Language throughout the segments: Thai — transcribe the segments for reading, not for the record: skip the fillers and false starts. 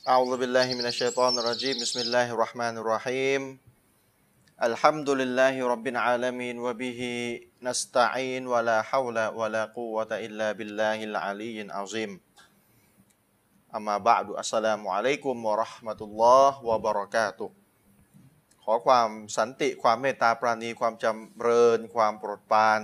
أعوذ بالله من الشيطان الرجيم بسم الله الرحمن الرحيم الحمد لله رب العالمين وبه نستعين ولا حول ولا قوة إلا بالله العلي العظيم أما بعد السلام عليكم ورحمة الله وبركاته ขอความสันติความเมตตาปราณีความจำเริญความโปรดปราน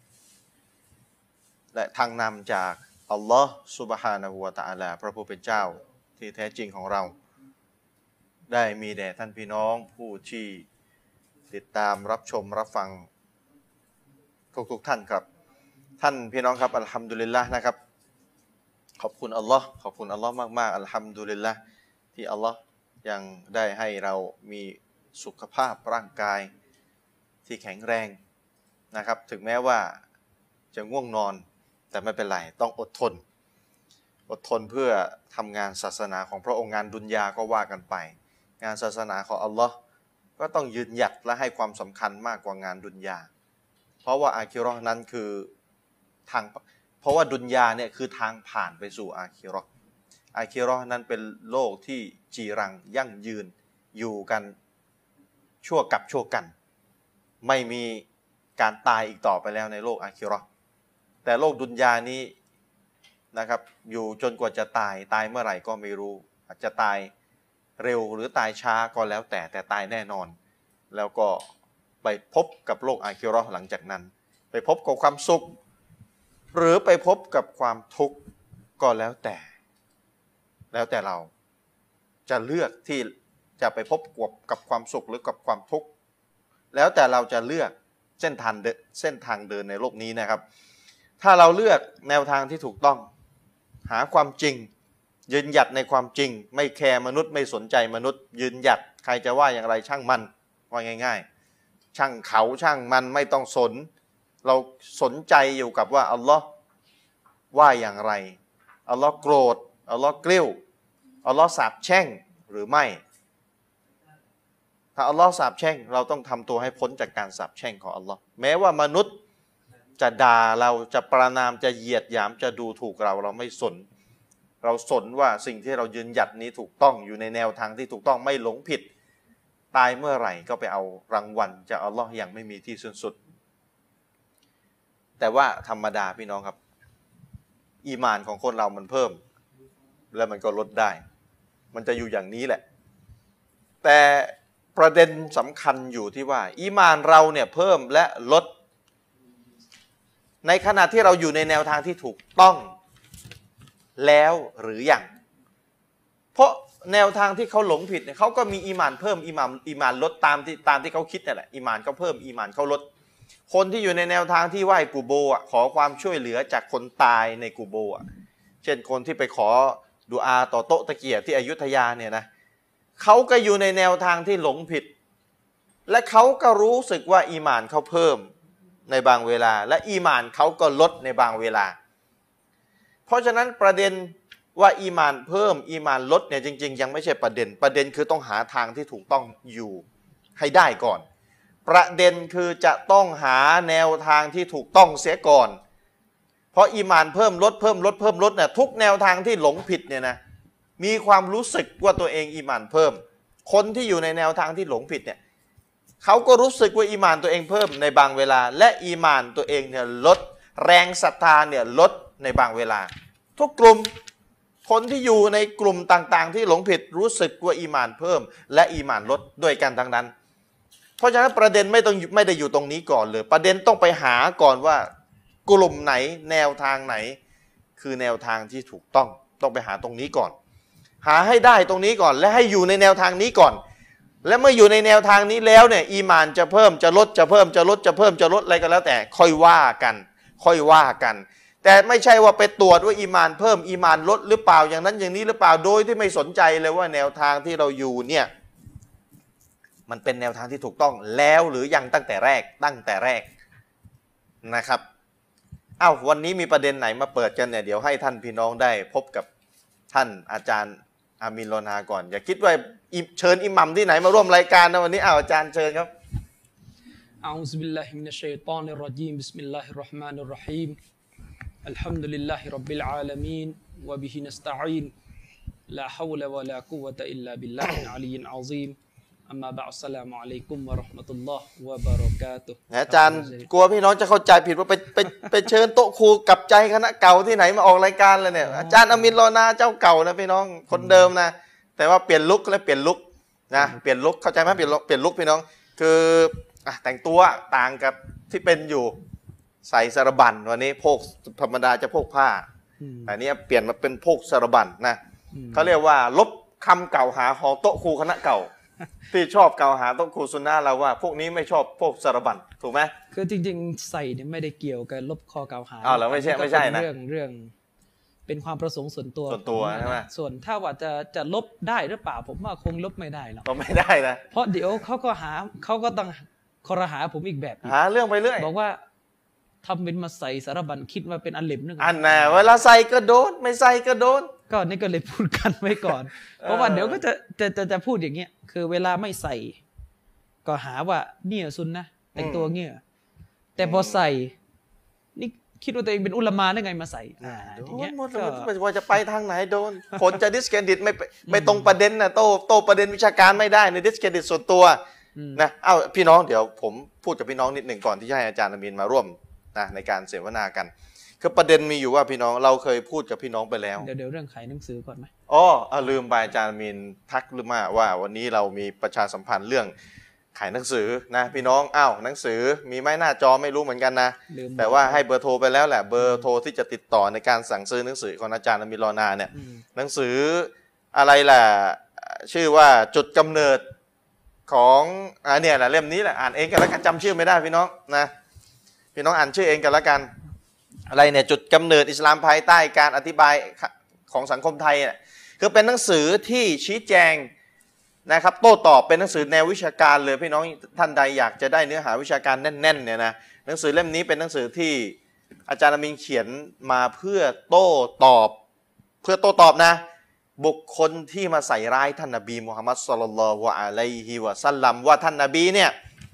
และทางนำจากอัลลอฮ์ซุบฮานะฮูวะตะอาลาพระผู้เป็นเจ้าที่แท้จริงของเราได้มีแด่ท่านพี่น้องผู้ที่ติดตามรับชมรับฟังทุกท่านครับท่านพี่น้องครับอัลฮัมดุลิลละห์นะครับขอบคุณอัลลอฮ์ขอบคุณอัลลอฮ์มากๆอัลฮัมดุลิลละห์ที่อัลลอฮ์ยังได้ให้เรามีสุขภาพร่างกายที่แข็งแรงนะครับถึงแม้ว่าจะง่วงนอนแต่ไม่เป็นไรต้องอดทนเพื่อทำงานศาสนาของพระองค์งานดุนยาก็ว่ากันไปงานศาสนาของอัลลอฮ์ก็ต้องยืนหยัดและให้ความสำคัญมากกว่างานดุนยาเพราะว่าอาคิเราะห์นั้นคือทางเพราะว่าดุนยาเนี่ยคือทางผ่านไปสู่อาคิเราะห์นั้นเป็นโลกที่จีรังยั่งยืนอยู่กันชั่วกับชั่วกันไม่มีการตายอีกต่อไปแล้วในโลกอาคิเราะห์แต่โลกดุนยานี้นะครับอยู่จนกว่าจะตายเมื่อไหร่ก็ไม่รู้อาจจะตายเร็วหรือตายช้าก็แล้วแต่ตายแน่นอนแล้วก็ไปพบกับโลกอาคิเราะห์หลังจากนั้นไปพบกับความสุขหรือไปพบกับความทุกข์ก็แล้วแต่เราจะเลือกที่จะไปพบกับความสุขหรือกับความทุกข์แล้วแต่เราจะเลือกเส้นทางเดินในโลกนี้นะครับถ้าเราเลือกแนวทางที่ถูกต้องหาความจริงยืนหยัดในความจริงไม่แคร์มนุษย์ไม่สนใจมนุษย์ยืนหยัดใครจะว่าอย่างไรช่างมันว่าง่ายๆช่างเขาช่างมันไม่ต้องสนเราสนใจอยู่กับว่าอัลลอฮ์ว่าอย่างไรอัลลอฮ์โกรธอัลลอฮ์กลิ้วอัลลอฮ์สาปแช่งหรือไม่ถ้าอัลลอฮ์สาปแช่งเราต้องทำตัวให้พ้นจากการสาปแช่งของอัลลอฮ์แม้ว่ามนุษย์จะด่าเราจะประณามจะเหยียดหยามจะดูถูกเราไม่สนเราสนว่าสิ่งที่เรายืนหยัดนี้ถูกต้องอยู่ในแนวทางที่ถูกต้องไม่หลงผิดตายเมื่อไหร่ก็ไปเอารางวัลจากอัลลอฮ์อย่างไม่มีที่สิ้นสุดแต่ว่าธรรมดาพี่น้องครับอีมานของคนเรามันเพิ่มแล้วมันก็ลดได้มันจะอยู่อย่างนี้แหละแต่ประเด็นสำคัญอยู่ที่ว่าอีมานเราเนี่ยเพิ่มและลดในขณะที่เราอยู่ในแนวทางที่ถูกต้องแล้วหรือยังเพราะแนวทางที่เขาหลงผิดเนี่ยเขาก็มีอีหม่านเพิ่มอีหม่านลดตามที่เขาคิดนั่นแหละอีหม่านเขาเพิ่มอีหม่านเขาลดคนที่อยู่ในแนวทางที่ไหว้กูโบอ่ะขอความช่วยเหลือจากคนตายในกูโบอ่ะเช่นคนที่ไปขอดุอาต่อโต๊ะตะเกียบที่อยุธยาเนี่ยนะเขาก็อยู่ในแนวทางที่หลงผิดและเขาก็รู้สึกว่าอีหม่านเขาเพิ่มในบางเวลาและอีหม่านเขาก็ลดในบางเวลาเพราะฉะนั้นประเด็นว่าอีหม่านเพิ่มอีหม่านลดเนี่ยจริงๆยังไม่ใช่ประเด็นคือต้องหาทางที่ถูกต้องอยู่ให้ได้ก่อนประเด็นคือจะต้องหาแนวทางที่ถูกต้องเสียก่อนเพราะอีหม่านเพิ่มลดเนี่ยทุกแนวทางที่หลงผิดเนี่ยนะมีความรู้สึกว่าตัวเองอีหม่านเพิ่มคนที่อยู่ในแนวทางที่หลงผิดเนี่ยเขาก็รู้สึกว่าอีหม่านตัวเองเพิ่มในบางเวลาและอีหม่านตัวเองเนี่ยลดแรงศรัทธาเนี่ยลดในบางเวลาทุกกลุ่มคนที่อยู่ในกลุ่มต่างๆที่หลงผิดรู้สึกว่าอีหม่านเพิ่มและอีหม่านลดด้วยกันทั้งนั้นเพราะฉะนั้นประเด็นไม่ได้อยู่ตรงนี้ก่อนเลยประเด็นต้องไปหาก่อนว่ากลุ่มไหนแนวทางไหนคือแนวทางที่ถูกต้องไปหาตรงนี้ก่อนหาให้ได้ตรงนี้ก่อนและให้อยู่ในแนวทางนี้ก่อนและเมื่ออยู่ในแนวทางนี้แล้วเนี่ยอีหม่านจะเพิ่มจะลดจะเพิ่มจะลดอะไรก็แล้วแต่ค่อยว่ากันแต่ไม่ใช่ว่าไปตรวจว่าอีหม่านเพิ่มอีหม่านลดหรือเปล่าอย่างนั้นอย่างนี้หรือเปล่าโดยที่ไม่สนใจเลยว่าแนวทางที่เราอยู่เนี่ยมันเป็นแนวทางที่ถูกต้องแล้วหรือยังตั้งแต่แรกนะครับวันนี้มีประเด็นไหนมาเปิดกันเนี่ยเดี๋ยวให้ท่านพี่น้องได้พบกับท่านอาจารย์อามินโลนาก่อนอย่าคิดว่าเชิญอิหมัมที่ไหนมาร่วมรายการนะวันนี้อาจารย์เชิญครับอะอูซุบิลลาฮิมินัชชัยฏอนิรเราะญีมบิสมิลลาฮิรเราะห์มานิรเราะฮีมอัลฮัมดุลิลลาฮิร็อบบิลอาลามีนวะบิฮินัสตะอีน لا حول ولا قوة إلا بالله العلي العظيم أما بعد السلام عليكم ورحمة الله وبركاته อาจารย์กลัวพี่น้องจะเข้าใจผิดว่าไปเชิญโต๊ะครูกับใจคณะเก่าที่ไหนมาออกรายการเลยเนี่ยอาจารย์อามินรอนาเจ้าเก่านะพี่น้องคนเดิมนะแต่ว่าเปลี่ยนลุคและเปลี่ยนลุคนะเปลี่ยนลุคเข้าใจไหมเปลี่ยนลุคพี่น้องคือแต่งตัวต่างกับที่เป็นอยู่ใส่สารบัญวันนี้โพกธรรมดาจะโพกผ้าแต่นี้เปลี่ยนมาเป็นโพกสารบัญนะเขาเรียกว่าลบคำกล่าวหาของโต๊ะครูคณะเก่าที่ชอบกล่าวหาโต๊ะครูซุนนะห์เราว่าพวกนี้ไม่ชอบพวกสารบัญถูกไหมคือจริงๆใส่เนี่ยไม่ได้เกี่ยวกับลบข้อกล่าวหาเราไม่ใช่นะเรื่องเป็นความประสงค์ส่วนตัวใช่ไหมส่วนถ้าว่าจะลบได้หรือเปล่าผมว่าคงลบไม่ได้หรอกลบไม่ได้นะเพราะเดี๋ยวเขาก็ต้องคอรหาผมอีกแบบหาเรื่องไปเรื่อยบอกว่าทำเป็นมาใส่สารบัญคิดว่าเป็นอันเล็มนึงอันน่ะเวลาใส่ก็โดนไม่ใส่ก็โดนก็นี่ก็เลยพูดกันไว้ก่อนเพราะว่าเดี๋ยวก็จะพูดอย่างเงี้ยคือเวลาไม่ใส่ก็หาว่าเนี่ยซุนนะแต่งตัวเงี้ยแต่พอใส่นี่คิดว่าตัวเองเป็นอุลามะได้ไงมาใส่อย่างเงี้ยก็ว่าจะไปทางไหนโดนคนจะดิสเครดิตไม่ตรงประเด็นนะโตประเด็นวิชาการไม่ได้ในดิสเครดิตส่วนตัวนะพี่น้องเดี๋ยวผมพูดกับพี่น้องนิดหนึ่งก่อนที่จะให้อาจารย์อามีนมาร่วมนะในการเสวนากันคือประเด็นมีอยู่ว่าพี่น้องเราเคยพูดกับพี่น้องไปแล้วเดี๋ยวเรื่องขายหนังสือก่อนไหมลืมไปอาจารย์อามีนทักหรือมาว่าวันนี้เรามีประชาสัมพันธ์เรื่องขายหนังสือนะพี่น้องหนังสือมีไหมหน้าจอไม่รู้เหมือนกันนะแต่ว่าให้เบอร์โทรไปแล้วแหละเบอร์โทรที่จะติดต่อในการสั่งซื้อหนังสือของอาจารย์อามีนรอนาเนี่ยหนังสืออะไรล่ะชื่อว่าจุดกำเนิดของเนี่ยแหละเล่มนี้แหละอ่านเองกันแล้วกันจำชื่อไม่ได้พี่น้องนะพี่น้องอ่านชื่อเองกันแล้วกันอะไรเนี่ยจุดกำเนิดอิสลามภายใต้การอธิบายของสังคมไทยเนี่ยคือเป็นหนังสือที่ชี้แจงนะครับโต้ตอบเป็นหนังสือแนววิชาการเลยพี่น้องท่านใดอยากจะได้เนื้อหาวิชาการแน่นๆเนี่ยนะหนังสือเล่มนี้เป็นหนังสือที่อาจารย์อามีนเขียนมาเพื่อโต้ตอบนะบุคคลที่มาใส่ร้ายท่านนบีมุฮัมมัดศ็อลลัลลอฮุอะลัยฮิวะซัลลัมว่าท่านนบีเนี่ย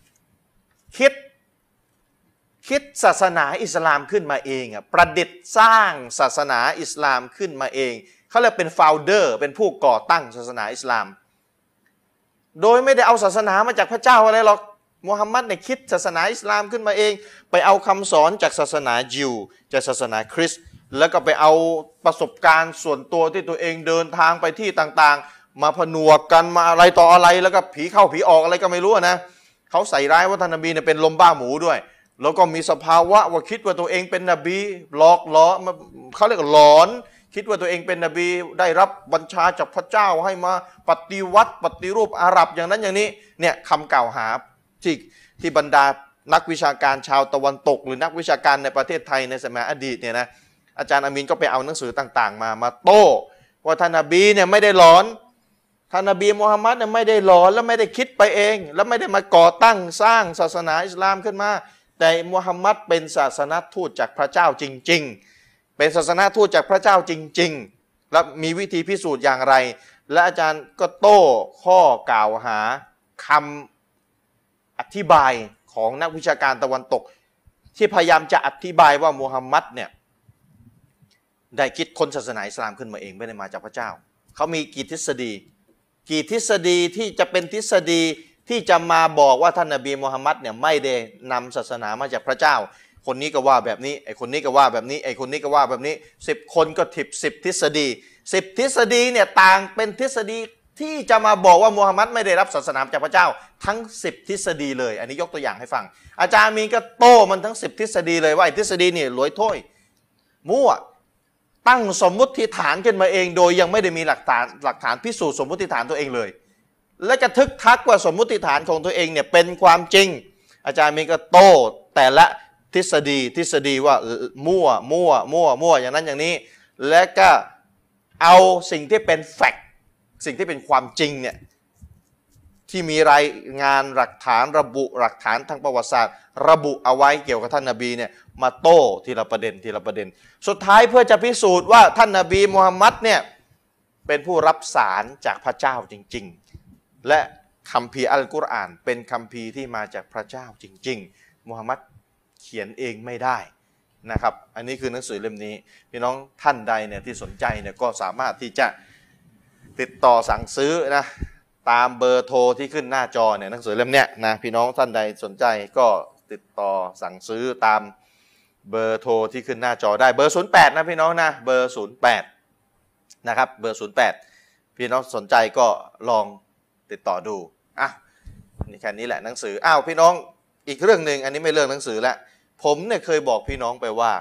คิดศาสนาอิสลามขึ้นมาเองประดิษฐ์สร้างศาสนาอิสลามขึ้นมาเองเขาเรียกเป็น founder เป็นผู้ก่อตั้งศาสนาอิสลามโดยไม่ได้เอาศาสนามาจากพระเจ้าอะไรหรอกมุฮัมมัดเนี่ยคิดศาสนาอิสลามขึ้นมาเองไปเอาคำสอนจากศาสนายิวจากศาสนาคริสต์แล้วก็ไปเอาประสบการณ์ส่วนตัวที่ตัวเองเดินทางไปที่ต่างๆมาผนวกกันมาอะไรต่ออะไรแล้วก็ผีเข้าผีออกอะไรก็ไม่รู้นะเขาใส่ร้ายว่าท่านนบีเนี่ยเป็นลมบ้าหมูด้วยแล้วก็มีสภาวะว่าคิดว่าตัวเองเป็นนบีหลอกล้อเขาเรียกหลอนคิดว่าตัวเองเป็นนบีได้รับบัญชาจากพระเจ้าให้มาปฏิวัติปฏิรูปอาหรับอย่างนั้นอย่างนี้เนี่ยคำกล่าวหาที่บรรดานักวิชาการชาวตะวันตกหรือนักวิชาการในประเทศไทยในสมัยอดีตเนี่ยนะอาจารย์อามีนก็ไปเอาหนังสือต่างๆมาโต้ว่าท่านนบีเนี่ยไม่ได้หลอนท่านนบีมุฮัมมัดเนี่ยไม่ได้หลอนและไม่ได้คิดไปเองแล้วไม่ได้มาก่อตั้งสร้างศาสนาอิสลามขึ้นมาแต่มุฮัมมัดเป็นศาสนทูตจากพระเจ้าจริงๆเป็นศาสนทูตจากพระเจ้าจริงๆและมีวิธีพิสูจน์อย่างไรและอาจารย์ก็โต้ข้อกล่าวหาคำอธิบายของนักวิชาการตะวันตกที่พยายามจะอธิบายว่ามุฮัมมัดเนี่ยได้คิดค้นศาสนาอิสลามขึ้นมาเองไม่ได้มาจากพระเจ้าเขามีกี่ทฤษฎีที่จะเป็นทฤษฎีที่จะมาบอกว่าท่านนบีมุฮัมมัดเนี่ยไม่ได้นำศาสนามาจากพระเจ้าคนนี้ก็ว่าแบบนี้ไอ้คนนี้ก็ว่าแบบนี้ไอ้คนนี้ก็ว่าแบบนี้10 คนก็10 ทฤษฎี10 ทฤษฎีเนี่ยต่างเป็นทฤษฎีที่จะมาบอกว่ามุฮัมมัดไม่ได้รับศาสนาจากพระเจ้าทั้ง10 ทฤษฎีเลยอันนี้ยกตัวอย่างให้ฟังอาจารย์มีก็โต้มันทั้ง10 ทฤษฎีเลยว่าไอ้ทฤษฎีนี่หลวยถ้วยมั่วตั้งสมมุติฐานขึ้นมาเองโดยยังไม่ได้มีหลักฐานพิสูจน์สมมุติฐานตัวเองเลยและจะทึกทักว่าสมมุติฐานของตัวเองเนี่ยเป็นความจริงอาจารย์มีก็โต้แต่ละทฤษฎีว่ามั่วอย่างนั้นอย่างนี้และก็เอาสิ่งที่เป็นแฟกต์สิ่งที่เป็นความจริงเนี่ยที่มีรายงานหลักฐานระบุหลักฐานทางประวัติศาสตร์ระบุเอาไว้เกี่ยวกับท่านนบีเนี่ยมาโต้ทีละประเด็นสุดท้ายเพื่อจะพิสูจน์ว่าท่านนบีมุฮัมมัดเนี่ยเป็นผู้รับสารจากพระเจ้าจริงๆและคัมภีร์อัลกุรอานเป็นคัมภีร์ที่มาจากพระเจ้าจริงๆมุฮัมมัดเขียนเองไม่ได้นะครับอันนี้คือหนังสือเล่มนี้พี่น้องท่านใดเนี่ยที่สนใจเนี่ยก็สามารถที่จะติดต่อสั่งซื้อนะตามเบอร์โทรที่ขึ้นหน้าจอเนี่ยหนังสือเล่มเนี้ยนะพี่น้องท่านใดสนใจก็ติดต่อสั่งซื้อตามเบอร์โทรที่ขึ้นหน้าจอได้เบอร์08นะพี่น้องนะเบอร์08นะครับเบอร์08พี่น้องสนใจก็ลองติดต่อดูอ่ะนี่แค่นี้แหละหนังสืออ้าวพี่น้องอีกเรื่องหนึ่งอันนี้ไม่เรื่องหนังสือแล้วผมเนี่ยเคยบอกพี่น้องไปว่า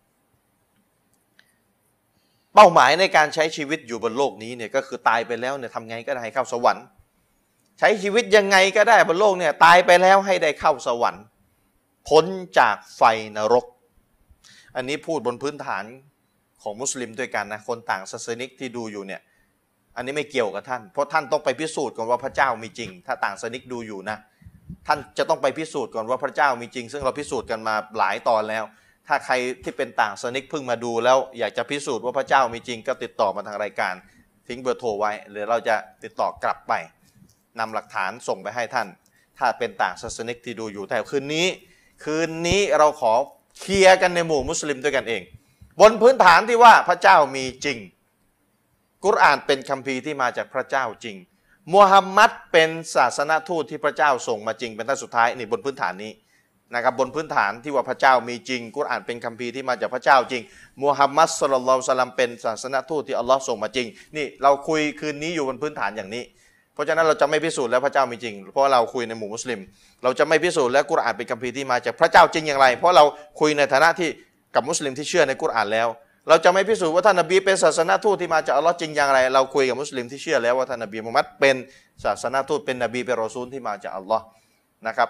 เป้าหมายในการใช้ชีวิตอยู่บนโลกนี้เนี่ยก็คือตายไปแล้วเนี่ยทำไงก็ได้ให้เข้าสวรรค์ใช้ชีวิตยังไงก็ได้บนโลกเนี่ยตายไปแล้วให้ได้เข้าสวรรค์พ้นจากไฟนรกอันนี้พูดบนพื้นฐานของมุสลิมด้วยกันนะคนต่างศาสนิกที่ดูอยู่เนี่ยอันนี้ไม่เกี่ยวกับท่านเพราะท่านต้องไปพิสูจน์ก่อนว่าพระเจ้ามีจริงถ้าต่างศาสนิกดูอยู่นะท่านจะต้องไปพิสูจน์ก่อนว่าพระเจ้ามีจริงซึ่งเราพิสูจน์กันมาหลายตอนแล้วถ้าใครที่เป็นต่างศาสนิกเพิ่งมาดูแล้วอยากจะพิสูจน์ว่าพระเจ้ามีจริงก็ติดต่อมาทางรายการทิ้งเบอร์โทรไว้หรือเราจะติดต่อกลับไปนำหลักฐานส่งไปให้ท่านถ้าเป็นต่างศาสนิกที่ดูอยู่แต่คืนนี้เราขอเคลียร์กันในหมู่มุสลิมด้วยกันเองบนพื้นฐานที่ว่าพระเจ้ามีจริงกุรอานเป็นคัมภีร์ที่มาจากพระเจ้าจริงมุฮัมมัดเป็นศาสนทูตที่พระเจ้าส่งมาจริงเป็นท่านสุดท้ายนี่บนพื้นฐานนี้นะครับบนพื้นฐานที่ว่าพระเจ้ามีจริงกุรอานเป็นคัมภีร์ที่มาจากพระเจ้าจริงมุฮัมมัดศ็อลลัลลอฮุอะลัยฮิวะซัลลัมเป็นศาสนทูตที่อัลลอฮ์ส่งมาจริงนี่เราคุยคืนนี้อยู่บนพื้นฐานอย่างนี้เพราะฉะนั้นเราจะไม่พิสูจน์แล้วพระเจ้ามีจริงเพราะเราคุยในหมู่มุสลิมเราจะไม่พิสูจน์แล้วกุรอานเป็นคัมภีร์ที่มาจากพระเจ้าจริงอย่างไรเพราะเราคุยในฐานะที่กับมุสลิมที่เชื่อในกุรอานแล้วเราจะไม่พิสูจน์ว่าท่านนบีเป็นศาสนทูตที่มาจากอัลลอฮ์จริงอย่างไรเราคุยกับมุสลิมที่เชื่อแล้วว่าท่านนบีมุฮัมมัดเป็นศาสนทูตเป็นนบีเป็นรอซูลที่มาจากอัลลอฮ์นะครับ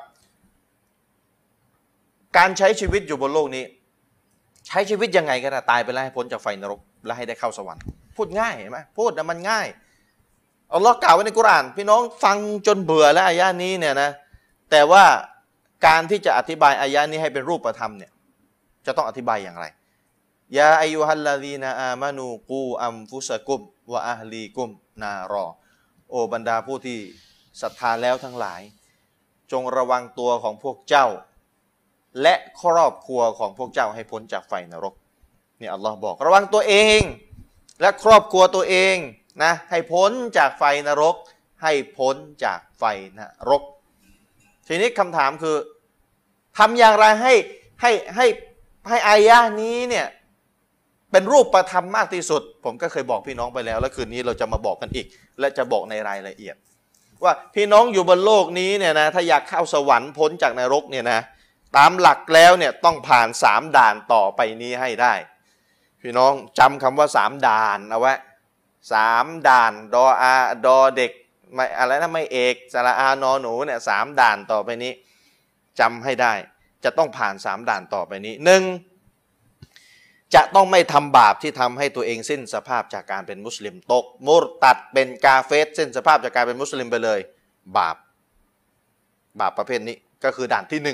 การใช้ชีวิตอยู่บนโลกนี้ใช้ชีวิตยังไงก็ได้ตายไปแล้วให้พ้นจากไฟนรกและให้ได้เข้าสวรรค์พูดง่ายเห็นไหมพูดแต่มันง่ายอัลลอฮ์กล่าวไว้ในกุรอานพี่น้องฟังจนเบื่อแล้วอายะนี้เนี่ยนะแต่ว่าการที่จะอธิบายอายะนี้ให้เป็นรูปธรรมเนี่ยจะต้องอธิบายอย่างไรยาอายุฮัลลาดีนาอามานูกูอัมฟุสกุมวะอะฮลีกุมนารอโอบรรดาผู้ที่ศรัทธาแล้วทั้งหลายจงระวังตัวของพวกเจ้าและครอบครัวของพวกเจ้าให้พ้นจากไฟนรกนี่อัลลอฮ์บอกระวังตัวเองและครอบครัวตัวเองนะให้พ้นจากไฟนรกให้พ้นจากไฟนรกทีนี้คำถามคือทำอย่างไรให้อายะนี้เนี่ยเป็นรูปธรรมมากที่สุดผมก็เคยบอกพี่น้องไปแล้วและคืนนี้เราจะมาบอกกันอีกและจะบอกในรายละเอียดว่าพี่น้องอยู่บนโลกนี้เนี่ยนะถ้าอยากเข้าสวรรค์พ้นจากนรกเนี่ยนะตามหลักแล้วเนี่ยต้องผ่าน3ด่านต่อไปนี้ให้ได้พี่น้องจำคำว่า3ด่านเอาไว้3ด่านดออาดอเด็กไม่อะไรนะไม่เอกสระอานอหนูเนี่ย3ด่านต่อไปนี้จำให้ได้จะต้องผ่าน3ด่านต่อไปนี้1จะต้องไม่ทำบาปที่ทำให้ตัวเองสิ้นสภาพจากการเป็นมุสลิมตกมุรตัดเป็นกาเฟรสิ้นสภาพจากการเป็นมุสลิมไปเลยบาปประเภทนี้ก็คือด่านที่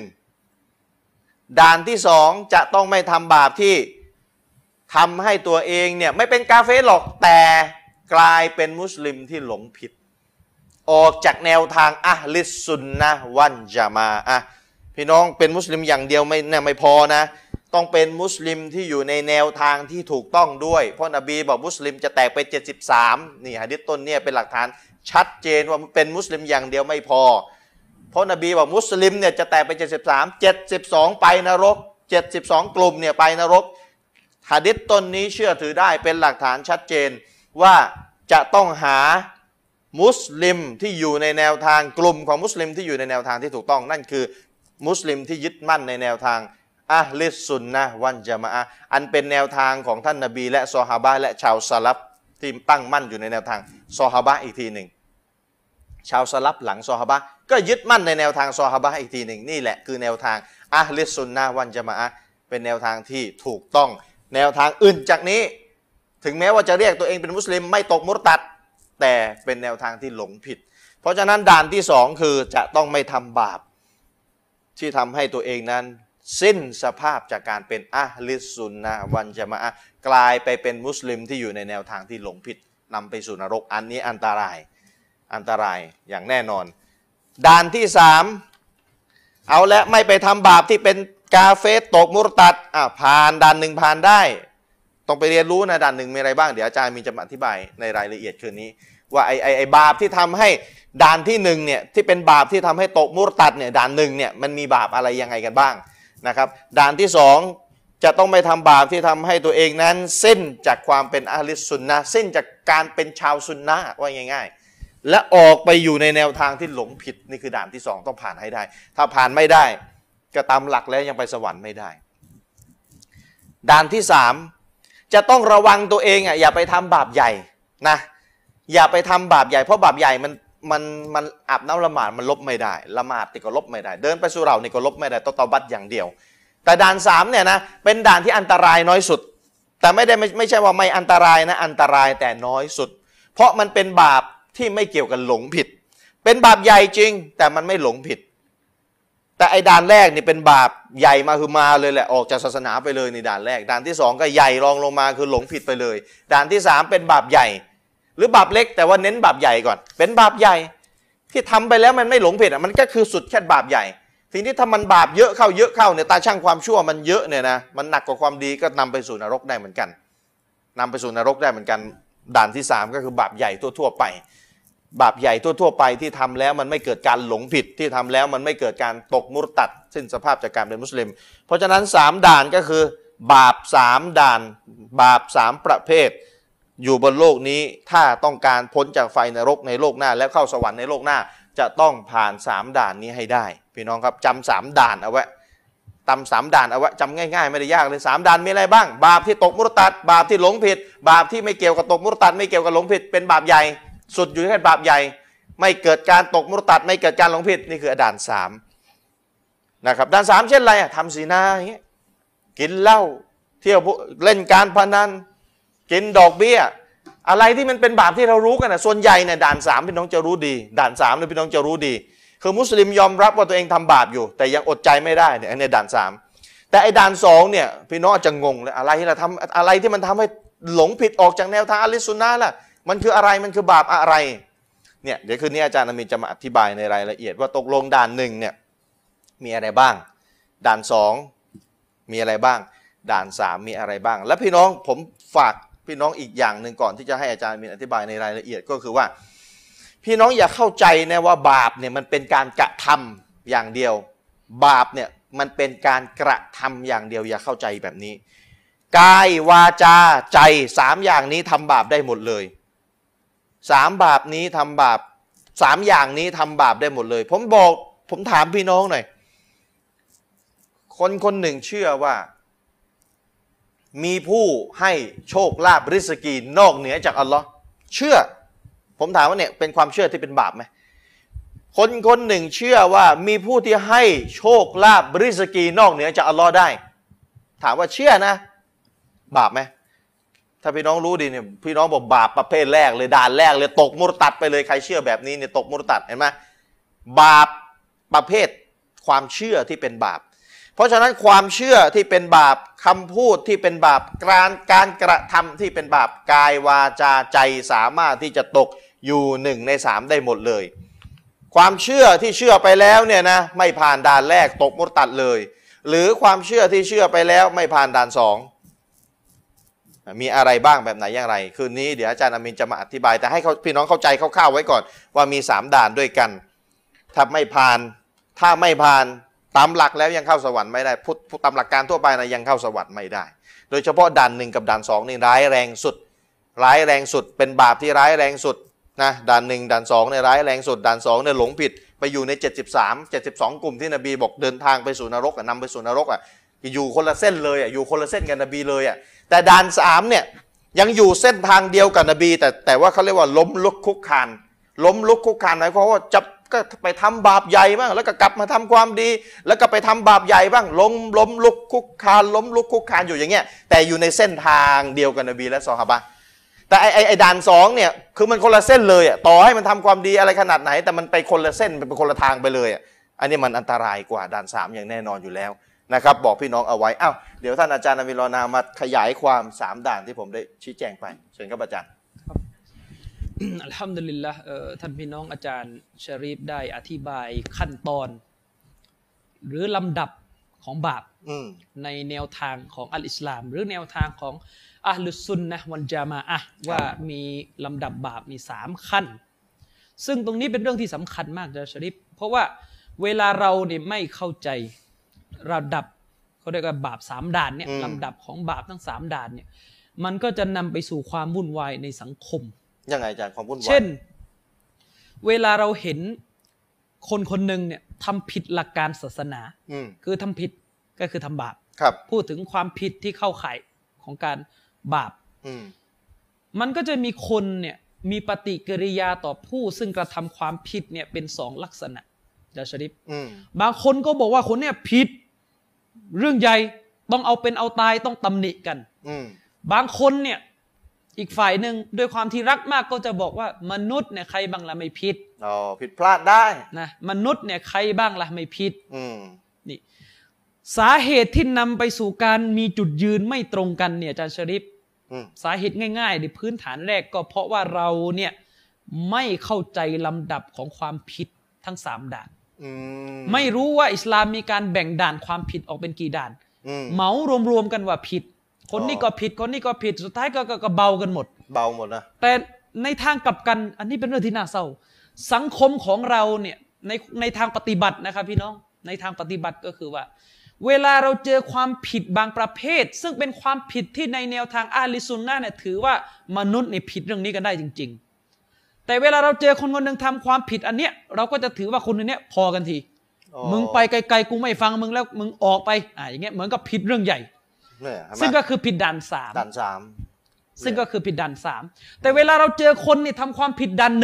1ด่านที่2จะต้องไม่ทำบาปที่ทำให้ตัวเองเนี่ยไม่เป็นกาเฟรหรอกแต่กลายเป็นมุสลิมที่หลงผิดออกจากแนวทางอะห์ลิสซุนนะฮ์วัลญะมาอะห์พี่น้องเป็นมุสลิมอย่างเดียวไม่พอนะต้องเป็นมุสลิมที่อยู่ในแนวทางที่ถูกต้องด้วยเพราะนบีบอกมุสลิมจะแตกไป73นี่หะดีษต้นเนี่ยเป็นหลักฐานชัดเจนว่าเป็นมุสลิมอย่างเดียวไม่พอเพราะนบีบอกมุสลิมเนี่ยจะแตกไป72ไปนรก72กลุ่มเนี่ยไปนรกหะดีษต้นนี้เชื่อถือได้เป็นหลักฐานชัดเจนว่าจะต้องหามุสลิมที่อยู่ในแนวทางกลุ่มของมุสลิมที่อยู่ในแนวทางที่ถูกต้องนั่นคือมุสลิมที่ยึดมั่นในแนวทางอะห์ลิสซุนนะฮ์วัลญะมาอะห์อันเป็นแนวทางของท่านนบีและซอฮาบะห์และชาวสลัฟที่ตั้งมั่นอยู่ในแนวทางซอฮาบะห์อีกทีหนึ่งชาวสลัฟหลังซอฮาบะห์ก็ยึดมั่นในแนวทางซอฮาบะห์อีกทีหนึ่งนี่แหละคือแนวทางอะห์ลิสซุนนะฮ์วัลญะมาอะห์เป็นแนวทางที่ถูกต้องแนวทางอื่นจากนี้ถึงแม้ว่าจะเรียกตัวเองเป็นมุสลิมไม่ตกมุรตัดแต่เป็นแนวทางที่หลงผิดเพราะฉะนั้นด่านที่2คือจะต้องไม่ทำบาปที่ทำให้ตัวเองนั้นสิ้นสภาพจากการเป็นอะห์ลิสซุนนะฮ์วัลญะมาอะห์กลายไปเป็นมุสลิมที่อยู่ในแนวทางที่หลงผิดนำไปสู่นรกอันนี้อันตรายอย่างแน่นอนด่านที่3เอาและไม่ไปทำบาปที่เป็นกาเฟรตกมุรตัดผ่านด่าน1ผ่านได้ต้องไปเรียนรู้นะด่าน1มีอะไรบ้างเดี๋ยวอาจารย์มีจะอธิบายในรายละเอียดคืนนี้ว่าไอบาปที่ทำให้ด่านที่หนึ่งเนี่ยที่เป็นบาปที่ทำให้ตกมุรตัดเนี่ยด่านหนึ่งเนี่ยมันมีบาปอะไรยังไงกันบ้างนะครับด่านที่สองจะต้องไม่ทำบาปที่ทำให้ตัวเองนั้นสิ้นจากความเป็นอะห์ลิสซุนนะห์สิ้นจากการเป็นชาวซุนนะห์ว่าง่ายๆและออกไปอยู่ในแนวทางที่หลงผิดนี่คือด่านที่สองต้องผ่านให้ได้ถ้าผ่านไม่ได้ก็ตามหลักแล้วยังไปสวรรค์ไม่ได้ด่านที่สามจะต้องระวังตัวเองอย่าไปทำบาปใหญ่นะอย่าไปทำบาปใหญ่เพราะบาปใหญ่มันอาบน้ำละหมาดมันลบไม่ได้ละหมาดนี่ก็ลบไม่ได้เดินไปสุเหร่านี่ก็ลบไม่ได้ต้องเตาบัตอย่างเดียวแต่ด่านสามเนี่ยนะเป็นด่านที่อันตรายน้อยสุดแต่ไม่ใช่ว่าไม่อันตรายนะอันตรายแต่น้อยสุดเพราะมันเป็นบาปที่ไม่เกี่ยวกับหลงผิดเป็นบาปใหญ่จริงแต่มันไม่หลงผิดแต่ไอ้ด่านแรกนี่เป็นบาปใหญ่มาคือมาเลยแหละออกจากศาสนาไปเลยในด่านแรกด่านที่สองก็ใหญ่รองลงมาคือหลงผิดไปเลยด่านที่สามเป็นบาปใหญ่หรือบาปเล็กแต่ว่าเน้นบาปใหญ่ก่อนเป็นบาปใหญ่ที่ทำไปแล้วมันไม่หลงผิดมันก็คือสุดแค่บาปใหญ่ทีนี้ถ้ามันบาปเยอะเข้าเนี่ยตาช่างความชั่วมันเยอะเนี่ยนะมันหนักกว่าความดีก็นำไปสู่นรกได้เหมือนกันนำไปสู่นรกได้เหมือนกันด่านที่สามก็คือบาปใหญ่ทั่วๆไปบาปใหญ่ทั่วๆไปที่ทำแล้วมันไม่เกิดการหลงผิดที่ทำแล้วมันไม่เกิดการตกมุรตัดสิ้นสภาพจากการเป็นมุสลิมเพราะฉะนั้น3ด่านก็คือบาป3ด่านบาป3ประเภทอยู่บนโลกนี้ถ้าต้องการพ้นจากไฟนรกในโลกหน้าแล้วเข้าสวรรค์ในโลกหน้าจะต้องผ่าน3ด่านนี้ให้ได้พี่น้องครับจำ3ด่านเอาไว้จำ3ด่านเอาไว้จำง่ายๆไม่ได้ยากเลย3ด่านมีอะไรบ้างบาปที่ตกมุรตัดบาปที่หลงผิดบาปที่ไม่เกี่ยวกับตกมุรตัดไม่เกี่ยวกับหลงผิดเป็นบาปใหญ่สุดอยู่แค่บาปใหญ่ไม่เกิดการตกมุรตัดไม่เกิดการหลงผิดนี่คือด่าน3นะครับด่าน3เช่นอะไรทำศีนาอย่างเงี้ยกินเหล้าเที่ยวเล่นการพนันกินดอกเบี้ยอะไรที่มันเป็นบาปที่เรารู้กันส่วนใหญ่เนี่ยด่าน3พี่น้องจะรู้ดีด่าน3เนี่ยพี่น้องจะรู้ดีคือมุสลิมยอมรับว่าตัวเองทำบาปอยู่แต่ยังอดใจไม่ได้เนี่ยในด่าน3แต่ไอ้ด่าน2เนี่ยพี่น้องอาจจะงงเลยอะไรที่เราทำอะไรที่มันทำให้หลงผิดออกจากแนวทางอะห์ลิสซุนนะห์ล่ะมันคืออะไรมันคือบาปอะไรเนี่ยเดี๋ยวคืนนี้อาจารย์อามีนจะมาอธิบายในรายละเอียดว่าตกลงด่าน1เนี่ยมีอะไรบ้างด่าน2มีอะไรบ้างด่าน3มีอะไรบ้างและพี่น้องผมฝากพี่น้องอีกอย่างหนึ่งก่อนที่จะให้อาจารย์อามีนอธิบายในรายละเอียดก็คือว่าพี่น้องอย่าเข้าใจนะว่าบาปเนี่ยมันเป็นการกระทำอย่างเดียวบาปเนี่ยมันเป็นการกระทำอย่างเดียวอย่าเข้าใจแบบนี้กายวาจาใจ3อย่างนี้ทำบาปได้หมดเลย3บาปนี้ทำบาป3อย่างนี้ทำบาปได้หมดเลยผมถามพี่น้องหน่อยคนหนึ่งเชื่อว่ามีผู้ให้โชคลาภริสกีนอกเหนือจากอัลลอฮ์เชื่อผมถามว่าเนี่ยเป็นความเชื่อที่เป็นบาปไหมคนหนึ่งเชื่อว่ามีผู้ที่ให้โชคลาภริสกีนอกเหนือจากอัลลอฮ์ได้ถามว่าเชื่อนะบาปไหมถ้าพี่น้องรู้ดีเนี่ยพี่น้องบอกบาปประเภทแรกเลยด่านแรกเลยตกมุรตัดไปเลยใครเชื่อแบบนี้เนี่ยตกมุรตัดเห็นไหมบาปประเภทความเชื่อที่เป็นบาปเพราะฉะนั้นความเชื่อที่เป็นบาปคำพูดที่เป็นบาปการกระทำที่เป็นบาปกายวาจาใจสามารถที่จะตกอยู่1 ใน 3ได้หมดเลยความเชื่อที่เชื่อไปแล้วเนี่ยนะไม่ผ่านด่านแรกตกมุรตัดเลยหรือความเชื่อที่เชื่อไปแล้วไม่ผ่านด่าน2มีอะไรบ้างแบบไหนอย่างไรคืนนี้เดี๋ยวอาจารย์อามินจะมาอธิบายแต่ให้พี่น้องเข้าใจคร่าวๆไว้ก่อนว่ามี3ด่านด้วยกันถ้าไม่ผ่านตามหลักแล้วยังเข้าสวรรค์ไม่ได้พูดตามหลักการทั่วไปนะยังเข้าสวรรค์ไม่ได้โดยเฉพาะด่าน1กับด่าน2นี่ร้ายแรงสุดเป็นบาปที่ร้ายแรงสุดนะด่าน1ด่าน2เนี่ยร้ายแรงสุดด่าน2เนี่ยหลงผิดไปอยู่ใน72กลุ่มที่นบีบอกเดินทางไปสู่นรกนำไปสู่นรกอยู่คนละเส้นเลยอยู่คนละเส้นกับนบีเลยแต่ด่าน3เนี่ยยังอยู่เส้นทางเดียวกับนบีแต่ว่าเขาเรียกว่าล้มลุกคุกคานหมายความว่าจะก็ไปทำบาปใหญ่บ้างแล้วก็กลับมาทำความดีแล้วก็ไปทำบาปใหญ่บ้างล้มลุกคุกคานอยู่อย่างเงี้ยแต่อยู่ในเส้นทางเดียวกับนบีและซอฮาบะห์แต่ไอ้ด่าน2เนี่ยคือมันคนละเส้นเลยต่อให้มันทำความดีอะไรขนาดไหนแต่มันไปคนละเส้นเป็นคนละทางไปเลยอันนี้มันอันตรายกว่าด่าน3อย่างแน่นอนอยู่แล้วนะครับบอกพี่น้องเอาไว้เดี๋ยวท่านอาจารย์อามินรอนามาขยายความ3ด่านที่ผมได้ชี้แจงไปเชิญครับอาจารย์อัลฮัมดุลิลละท่านพี่น้องอาจารย์ชะรีฟได้อธิบายขั้นตอนหรือลำดับของบาปในแนวทางของอัลอิสลามหรือแนวทางของอะห์ลุสซุนนะฮ์วัลญะมาอะห์ว่ามีลำดับบาปมี3ขั้นซึ่งตรงนี้เป็นเรื่องที่สำคัญมากนะชะริฟเพราะว่าเวลาเราเนี่ยไม่เข้าใจระดับเขาเรียกว่าบาป3ด่านเนี่ยลำดับของบาปทั้ง3ด่านเนี่ยมันก็จะนำไปสู่ความวุ่นวายในสังคมยังไงอาจารย์ความวุ่นวายเช่นเวลาเราเห็นคนคนหนึ่งเนี่ยทำผิดหลักการศาสนาคือทำผิดก็คือทำบาปพูดถึงความผิดที่เข้าข่ายของการบาปมันก็จะมีคนเนี่ยมีปฏิกิริยาต่อผู้ซึ่งกระทำความผิดเนี่ยเป็น2ลักษณะจะชริฟบางคนก็บอกว่าคนเนี่ยผิดเรื่องใหญ่ต้องเอาเป็นเอาตายต้องตำหนิกันบางคนเนี่ยอีกฝ่ายหนึ่งด้วยความที่รักมากก็จะบอกว่ามนุษย์เนี่ยใครบ้างล่ะไม่ผิดผิดพลาดได้นะมนุษย์เนี่ยใครบ้างล่ะไม่ผิดนี่สาเหตุที่นำไปสู่การมีจุดยืนไม่ตรงกันเนี่ยอาจารย์ชริฟสาเหตุง่ายๆในพื้นฐานแรกก็เพราะว่าเราเนี่ยไม่เข้าใจลำดับของความผิดทั้ง3ด่านไม่รู้ว่าอิสลามมีการแบ่งด่านความผิดออกเป็นกี่ด่านเหมารวมๆกันว่าผิดคนนี้ก็ผิดคนนี้ก็ผิดสุดท้ายก็เบากันหมดนะแต่ในทางกลับกันอันนี้เป็นเรื่องที่น่าเศร้าสังคมของเราเนี่ยในทางปฏิบัตินะครับพี่น้องในทางปฏิบัติก็คือว่าเวลาเราเจอความผิดบางประเภทซึ่งเป็นความผิดที่ในแนวทางอะห์ลิซุนนะห์เนี่ยถือว่ามนุษย์เนี่ยผิดเรื่องนี้กันได้จริงๆแต่เวลาเราเจอคนคนหนึ่งทำความผิดอันเนี้ยเราก็จะถือว่าคนนี้พอกันทีมึงไปไกลๆกูไม่ฟังมึงแล้วมึงออกไปอย่างเงี้ยเหมือนกับผิดเรื่องใหญ่ซึ่งก็คือผิดด่าน3ซึ่งก็คือผิดด่าน3แต่เวลาเราเจอคนนี่ทำความผิดด่าน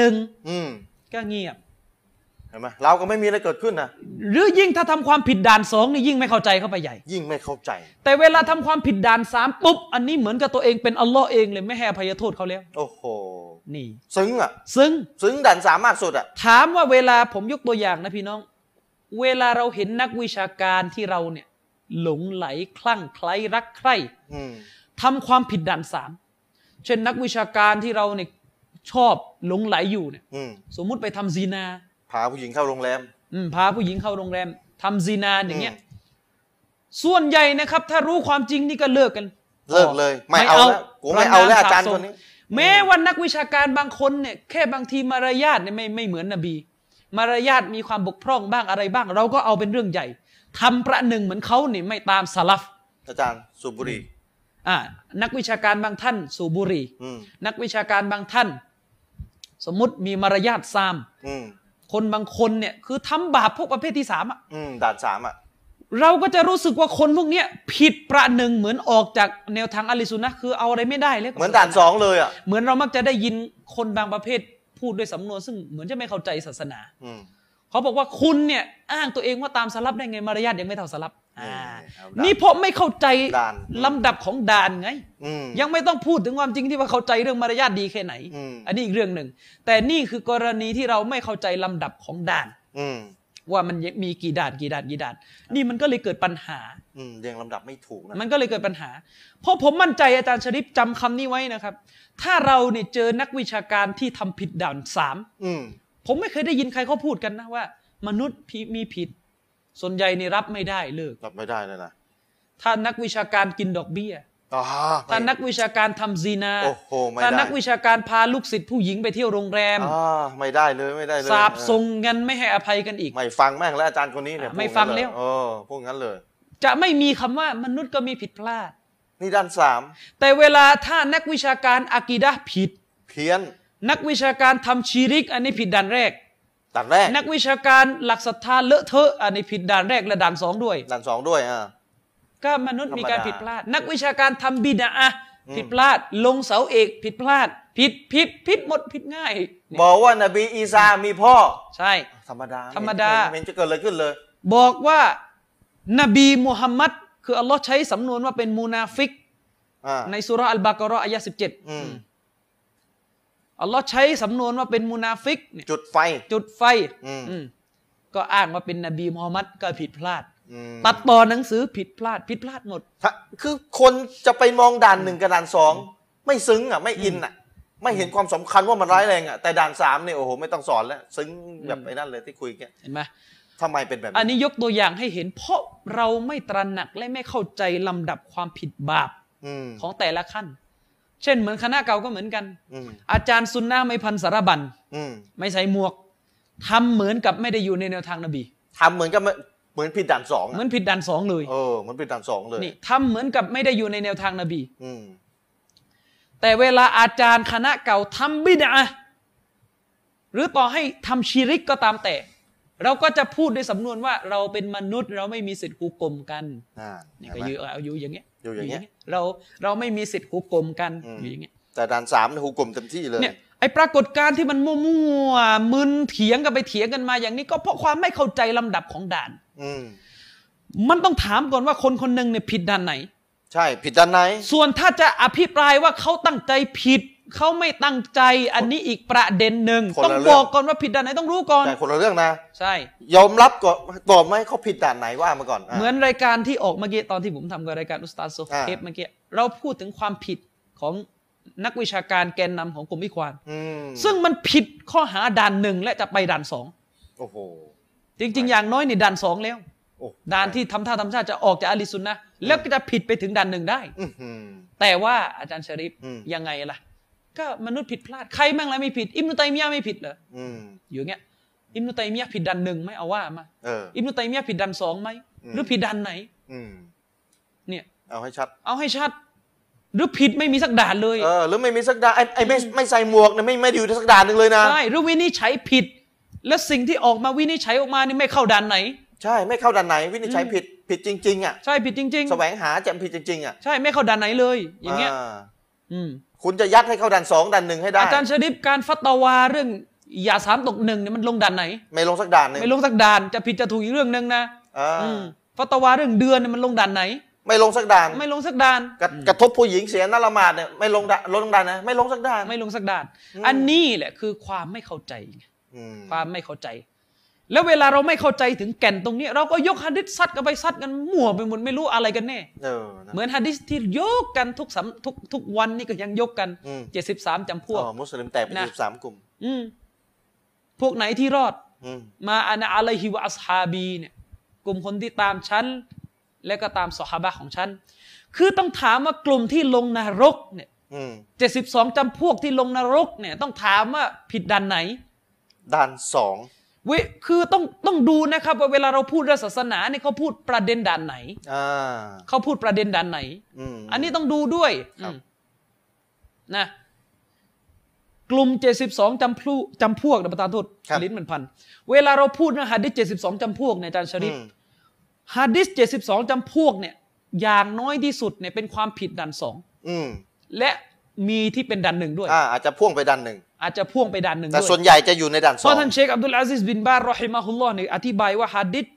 1ก็เงียบเห็นไหมเราก็ไม่มีอะไรเกิดขึ้นนะหรือยิ่งถ้าทำความผิดด่าน2นี่ยิ่งไม่เข้าใจเข้าไปใหญ่ยิ่งไม่เข้าใจแต่เวลาทำความผิดด่าน3ปุ๊บอันนี้เหมือนกับตัวเองเป็นอัลลอฮ์เองเลยไม่ให้อภัยโทษเขาแล้วโอ้โหนี่ซึ้งด่าน3มากสุดถามว่าเวลาผมยกตัวอย่างนะพี่น้องเวลาเราเห็นนักวิชาการที่เราเนี่ยหลงไหลคลั่งไคล้รักใคร่ทำความผิดด่าน3เช่นนักวิชาการที่เราเนี่ยชอบหลงไหลอยู่เนี่ยสมมุติไปทำซีนาพาผู้หญิงเข้าโรงแรมพาผู้หญิงเข้าโรงแรมทำซีนาอย่างเงี้ยส่วนใหญ่นะครับถ้ารู้ความจริงนี่ก็เลิกกันเลิกเลยไม่เอาแล้วกูไม่เอาแล้วอาจารย์คนนี้แม้ว่านักวิชาการบางคนเนี่ยแค่บางทีมารยาทเนี่ยไม่เหมือนนบีมารยาทมีความบกพร่องบ้างอะไรบ้างเราก็เอาเป็นเรื่องใหญ่ทำประหนึ่งเหมือนเขาเนี่ยไม่ตามสลัฟอาจารย์สูบบุหรี่นักวิชาการบางท่านสูบบุหรี่นักวิชาการบางท่านสมมุติมีมารยาทซามคนบางคนเนี่ยคือทำบาปพวกประเภทที่3 ด่าน3 เราก็จะรู้สึกว่าคนพวกนี้ผิดประหนึ่งเหมือนออกจากแนวทางอะห์ลิซุนนะห์คือเอาอะไรไม่ได้เลยเหมือนด่าน2เลยเหมือนเรามักจะได้ยินคนบางประเภทพูดด้วยสำนวนซึ่งเหมือนจะไม่เข้าใจศาสนาเขาบอกว่าคุณเนี่ยอ้างตัวเองว่าตามสลับได้ไงมารยาทยังไม่เท่าสลับนี่เพราะไม่เข้าใจลำดับของด่านไงยังไม่ต้องพูดถึงความจริงที่ว่าเข้าใจเรื่องมารยาทดีแค่ไหนอันนี้อีกเรื่องหนึ่งแต่นี่คือกรณีที่เราไม่เข้าใจลำดับของด่านว่ามันมีกี่ด่านนี่มันก็เลยเกิดปัญหาเรียงลำดับไม่ถูกนะมันก็เลยเกิดปัญหาเพราะผมมั่นใจอาจารย์ชริฟจำคำนี้ไว้นะครับถ้าเราเนี่ยเจอนักวิชาการที่ทำผิดด่าน3ผมไม่เคยได้ยินใครเขาพูดกันนะว่ามนุษย์มีผิดส่วนใหญ่นี่รับไม่ได้เลิกรับไม่ได้เลยนะถ้านักวิชาการกินดอกเบี้ยถ้านักวิชาการทำซีนาถ้านักวิชาการพาลูกศิษย์ผู้หญิงไปเที่ยวโรงแรมไม่ได้เลยสาบส่งกันไม่ให้อภัยกันอีกไม่ฟังแม่งแล้วอาจารย์คนนี้เนี่ยไม่ฟังแล้วพวกนั้นเลยจะไม่มีคำว่ามนุษย์ก็มีผิดพลาดนี่ด่าน3 แต่เวลาถ้านักวิชาการอะกีดะห์ผิดเพี้ยนนักวิชาการทำชีริกอันนี้ผิดด่านแรกนักวิชาการหลักศรัทธาเลอะเทอะอันนี้ผิดด่านแรกและด่าน2ด้วยก็มนุษย์มีการผิดพลาดนักวิชาการทำบิดอะห์ผิดพลาดลงเสาเอกผิดพลาดผิดหมดผิดง่ายบอกว่านบีอีสามีพ่อใช่ธรรมดาไม่จะเกิดอะไรขึ้นเลยบอกว่านบีมุฮัมมัดคืออัลลอฮ์ใช้สำนวนว่าเป็นมุนาฟิกในซูเราะห์อัลบะเกาะเราะห์อายะห์17อัลลอฮ์ใช้สำนวนว่าเป็นมุนาฟิกจุดไฟก็อ้างว่าเป็นนบีมุฮัมมัดก็ผิดพลาดตัดต่อหนังสือผิดพลาดหมดคือคนจะไปมองด่าน1กับด่าน2ไม่ซึ้งไม่อินไม่เห็นความสำคัญว่ามันร้ายแรงแต่ด่าน3เนี่ยโอ้โหไม่ต้องสอนแล้วซึ้งแบบไอ้นั่นเลยที่คุยกันเห็นไหมทำไมเป็นแบบนี้อันนี้ยกตัวอย่างให้เห็นเพราะเราไม่ตระหนักและไม่เข้าใจลำดับความผิดบาปของแต่ละขั้นเช่นเหมือนคณะเก่าก็เหมือนกันอาจารย์ซุนนะไม่พันสารบัญไม่ใส่หมวกทำเหมือนกับไม่ได้อยู่ในแนวทางนบีทำเหมือนกับเหมือนผิดด่านสองเหมือนผิดด่านสองเลยเหมือนผิดด่านสองเลยนี่ทำเหมือนกับไม่ได้อยู่ในแนวทางนบีแต่เวลาอาจารย์คณะเก่าทำบิดอะห์หรือต่อให้ทำชิริกก็ตามแต่เราก็จะพูดด้วยสำนวนว่าเราเป็นมนุษย์เราไม่มีสิทธิ์หุกกลมกันนี่ก็อยู่อย่างเงี้ยเราไม่มีสิทธิ์หุกกลมกันอยู่อย่างเงี้ยแต่ด่านสามหุกกลมเต็มที่เลยเนี่ยไอ้ปรากฏการณ์ที่มันมั่วๆมึนเถียงกันไปเถียงกันมาอย่างนี้ก็เพราะความไม่เข้าใจลำดับของด่านมันต้องถามก่อนว่าคนคนหนึ่งเนี่ยผิดด่านไหนใช่ผิดด้านไหนส่วนถ้าจะอภิปรายว่าเขาตั้งใจผิดเขาไม่ตั้งใจอันนี้อีกประเด็นหนึ่งต้องบอกก่อนว่าผิดด่านไหนต้องรู้ก่อนใช่คนละเรื่องนะใช่ยอมรับก่อนไหมเขาผิดด่านไหนว่ามาก่อนเหมือนรายการที่ออกเมื่อกี้ตอนที่ผมทำกับรายการอุสตาดโซเทปเมื่อกี้เราพูดถึงความผิดของนักวิชาการแกนนำของกลุ่มอิควานซึ่งมันผิดข้อหาด่านหนึ่งและจะไปด่านสองโอ้โหจริงๆอย่างน้อยในด่านสองแล้วด่านที่ทำท่าทำชาติจะออกจากอะลิซุนนะแล้วก็จะผิดไปถึงด่านหนึ่งได้แต่ว่าอาจารย์ชริฟยังไงล่ะก็มนุษย์ผิดพลาดใครแม่งอะไรไม่ผิดอิบนุตัยมียะห์ไม่ผิดเหรออยู่เงี้ยอิบนุตัยมียะห์ผิดด่านหนึ่งไหมเอาว่ามาอิบนุตัยมียะห์ผิดด่านสองไหมหรือผิดด่านไหนเนี่ยเอาให้ชัดหรือผิดไม่มีสักด่านเลยหรือไม่มีสักด่านไอ้ไม่ใส่หมวกเนี่ยไม่อยู่ในสักด่านหนึ่งเลยนะใช่หรือวินิจฉัยผิดแล้วสิ่งที่ออกมาวินิจฉัยออกมานี่ไม่เข้าด่านไหนใช่ไม่เข้าด่านไหนวินิจฉัยผิดจริงๆอ่ะใช่ผิดจริงๆแสวงหาจะผิดจริงๆอ่ะใช่ไม่เข้าด่านไหนเลยอย่างเงี้ยคุณจะยัดให้เข้าด่านสองด่านหนึ่งให้ได้อาจารย์ชริฟการฟัตวาเรื่องอย่า3 ตก 1เนี่ยมันลงด่านไหนไม่ลงสักด่านนึงไม่ลงสักด่านจะผิดจะถูกอีกเรื่องนึงนะฟัตวาเรื่องเดือนเนี่ยมันลงด่านไหนไม่ลงสักด่านไม่ลงสักด่านกระทบผู้หญิงเสียนักละหมาดเนี่ยไม่ลงด่านนะไม่ลงสักด่านไม่ลงสักด่านอันนี้แหละคือความไม่เข้าใจความไม่เข้าใจแล้วเวลาเราไม่เข้าใจถึงแก่นตรงนี้เราก็ยกหะดีษซัดกันไปซัดกันมั่วไปหมดไม่รู้อะไรกันแน่เหมือนหะดีษที่ยกกันทุกวันนี่ก็ยังยกกัน73จำพวกมุสลิมแตกเป็น73กลุ่มพวกไหนที่รอดมาอานะอะลัยฮิวะอัศฮาบีเนี่ยกลุ่มคนที่ตามฉันและก็ตามซอฮาบะห์ของฉันคือต้องถามว่ากลุ่มที่ลงนรกเนี่ย72จำพวกที่ลงนรกเนี่ยต้องถามว่าผิดด่านไหนด่าน2 คือต้องดูนะครับว่าเวลาเราพูดเรื่องศาสนาเนี่ยเขาพูดประเด็นด่านไหนเขาพูดประเด็นด่านไหนอันนี้ต้องดูด้วยนะกลุ่ม72จำพวกนะประธานโทษลิ้นมันพันเวลาเราพูดเรื่องหะดีษ72จำพวกเนี่ยอาจารย์ชริฟหะดีษ72จำพวกเนี่ยอย่างน้อยที่สุดเนี่ยเป็นความผิดด่าน2และมีที่เป็นด่าน1ด้วยอาจจะพ่วงไปด่าน1 อาจจะพ่วงไปด่าน1 แต่ส่วนใหญ่จะอยู่ในด่าน2 เพราะท่านเชคอับดุลอาซิซบินบาซรอฮิมะฮุลลอฮ์เนี่ยอธิบายว่าหะดีษ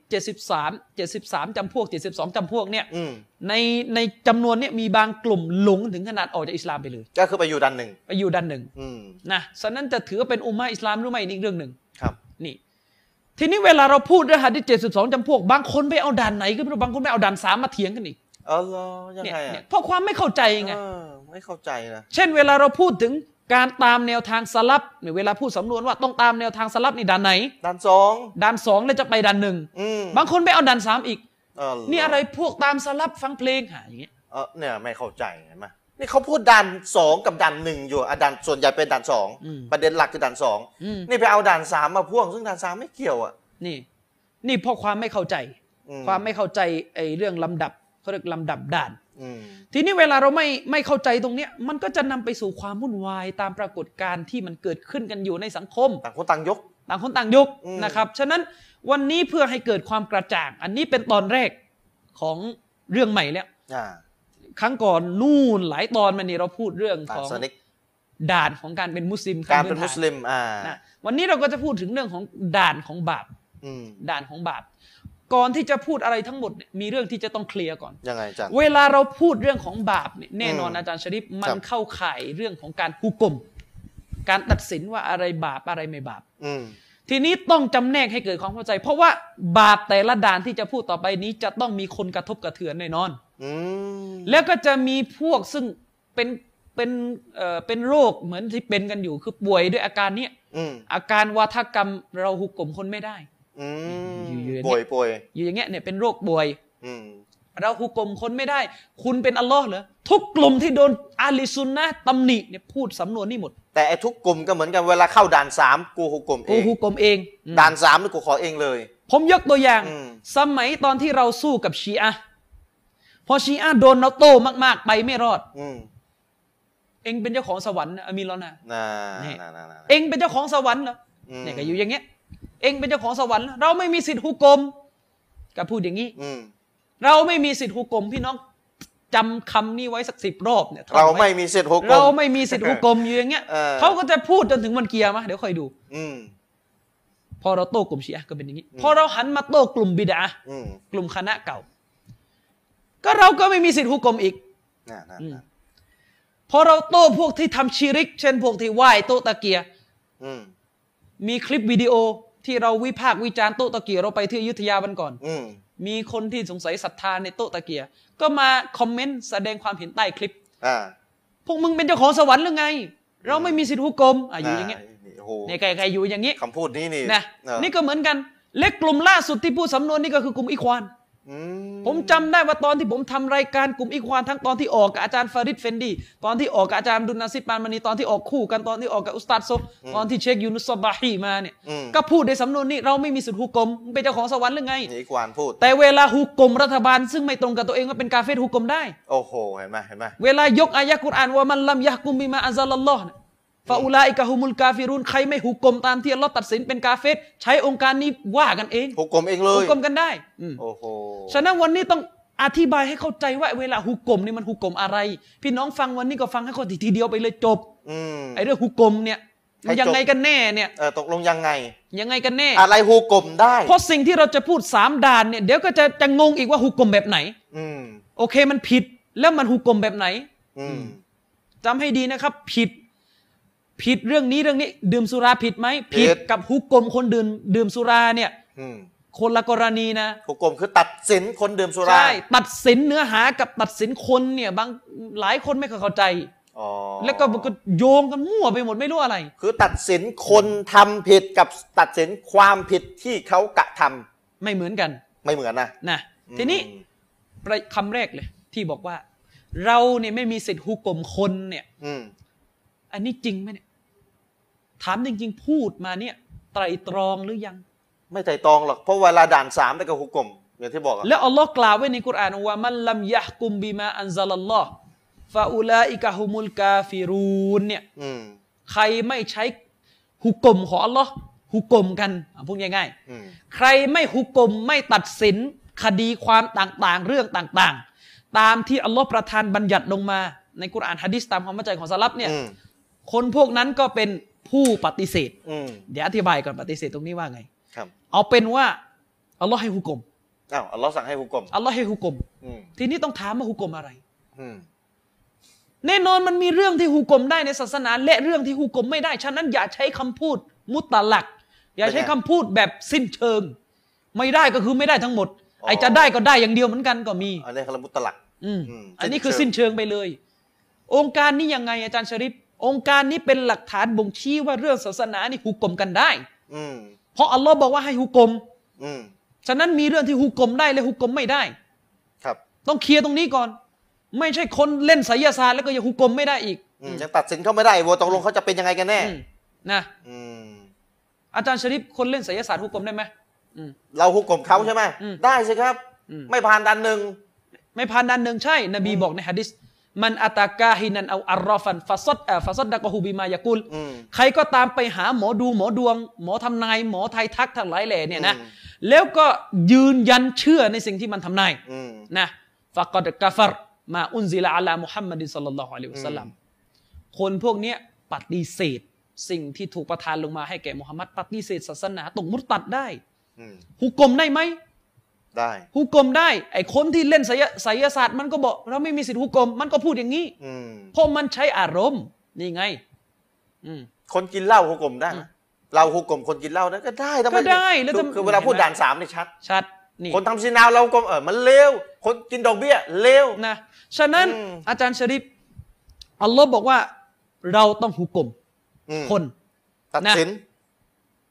73จำพวก72จำพวกเนี่ยในจำนวนเนี่ยมีบางกลุ่มหลงถึงขนาดออกจากอิสลามไปเลยก็คือไปอยู่ด่าน1 ไปอยู่ด่าน1นะฉะนั้นจะถือว่าเป็นอุมมะห์อิสลามหรือไม่อีกเรื่องนึงครับนี่ทีนี้เวลาเราพูดเรื่องหะดีษ72จำพวกบางคนไปเอาด่านไหนก็ไม่รู้บางคนไปเอาด่าน3มาเถียงกันอีกยังไงอ่ะเพราะความไม่เข้าใจไงไม่เข้าใจนะเช่นเวลาเราพูดถึงการตามแนวทางสลับเนี่ยเวลาพูดสำนวนว่าต้องตามแนวทางสลับนี่ด่านไหนด่าน 2แล้วจะไปด่าน1บางคนไปเอาด่าน3อีกนี่อะไรพวกตามสลับฟังเพลงหาอย่างเงี้ยเนี่ยไม่เข้าใจเห็นไหมนี่เขาพูดด่าน2กับด่าน1อยู่ด่านส่วนใหญ่เป็นด่าน2ประเด็นหลักคือด่าน2นี่ไปเอาด่าน3มาพ่วงซึ่งด่าน3ไม่เกี่ยวอ่ะนี่เพราะความไม่เข้าใจความไม่เข้าใจไอ้เรื่องลำดับเขาเรียกลำดับด่านทีนี้เวลาเราไม่เข้าใจตรงเนี้ยมันก็จะนำไปสู่ความวุ่นวายตามปรากฏการณ์ที่มันเกิดขึ้นกันอยู่ในสังคมต่างคนต่างยกนะครับฉะนั้นวันนี้เพื่อให้เกิดความกระจ่างอันนี้เป็นตอนแรกของเรื่องใหม่แล้วครั้งก่อนนู่นหลายตอนมานี่เราพูดเรื่องของด่านของการเป็นมุสลิมการเป็นมุสลิมวันนี้เราก็จะพูดถึงเรื่องของด่านของบาปด่านของบาปก่อนที่จะพูดอะไรทั้งหมดมีเรื่องที่จะต้องเคลียร์ก่อนยังไงอาจารย์เวลาเราพูดเรื่องของบาปเนี่ยแน่นอนอาจารย์ชริฟมันเข้าข่ายเรื่องของการฮุกมการตัดสินว่าอะไรบาปอะไรไม่บาปทีนี้ต้องจำแนกให้เกิดความเข้าใจเพราะว่าบาปแต่ละด่านที่จะพูดต่อไปนี้จะต้องมีคนกระทบกระเทือนแน่นอนแล้วก็จะมีพวกซึ่งเป็นโรคเหมือนที่เป็นกันอยู่คือป่วยด้วยอาการเนี้ยอาการวาทกรรมเราฮุกมคนไม่ได้ป่วยอยู่อย่างเงี้ยเนี่ยเป็นโรคป่วยมเราฮุกมคนไม่ได้ คุณเป็นอัลลอฮ์เหรอทุกกลุ่มที่โดนอาลีซุนนะตำหนิเนี่ยพูดสำนวนนี่หมดแต่ไอ้ทุกกลุ่มก็เหมือนกันเวลาเข้าด่าน3กูฮุกมเองกูฮุกมเองด่าน3นี่กูขอเองเลยผมยกตัวอย่างสมัยตอนที่เราสู้กับชีอะห์พอชีอะห์โดนเราโต้มากๆไปไม่รอดเองเป็นเจ้าของสวรรค์อามีรอนะเองเป็นเจ้าของสวรรค์เหรอเนี่ยก็อยู่อย่างเงี้ยเองเป็นเจ้าของสวรรค์เราไม่มีสิทธิ์ฮุกมก็พูดอย่างนี้เราไม่มีสิทธิ์ฮุกมพี่น้องจำคำนี้ไว้สัก10 รอบเนี่ยเราไม่มีสิทธิ์ฮุกมเราไม่มีสิทธิ์ฮุกมอยู่อย่างเงี้ยเขาก็จะพูดจนถึงวันเกียร์มาเดี๋ยวค่อยดูพอเราโต้กลุ่มชีอะห์ก็เป็นอย่างนี้พอเราหันมาโต้กลุ่มบิดอะห์กลุ่มคณะเก่าก็เราก็ไม่มีสิทธิ์ฮุกมอีกพอเราโต้พวกที่ทำชิริกเช่นพวกที่ไหว้โต๊ะตะเกียมีคลิปวิดีโอที่เราวิพากษ์วิจารณ์โต๊ะตะเกียเราไปที่อยุธยาวันก่อนมีคนที่สงสัยศรัทธาในโต๊ะตะเกียก็มาคอมเมนต์แสดงความเห็นใต้คลิปพวกมึงเป็นเจ้าของสวรรค์หรือไงเราไม่มีสิทธิ์ฮุกมอยู่อย่างเงี้ยเนี่ยใครอยู่อย่างนี้คำพูดนี้นี่นะนี่ก็เหมือนกันเล็กกลุ่มล่าสุดที่พูดสำนวนนี่ก็คือกลุ่มอิควานผมจำได้ว่าตอนที่ผมทำรายการกลุ่มอิควานทั้งตอนที่ออกกับอาจารย์ฟาริดเฟนดีตอนที่ออกกับอาจารย์ดุลนาซิปานมานีตอนที่ออกคู่กันตอนที่ออกกับอุสตาดโซตอนที่เชคยูนุสซอบาฮีมาเนี่ยก็พูดในสำนวนนี้เราไม่มีสิทธิ์ฮุกมเป็นเจ้าของสวรรค์หรือไงอิควานพูดแต่เวลาฮุกมรัฐบาลซึ่งไม่ตรงกับตัวเองว่าเป็นกาเฟรฮุกมได้โอ้โหเห็นไหมเวลายกอายะกุรอานว่ามันลัมยะฮ์กุมบิมาอัซซัลลอฮ์ฟาอุลาอิกะฮุมุลกาฟิรุนใครไม่ฮุกมตามที่อัลเลาะห์ตัดสินเป็นกาเฟรใช้องค์การนี้ว่ากันเองฮุกมเองเลยฮุกมกันได้โอ้โหฉะนั้นวันนี้ต้องอธิบายให้เข้าใจว่าเวลาฮุกมนี่มันฮุกมอะไรพี่น้องฟังวันนี้ก็ฟังให้เข้าทีเดียวไปเลยจบไอ้เรื่องฮุกมเนี่ยยังไงกันแน่เนี่ยตกลงยังไงกันแน่อะไรฮุกมได้เพราะสิ่งที่เราจะพูด3ด่านเนี่ยเดี๋ยวก็จะงงอีกว่าฮุกมแบบไหนโอเคมันผิดแล้วมันฮุกมแบบไหนจำให้ดีนะครับผิดเรื่องนี้ดื่มสุราผิดไหมผิดกับฮุกมคนดื่มสุราเนี่ยคนละกรณีนะฮุกมคือตัดสินคนดื่มสุราใช่ตัดสินเนื้อหากับตัดสินคนเนี่ยบางหลายคนไม่เข้าใจแล้วก็โยงกันมั่วไปหมดไม่รู้อะไรคือตัดสินคนทำผิดกับตัดสินความผิดที่เขากระทำไม่เหมือนกันไม่เหมือนนะทีนี้คำแรกเลยที่บอกว่าเราเนี่ยไม่มีสิทธิ์ฮุกมคนเนี่ยอันนี้จริงไหมเนี่ยถามจริงๆพูดมาเนี่ยไตร่ตรองหรือยังไม่ไตร่ตรองหรอกเพราะเวลาด่าน3ได้กับฮุกมอย่างที่บอกแล้วอัลลอฮ์กล่าวไว้ในกุรอานว่ามันลัมยะฮ์กุมบิมาอันซัลลัลลอฮ์ฟาอุลาอิกะฮุมุลกาฟิรูนเนี่ยใครไม่ใช้ฮุกมของอัลลอฮ์ฮุกมกันพูดง่ายๆใครไม่ฮุกมไม่ตัดสินคดีความต่างๆเรื่องต่างๆตามที่อัลลอฮ์ประทานบัญญัติลงมาในกุรอานหะดีษตามความเข้าใจของซะลัฟเนี่ยคนพวกนั้นก็เป็นผู้ปฏิเสธเดี๋ยวอธิบายก่อนปฏิเสธตรงนี้ว่าไงเอาเป็นว่าอัลลอฮ์ให้ฮุกมอัลลอฮ์สั่งให้ฮุกมอัลลอฮ์ให้ฮุกมทีนี้ต้องถามว่าฮุกมอะไรแน่นอนมันมีเรื่องที่ฮุกมได้ในศาสนาและเรื่องที่ฮุกมไม่ได้ฉะนั้นอย่าใช้คำพูดมุตตะลักอย่าใช้คำพูดแบบสิ้นเชิงไม่ได้ก็คือไม่ได้ทั้งหมดไอ้จะได้ก็ได้อย่างเดียวเหมือนกันก็มีอันนี้คือมุตตะลักอันนี้คือสิ้นเชิงไปเลยองค์การนี้ยังไงอาจารย์ชริฟองค์การนี้เป็นหลักฐานบ่งชี้ว่าเรื่องศาสนานี่ฮุกมกันได้เพราะอัลลอฮ์บอกว่าให้ฮุกมฉะนั้นมีเรื่องที่ฮุกมได้และฮุกมไม่ได้ครับต้องเคลียร์ตรงนี้ก่อนไม่ใช่คนเล่นไสยศาสตร์แล้วก็ยังฮุกมไม่ได้อีกยังตัดสินเขาไม่ได้ว่าตกลงเขาจะเป็นยังไงกันแน่นะอาจารย์ชริฟคนเล่นไสยศาสตร์ฮุกมได้ไหมเราฮุกมเขาใช่ไหมได้สิครับไม่ผ่านด่านหนึ่งไม่ผ่านด่านหนึ่งใช่นบีบอกในหะดีษมันอัตากาฮินันเอาอัรรอฟันฟาซดดะกะฮูบิมายะกุลใครก็ตามไปหาหมอดูหมอดวงหมอทำนายหมอไทยทักทั้งหลายแหล่เนี่ยนะแล้วก็ยืนยันเชื่อในสิ่งที่มันทำนายนะฟะกอดกะฟัรมาอุนซิลาอะลามุฮัมมัดศ็อลลัลลอฮุอะลัยฮิวะซัลลัมคนพวกนี้ปฏิเสธสิ่งที่ถูกประทานลงมาให้แก่มุฮัมมัดปฏิเสธศาสนาตกมุรตัดได้ฮุกมได้ไหมได้ฮุกมได้ไอ้คนที่เล่นไสยศาสตร์มันก็บอกเราไม่มีสิทธิ์ฮุกมมันก็พูดอย่างนี้เพราะมันใช้อารมณ์นี่ไงคนกินเหล้าฮุกมได้เราฮุกมคนกินเหล้านั้นก็ได้ก็ได้แล้วคือเวลาพูดด่าน3นี่ชัดนี่คนทำซินาเราก็มันเลวคนกินดอกเบี้ยเลวนะฉะนั้นอาจารย์ชริฟอัลลอฮ์บอกว่าเราต้องฮุกมคนตัดสิน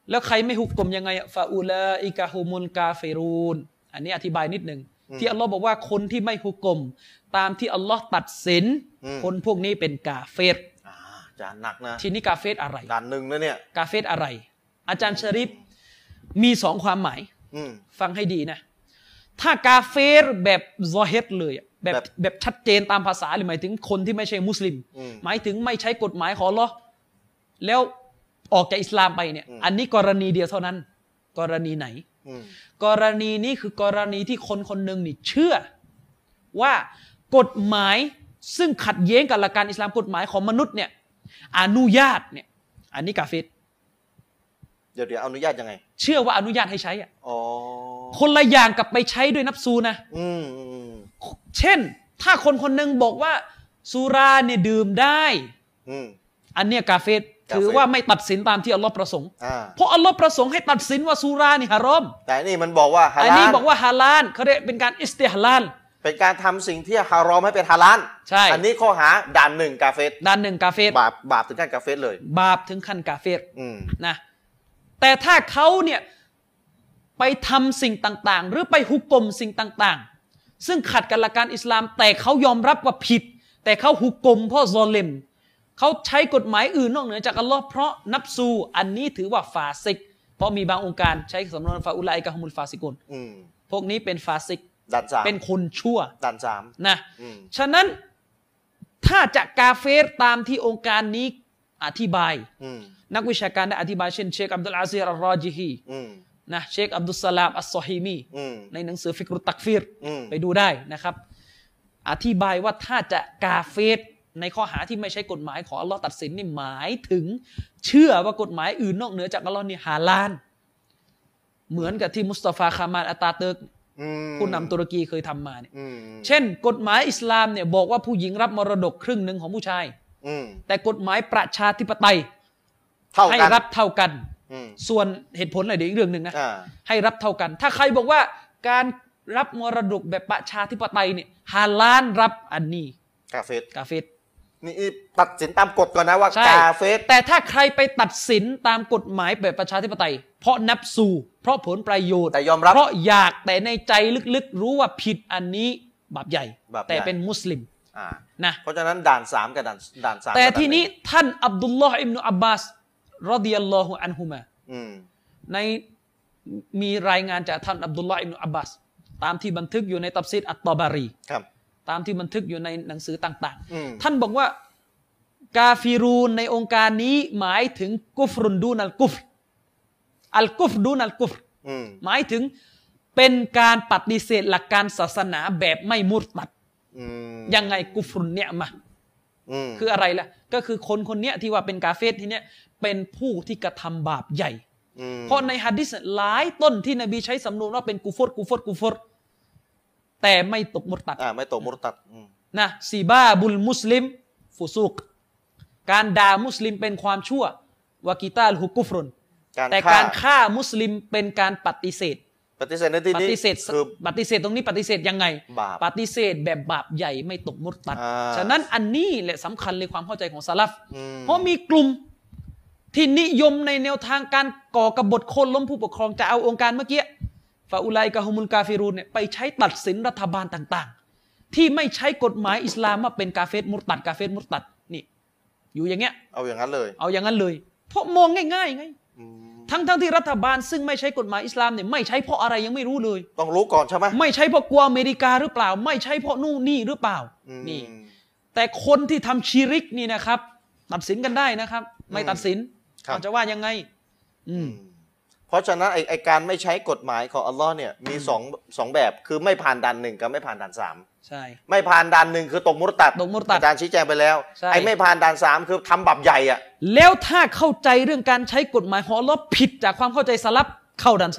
แล้วใครไม่ฮุกกลมยังไงฟาอูลาอิกะฮุมุลกาเฟรูนอันนี้อธิบายนิดหนึ่งที่อัลลอฮ์บอกว่าคนที่ไม่ฮุกกลมตามที่อัลลอฮ์ตัดสินคนพวกนี้เป็นกาเฟรจานหนักนะทีนี้กาเฟรอะไรด่านหนึ่งนะเนี่ยกาเฟรอะไรอาจารย์ชะริฟมีสองความหมายฟังให้ดีนะถ้ากาเฟรแบบซอเฮตเลยแบบชัดเจนตามภาษาหรือหมายถึงคนที่ไม่ใช่มุสลิมหมายถึงไม่ใช้กฎหมายของอัลเลาะห์แล้วออกจากอิสลามไปเนี่ยอันนี้กรณีเดียวเท่านั้นกรณีไหนกรณีนี้คือกรณีที่คนคนหนึ่งนี่เชื่อว่ากฎหมายซึ่งขัดแย้งกับหลักการอิสลามกฎหมายของมนุษย์เนี่ยอนุญาตเนี่ยอันนี้กาเฟรเดี๋ยวอนุญาตยังไงเชื่อว่าอนุญาตให้ใช้คนละอย่างกับไปใช้ด้วยนับซูนะเช่นถ้าคนคนหนึ่งบอกว่าสุราเนี่ยดื่มได้อันเนี้ยกาเฟรถือว่าไม่ตัดสินตามที่อัลลอฮ์ประสงค์เพราะอัลลอฮ์ประสงค์ให้ตัดสินว่าสุรานี่ฮารอมแต่นี่มันบอกว่าฮาลาลอันนี้บอกว่าฮาลาลเขาเรียกเป็นการอิสติฮลาลเป็นการทำสิ่งที่ฮารอมให้เป็นฮาลาลใช่อันนี้ข้อหาด่านหนึ่งกาเฟรด่านหนึ่งกาเฟรบาปถึงขั้นกาเฟรเลยบาปถึงขั้นกาเฟรนะแต่ถ้าเขาเนี่ยไปทำสิ่งต่างๆหรือไปฮุกกลมสิ่งต่างๆซึ่งขัดกับหลักการอิสลามแต่เขายอมรับว่าผิดแต่เขาฮุกกลมเพราะซอลิมเขาใช้กฎหมายอื่นนอกเหนือจากอัลลอฮ์เพราะนับซูอันนี้ถือว่าฟาซิกเพราะมีบางองค์การใช้สำนวนฟาอุลัยกะฮุมุลฟาซิกุนพวกนี้เป็นฟาซิกด่านสามเป็นคนชั่วด่านสามนะฉะนั้นถ้าจะกาเฟรตามที่องค์การนี้อธิบายนักวิชาการได้อธิบายเช่นเชคอับดุลอาซีรอัลรอจิฮีนะเชคอับดุลสลามอัสซอฮีมีในหนังสือฟิกรุตักฟีรไปดูได้นะครับอธิบายว่าถ้าจะกาเฟรในข้อหาที่ไม่ใช่กฎหมายของอัลลอฮ์ตัดสินนี่หมายถึงเชื่อว่ากฎหมายอื่นนอกเหนือจากอัลลอฮ์นี่ฮาลาลเหมือนกับที่มุสตาฟาคามาลอาตาเติร์กผู้นำตุรกีเคยทำมาเนี่ยเช่นกฎหมายอิสลามเนี่ยบอกว่าผู้หญิงรับมรดกครึ่งหนึ่งของผู้ชายแต่กฎหมายประชาธิปไตยให้รับเท่ากันส่วนเหตุผลอะไรเดี๋ยวอีกเรื่องหนึ่งนะให้รับเท่ากันถ้าใครบอกว่าการรับมรดกแบบประชาธิปไตยเนี่ยฮาลาลรับอันนี้กาเฟรนี่ตัดสินตามกฎก่อนนะว่ากาเฟรแต่ถ้าใครไปตัดสินตามกฎหมายแบบประชาธิปไตยเพราะนับซูเพราะผลประโยชน์แต่ยอมรับเพราะอยากแต่ในใจลึกๆรู้ว่าผิดอันนี้บาปใหญ่แต่เป็นมุสลิมนะเพราะฉะนั้นด่าน3กับด่าน3 แต่ทีนี้ท่านอับดุลลอฮ์อิบนุอับบาสรอฎิยัลลอฮุอันฮุมาในมีรายงานจากท่านอับดุลลอฮ์อิบนุอับบาสตามที่บันทึกอยู่ในตัฟซีรอัตตอบารีตามที่บันทึกอยู่ในหนังสือต่างๆท่านบอกว่ากาฟิรูนในองค์การนี้หมายถึงกุฟรุนดูนัลกุฟอัลกุฟดูนัลกุฟหมายถึงเป็นการปฏิเสธหลักการศาสนาแบบไม่มุรตัดยังไงกุฟรุนเนี่ยมาคืออะไรล่ะก็คือคนคนนี้ที่ว่าเป็นกาเฟรที่เนี้ยเป็นผู้ที่กระทำบาปใหญ่เพราะในหะดีษหลายต้นที่นบีใช้สำนวนว่าเป็นกุฟรแต่ไม่ตกมุรตัดไม่ตกมุรตัดนะซีบาบุลมุสลิมฟุซุกการด่ามุสลิมเป็นความชั่ววากิตาลฮุกุฟรุนแต่การฆ่ามุสลิมเป็นการปฏิเสธในที่นี้คือปฏิเสธตรงนี้ปฏิเสธยังไงปฏิเสธแบบบาปใหญ่ไม่ตกมุรตัดฉะนั้นอันนี้แหละสำคัญเลยความเข้าใจของซะลัฟเพราะมีกลุ่มที่นิยมในแนวทางการก่อกบฏโค่นล้มผู้ปกครองจะเอาองค์การเมื่อกี้ฟาอุลัยกะฮุมุลกาฟิรูนเนี่ยไปใช้ตัดสินรัฐบาลต่างๆที่ไม่ใช้กฎหมายอิสลามว่าเป็นกาเฟรมุรตัดนี่อยู่อย่างเงี้ยเอาอย่างนั้นเลยเพราะมองง่ายๆไงทั้งที่รัฐบาลซึ่งไม่ใช้กฎหมายอิสลามเนี่ยไม่ใช้เพราะอะไรยังไม่รู้เลยต้องรู้ก่อนใช่ไหมไม่ใช่เพราะกลัวอเมริกาหรือเปล่าไม่ใช่เพราะนู่นนี่หรือเปล่านี่แต่คนที่ทำชีริกนี่นะครับตัดสินกันได้นะครับไม่ตัดสินเขาจะว่ายังไงเพราะฉะนั้นไอการไม่ใช้กฎหมายของอัลลอฮ์เนี่ยมีสองแบบคือไม่ผ่านด่าน1กับไม่ผ่านด่าน3ใช่ไม่ผ่านด่าน1คือตกมุรตัดอาจารย์ชี้แจงไปแล้วไอไม่ผ่านด่าน3คือทำบาปใหญ่อะแล้วถ้าเข้าใจเรื่องการใช้กฎหมายของอัลลอฮ์ผิดจากความเข้าใจสลับเข้าด่าน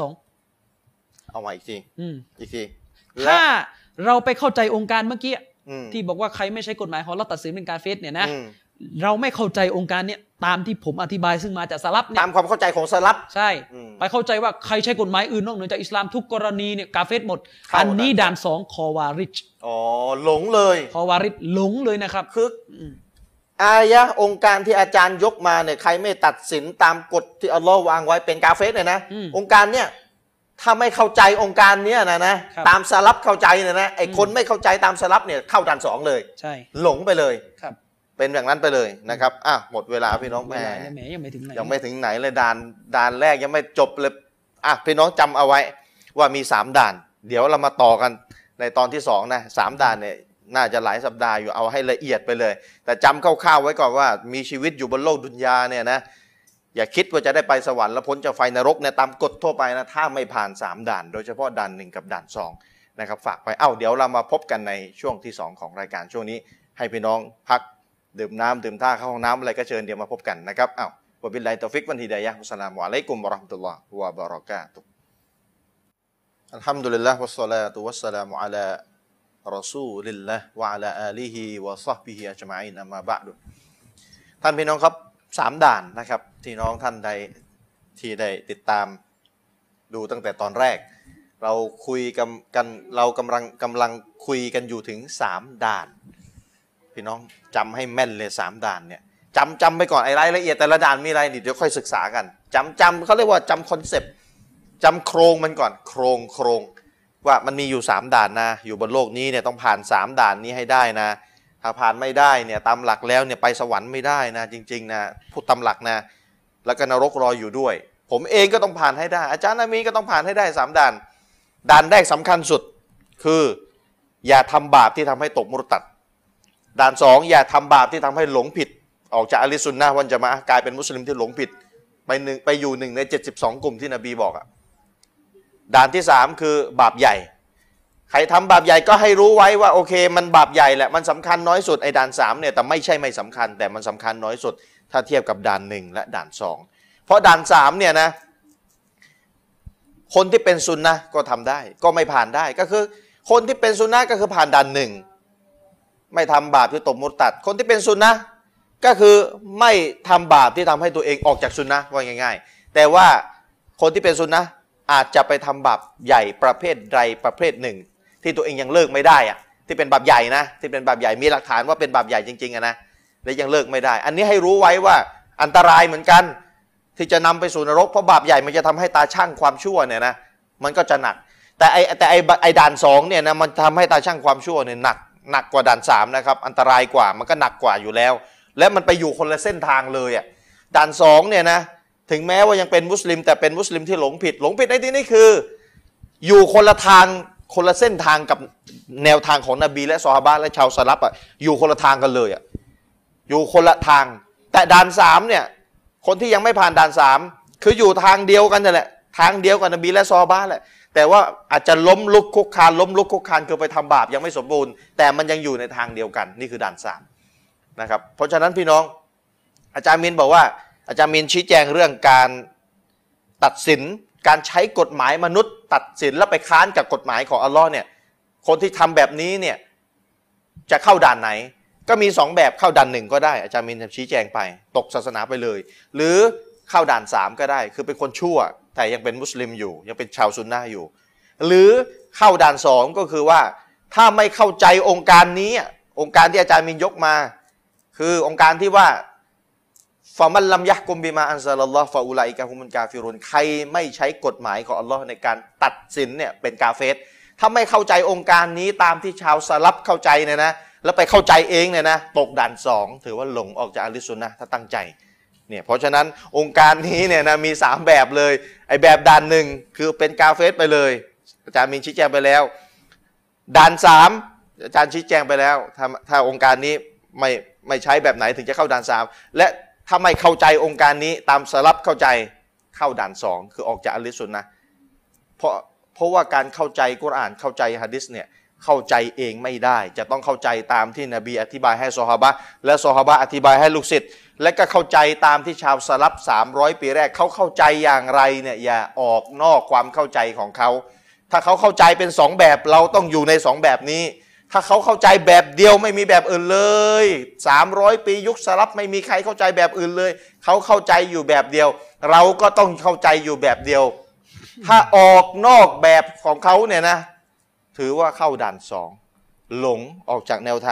2 เอามาอีกทีถ้าเราไปเข้าใจองค์การเมื่อกี้ที่บอกว่าใครไม่ใช้กฎหมายของอัลลอฮ์ตัดสินเป็นการเฟสเนี่ยนะเราไม่เข้าใจองค์การเนี่ยตามที่ผมอธิบายซึ่งมาจากสลับเนี่ยตามความเข้าใจของสลับใช่ไปเข้าใจว่าใครใช้กฎหมายอื่นนอกเหนือจากอิสลามทุกกรณีเนี่ยกาเฟรหมดอันนี้ด่าน2คอวาริชหลงเลยคอวาริชหลงเลยนะครับคืออายะองค์การที่อาจารย์ยกมาเนี่ยใครไม่ตัดสินตามกฎที่อัลลอฮ์วางไว้เป็นกาเฟรเนี่ยนะองค์การเนี่ยถ้าไม่เข้าใจองค์การเนี้ยนะตามสลับเข้าใจเนี่ยนะไอ้คนไม่เข้าใจตามสลับเนี่ยเข้าด่านสองเลยใช่หลงไปเลยครับเป็นอย่างนั้นไปเลยนะครับหมดเวลาพี่น้องแม่ยังไม่ถึงไหนเลยด่านแรกยังไม่จบเลยพี่น้องจำเอาไว้ว่ามี3ด่านเดี๋ยวเรามาต่อกันในตอนที่2นะ3ด่านเนี่ยน่าจะหลายสัปดาห์อยู่เอาให้ละเอียดไปเลยแต่จำคร่าวๆไว้ก่อนว่ามีชีวิตอยู่บนโลกดุนยาเนี่ยนะอย่าคิดว่าจะได้ไปสวรรค์แล้วพ้นจากไฟนรกเนี่ยตามกฎทั่วไปนะถ้าไม่ผ่าน3ด่านโดยเฉพาะด่าน1กับด่าน2นะครับฝากไปเดี๋ยวเรามาพบกันในช่วงที่2ของรายการช่วงนี้ให้พี่น้องพักดื่มน้ำดื่มท่าเข้าห้องน้ำอะไรก็เชิญเดี๋ยวมาพบกันนะครับวะบิลลาฮิตอฟิกวันฮิดายะฮ์วัสสลามุอะลัยกุมวะเราะห์มะตุลลอฮ์วะบะเราะกาตุฮ์อัลฮัมดุลิลลาฮ์วัสศอลาตุวัสสลามุอะลารอซูลิลลาฮ์วะอะลาอาลีฮิวะศอฮบิฮิอัจมาอีนอัมมาบะอ์ดุท่านพี่น้องครับ3ด่านนะครับที่น้องท่านใดที่ได้ติดตามดูตั้งแต่ตอนแรกเราคุยกันเรากำลังคุยกันอยู่ถึง3ด่านพี่น้องจำให้แม่นเลย3ด่านเนี่ยจำไปก่อนไอ้รายละเอียดแต่ละด่านมีอะไรเดี๋ยวค่อยศึกษากันจำเขาเรียกว่าจำคอนเซปต์จำโครงมันก่อนโครงว่ามันมีอยู่3ด่านนะอยู่บนโลกนี้เนี่ยต้องผ่าน3ด่านนี้ให้ได้นะถ้าผ่านไม่ได้เนี่ยตามหลักแล้วเนี่ยไปสวรรค์ไม่ได้นะจริงๆนะพูดตามหลักนะแล้วก็นรกรออยู่ด้วยผมเองก็ต้องผ่านให้ได้อาจารย์อามีก็ต้องผ่านให้ได้3ด่านแรกสำคัญสุดคืออย่าทำบาปที่ทำให้ตกมุรตัดด่าน2อย่าทำบาปที่ทำให้หลงผิดออกจากอะลิซุนนะฮ์วัลญะมาอะห์กลายเป็นมุสลิมที่หลงผิดไปอยู่1ใน72กลุ่มที่นบีบอกด่านที่3คือบาปใหญ่ใครทำบาปใหญ่ก็ให้รู้ไว้ว่าโอเคมันบาปใหญ่แหละมันสำคัญน้อยสุดไอ้ด่าน3เนี่ยแต่ไม่ใช่ไม่สำคัญแต่มันสำคัญน้อยสุดถ้าเทียบกับด่าน1และด่าน2เพราะด่าน3เนี่ยนะคนที่เป็นซุนนะห์ก็ทำได้ก็ไม่ผ่านได้ก็คือคนที่เป็นซุนนะห์ก็คือผ่านด่าน1ไม่ทำบาปที่ตกมุรตัดคนที่เป็นซุนนะห์ก็คือไม่ทำบาปที่ทำให้ตัวเองออกจากซุนนะห์ว่าง่ายๆแต่ว่าคนที่เป็นซุนนะห์อาจจะไปทำบาปใหญ่ประเภทใดประเภทหนึ่งที่ตัวเองยังเลิกไม่ได้ที่เป็นบาปใหญ่นะที่เป็นบาปใหญ่มีหลักฐานว่าเป็นบาปใหญ่จริงๆนะและยังเลิกไม่ได้อันนี้ให้รู้ไว้ว่าอันตรายเหมือนกันที่จะนำไปสู่นรกเพราะบาปใหญ่มันจะทำให้ตาช่างความชั่วเนี่ยนะมันก็จะหนักแต่ไอ้ด่าน2เนี่ยนะมันทำให้ตาช่างความชั่วเนี่ยหนักกว่าด่าน3นะครับอันตรายกว่ามันก็หนักกว่าอยู่แล้วและมันไปอยู่คนละเส้นทางเลยด่าน2เนี่ยนะถึงแม้ว่ายังเป็นมุสลิมแต่เป็นมุสลิมที่หลงผิดในที่นี้คืออยู่คนละทางคนละเส้นทางกับแนวทางของนบีและซอฮาบะห์และชาวสลับอยู่คนละทางกันเลยอยู่คนละทางแต่ด่าน3เนี่ยคนที่ยังไม่ผ่านด่าน3คืออยู่ทางเดียวกันนั่นแหละทางเดียวกับนบีและซอฮาบะห์แหละแต่ว่าอาจจะล้มลุกคุกคานคือไปทำบาปยังไม่สมบูรณ์แต่มันยังอยู่ในทางเดียวกันนี่คือด่าน3นะครับเพราะฉะนั้นพี่น้องอาจารย์มินบอกว่าอาจารย์มินชี้แจงเรื่องการตัดสินการใช้กฎหมายมนุษย์ตัดสินแล้วไปค้านกับกฎหมายของอัลลอฮ์เนี่ยคนที่ทำแบบนี้เนี่ยจะเข้าด่านไหนก็มี2แบบเข้าด่าน1ก็ได้อาจารย์มินชี้แจงไปตกศาสนาไปเลยหรือเข้าด่าน3ก็ได้คือเป็นคนชั่วแต่ยังเป็นมุสลิมอยู่ยังเป็นชาวซุนนะห์อยู่หรือเข้าด่าน2ก็คือว่าถ้าไม่เข้าใจองค์การนี้องค์การที่อาจารย์มินยกมาคือองค์การที่ว่าฟะมันลัมยะฮ์กุมบิมาอันซะลัลลอฮ์ฟะอูลัยกะฮุมุลกาฟิรุนใครไม่ใช้กฎหมายของอัลลอฮ์ในการตัดสินเนี่ยเป็นกาเฟรถ้าไม่เข้าใจองค์การนี้ตามที่ชาวสลับเข้าใจเนี่ยนะแล้วไปเข้าใจเองเนี่ยนะตกด่าน2ถือว่าหลงออกจากอะลิซุนนะห์ถ้าตั้งใจเนี่ยเพราะฉะนั้นองค์การนี้เนี่ยนะมี3แบบเลยไอ้แบบด่าน1คือเป็นกาเฟรไปเลยอาจารย์มินชี้แจงไปแล้วด่าน3อาจารย์ชี้แจงไปแล้วถ้าองค์การนี้ไม่ใช้แบบไหนถึงจะเข้าด่าน3และถ้าไม่เข้าใจองค์การนี้ตามสลับเข้าใจเข้าด่าน2คือออกจากอะลิซุนนะห์เพราะว่าการเข้าใจกุรอานเข้าใจหะดีษเนี่ยเข้าใจเองไม่ได้จะต้องเข้าใจตามที่นบีอธิบายให้ซอฮาบะห์และซอฮาบะห์อธิบายให้ลูกศิษย์และก็เข้าใจตามที่ชาวสลับ300 ปีแรกเขาเข้าใจอย่างไรเนี่ยอย่าออกนอกความเข้าใจของเขาถ้าเขาเข้าใจเป็น2แบบเราต้องอยู่ใน2แบบนี้ถ้าเขาเข้าใจแบบเดียวไม่มีแบบอื่นเลย300 ปียุคสลับไม่มีใครเข้าใจแบบอื่นเลยเขาเข้าใจอยู่แบบเดียวเราก็ต้องเข้าใจอยู่แบบเดียวถ้าออกนอกแบบของเขาเนี่ยนะถือว่าเข้าด่าน2หลงออกจากแนวทาง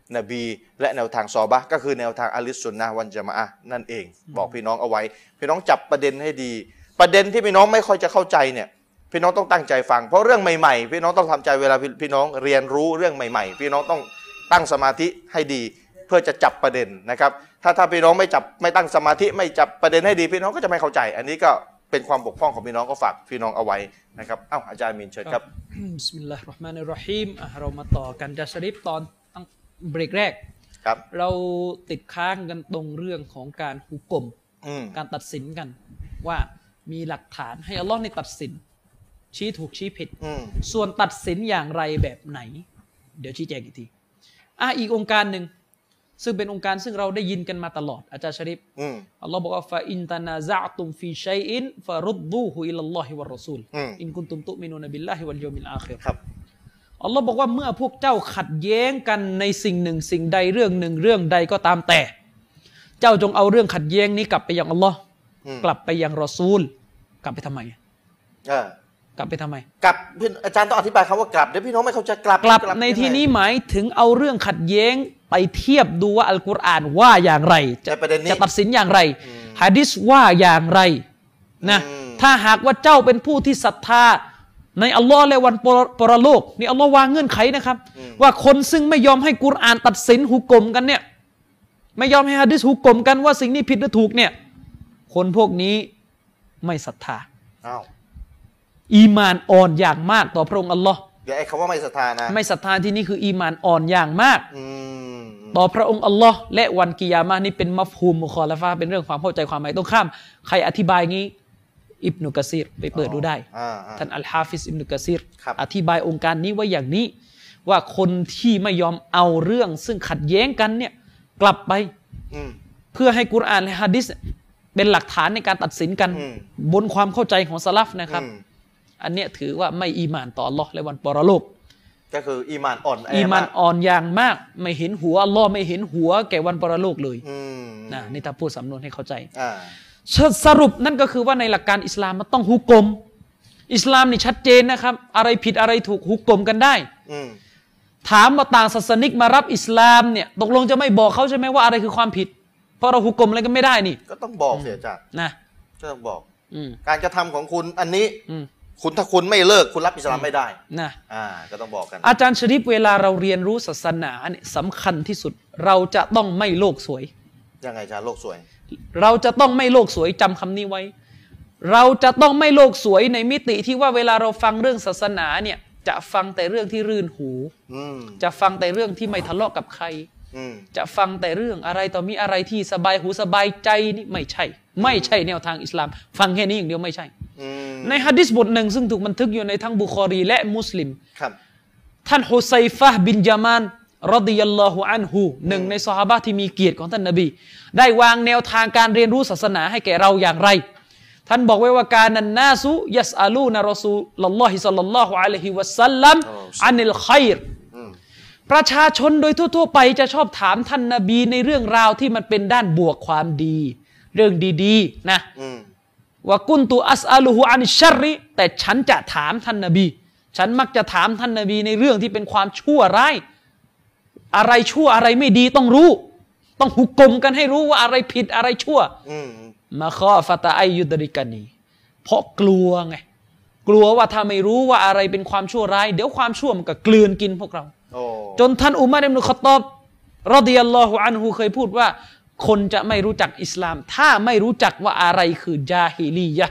นบีและแนวทางซอฮาบะห์ก็คือแนวทางอะลิสซุนนะฮ์วัลญะมาอะห์นั่นเองบอกพี่น้องเอาไว้พี่น้องจับประเด็นให้ดีประเด็นที่พี่น้องไม่ค่อยจะเข้าใจเนี่ยพี่น้องต้องตั้งใจฟังเพราะเรื่องใหม่ๆพี่น้องต้องทำใจเวลาพี่น้องเรียนรู้เรื่องใหม่ๆพี่น้องต้องตั้งสมาธิให้ดีเพื่อจะจับประเด็นนะครับถ้าพี่น้องไม่ตั้งสมาธิไม่จับประเด็นให้ดีพี่น้องก็จะไม่เข้าใจอันนี้ก็เป็นความบกพร่องของพี่น้องก็ฝากพี่น้องเอาไว้นะครับอาจารย์มีนเชิญครับบิสมิลลาฮิรเราะห์มานิรเราะฮีมเรามาต่อกันจะชริฟตอนตั้งเบรกแรกครับเราติดค้างกันตรงเรื่องของการฮุกมการตัดสินกันว่ามีหลักฐานให้อัลลอฮ์ในตัดสินชี้ถูกชี้ผิดส่วนตัดสินอย่างไรแบบไหนเดี๋ยวชี้แจงอีกทีอีกองค์การหนึ่งซึ่งเป็นองค์การซึ่งเราได้ยินกันมาตลอดอาจารย์ชริฟอัลลอฮ์บอกว่าฟาอินตานาซะตุมฟีชัยอินฟารุดดูฮุอิลลัลลอฮิวะรอซูลอินกุนตุมตุมินูนบิลลาฮิวัลยอมิลอาคิรครับอัลลอฮ์บอกว่าเมื่อพวกเจ้าขัดแย้งกันในสิ่งหนึ่งสิ่งใดเรื่องหนึ่งเรื่องใดก็ตามแต่เจ้าจงเอาเรื่องขัดแย้งนี้กลับไปยังอัลลอฮ์กลับไปยังรอซูลกลับไปทำไมกลับไปทำไมกลับอาจารย์ต้องอธิบายคำว่ากลับเดี๋ยวพี่น้องไม่เข้าใจกลับในที่นี้หมายถึงเอาเรื่องขัดแย้งไปเทียบดูว่าอัลกุรอานว่าอย่างไรจะตัดสินอย่างไรหะดีษว่าอย่างไรนะถ้าหากว่าเจ้าเป็นผู้ที่ศรัทธาในอัลลอฮ์และวันปรโลกนี่อัลลอฮ์วางเงื่อนไขนะครับว่าคนซึ่งไม่ยอมให้กุรอานตัดสินหุกกลมกันเนี่ยไม่ยอมให้หะดีษหุกกลมกันว่าสิ่งนี้ผิดหรือถูกเนี่ยคนพวกนี้ไม่ศรัทธาอีมานอ่อนอย่างมากต่อพระองค์อัลลอฮ์อย่าไอ้คำว่าไม่ศรัทธานะไม่ศรัทธาที่นี่คืออีมานอ่อนอย่างมากต่อพระองค์อัลลอฮ์และวันกิยามะห์นี่เป็นมัฟฮูมมุคอลาฟะห์เป็นเรื่องความเข้าใจความหมายตรงข้ามใครอธิบายงี้อิบนุกะซีรไปเปิดดูได้ท่านอัลฮาฟิซอิบนุกะซีรอธิบายองค์การนี้ไว้อย่างนี้ว่าคนที่ไม่ยอมเอาเรื่องซึ่งขัดแย้งกันเนี่ยกลับไปเพื่อให้กุรอานและหะดีษเป็นหลักฐานในการตัดสินกันบนความเข้าใจของซะลัฟนะครับอันเนี้ยถือว่าไม่อีหม่านต่ออัลเลาะห์และวันปรโลกก็คืออีหม่านอ่อนอีหม่านอ่อนอย่างมากไม่เห็นหัวอัลเลาะห์ไม่เห็นหัวแก่วันปรโลกเลยนะนี่ถ้าพูดสำนวนให้เข้าใจสรุปนั่นก็คือว่าในหลักการอิสลามมันต้องฮุกกลมอิสลามนี่ชัดเจนนะครับอะไรผิดอะไรถูกฮุกกลมกันได้ถามว่าต่างศาสนิกมารับอิสลามเนี่ยตกลงจะไม่บอกเขาใช่ไหมว่าอะไรคือความผิดเพราะเราฮุกกลมอะไรก็ไม่ได้นี่ก็ต้องบอกเสียจ้ะนะก็ต้องบอกการกระทำของคุณอันนี้ถ้าคุณไม่เลิกคุณรับอิสลามไม่ได้นะก็ต้องบอกกันอาจารย์ชริฟเวลาเราเรียนรู้ศาสนาเนี่ยสำคัญที่สุดเราจะต้องไม่โลกสวยยังไงจ้ะโลกสวยเราจะต้องไม่โลกสวยจำคำนี้ไว้เราจะต้องไม่โลกสวยในมิติที่ว่าเวลาเราฟังเรื่องศาสนาเนี่ยจะฟังแต่เรื่องที่รื่นหูจะฟังแต่เรื่องที่ไม่ทะเลาะกับใครจะฟังแต่เรื่องอะไรต่อมีอะไรที่สบายหูสบายใจนี่ไม่ใช่แนวทางอิสลามฟังแค่นี้อย่างเดียวไม่ใช่ในหะดีษบทหนึ่งซึ่งถูกบันทึกอยู่ในทั้งบุคอรีและมุสลิมท่านฮุซัยฟะห์บินญะมานรอฎิยัลลอฮุอันฮุหนึ่งในซอฮาบะห์ที่มีเกียรติของท่านนบีได้วางแนวทางการเรียนรู้ศาสนาให้แก่เราอย่างไรท่านบอกไว้ว่าการนันนาสุยัสอาลูนะรอซูลุลลอฮิศ็อลลัลลอฮุอะลัยฮิวะซัลลัมอันิลค็อยรประชาชนโดยทั่วๆไปจะชอบถามท่านนบีในเรื่องราวที่มันเป็นด้านบวกความดีเรื่องดีๆนะว่ากุนตุอัสอาลูฮุอานิชชัรริแต่ฉันจะถามท่านนบีฉันมักจะถามท่านนบีในเรื่องที่เป็นความชั่วร้ายอะไรชั่วอะไรไม่ดีต้องรู้ต้องหุกกลมกันให้รู้ว่าอะไรผิดอะไรชั่วมาข้อฟาตาไอยุดริกานีเพราะกลัวไงกลัวว่าถ้าไม่รู้ว่าอะไรเป็นความชั่วร้ายเดี๋ยวความชั่วมันก็กลืนกินพวกเราจนท่านอุมัรอิบนุค็อฏฏอบรอฎิยัลลอฮุอันฮุเคยพูดว่าคนจะไม่รู้จักอิสลามถ้าไม่รู้จักว่าอะไรคือญาฮิลียะห์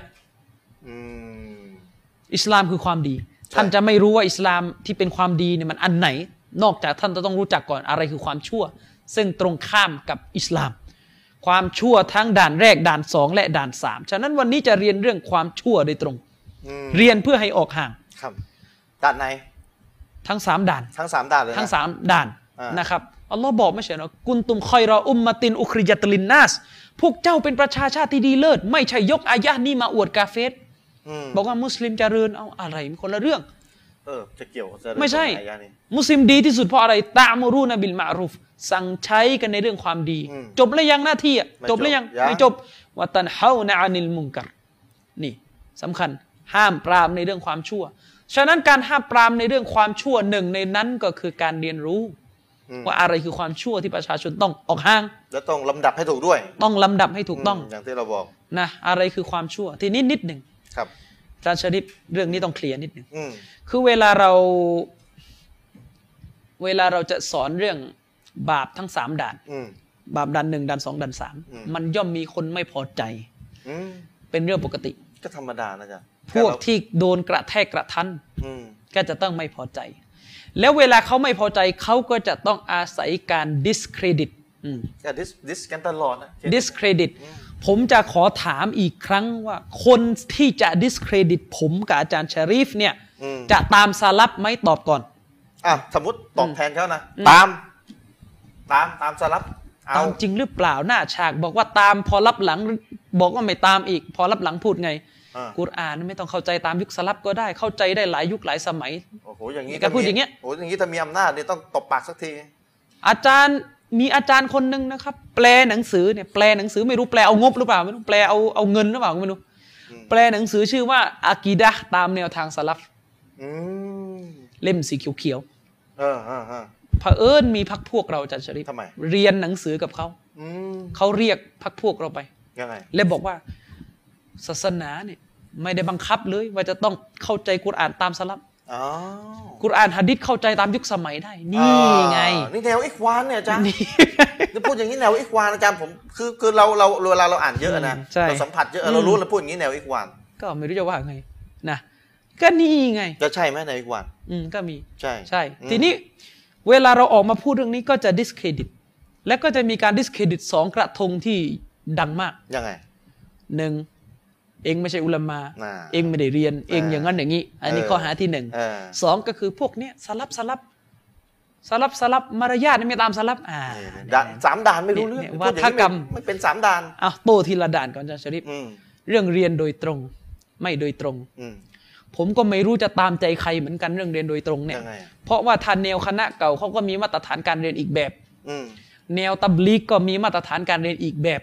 อิสลามคือความดีท่านจะไม่รู้ว่าอิสลามที่เป็นความดีเนี่ยมันอันไหนนอกจากท่านจะต้องรู้จักก่อนอะไรคือความชั่วซึ่งตรงข้ามกับอิสลามความชั่วทั้งด่านแรกด่านสองและด่านสามฉะนั้นวันนี้จะเรียนเรื่องความชั่วโดยตรงเรียนเพื่อให้ออกห่างด่านไหนทั้ง3ด่านทั้ง3ด่านเลยทั้ง3ด่านนะครับอัลลอฮ์บอกไม่ใช่เหรอกุนตุมคอยรออุมมะตินอุคริญัตลินนัสพวกเจ้าเป็นประชาชาติที่ดีเลิศไม่ใช่ยกอายะห์นี้มาอวดกาเฟรบอกว่ามุสลิมเจริญเอาอะไรมันคนละเรื่องจะเกี่ยวไม่ใช่มุสลิมดีที่สุดเพราะอะไรตะมุรูนะบิลมะรูฟสั่งใช้กันในเรื่องความดีจบแล้วยังหน้าที่จบแล้วยังไม่จบวะตันฮานะอานิลมุนกัรนี่สำคัญห้ามปรามในเรื่องความชั่วฉะนั้นการห้ามปรามในเรื่องความชั่วหนึ่งในนั้นก็คือการเรียนรู้ว่าอะไรคือความชั่วที่ประชาชนต้องออกห่างและต้องลำดับให้ถูกด้วยต้องลำดับให้ถูกต้องอย่างที่เราบอกนะอะไรคือความชั่วทีนี้นิดหนึ่งครับอาจารย์ชริปเรื่องนี้ต้องเคลียร์นิดหนึ่งคือเวลาเราจะสอนเรื่องบาปทั้ง3ด่านบาปด่าน1ด่าน2ด่าน3มันย่อมมีคนไม่พอใจเป็นเรื่องปกติก็ธรรมดานะจ๊ะพวกที่โดนกระแทกกระทันก็จะต้องไม่พอใจแล้วเวลาเขาไม่พอใจเขาก็จะต้องอาศัยการ discredit ดิสกันตลอดนะ discredit ผมจะขอถามอีกครั้งว่าคนที่จะ discredit ผมกับอาจารย์ชะรีฟเนี่ยจะตามซาลัฟไหมตอบก่อนสมมติตอบแทนเขานะตามซาลัฟตามจริงหรือเปล่าหน้าฉากบอกว่าตามพอรับหลังบอกว่าไม่ตามอีกพอรับหลังพูดไงกุรอานไม่ต้องเข้าใจตามยุคสลับก็ได้เข้าใจได้หลายยุคหลายสมัยโอ้โหอย่างนี้ก็พูดอย่างเงี้ยโอ้อย่างนี้ถ้ามีอำนาจเนี่ยต้องตบปากสักทีอาจารย์มีอาจารย์คนหนึ่งนะครับแปลหนังสือเนี่ยแปลหนังสือไม่รู้แปลเอางบหรือเปล่าไม่รู้แปลเอาเงินหรือเปล่าไม่รู้แปลหนังสือชื่อว่าอากีดะห์ตามแนวทางสลับเล่มสีเขียวเผอิญมีพรรคพวกเราอาจารย์ชะรีฟเรียนหนังสือกับเขาเขาเรียกพรรคพวกเราไปยังไงเลยบอกว่าศาสนาเนี่ยไม่ได้บังคับเลยว่าจะต้องเข้าใจกุรอานตามสลับกุรอานหะดีษเข้าใจตามยุคสมัยได้นี่ไงนี่แนวอิควานเนี่ยอาจารย์นี่พูดอย่างนี้แนวอิควานอาจารย์ผมคือเราเวลาเราอ่านเยอะนะเราสัมผัสเยอะเรารู้เราพูดอย่างนี้แนวอิควานก็ไม่รู้จะว่าไงนะก็นี่ไงจะใช่ไหมแนวอิควานก็มีใช่ทีนี้เวลาเราออกมาพูดเรื่องนี้ก็จะ discredit และก็จะมีการ discredit 2กระทงที่ดังมากยังไง 1เองไม่ใช่อุลามะเองไม่ได้เรียนเองอย่างนั้นอย่างนี้อันนี้ข้อหาที่1 2ก็คือพวกเนี้ยสลับมารยาทไม่ตามสลับ 3ด่านไม่รู้เรื่องวาทกรรมไม่เป็น3ด่านโตทีละด่านก่อนอาจารย์ชะรีฟเรื่องเรียนโดยตรงไม่โดยตรงผมก็ไม่รู้จะตามใจใครเหมือนกันเรื่องเรียนโดยตรงเนี่ยเพราะว่าท่านแนวคณะเก่าเขาก็มีมาตรฐานการเรียนอีกแบบแนวตับลีกก็มีมาตรฐานการเรียนอีกแบบ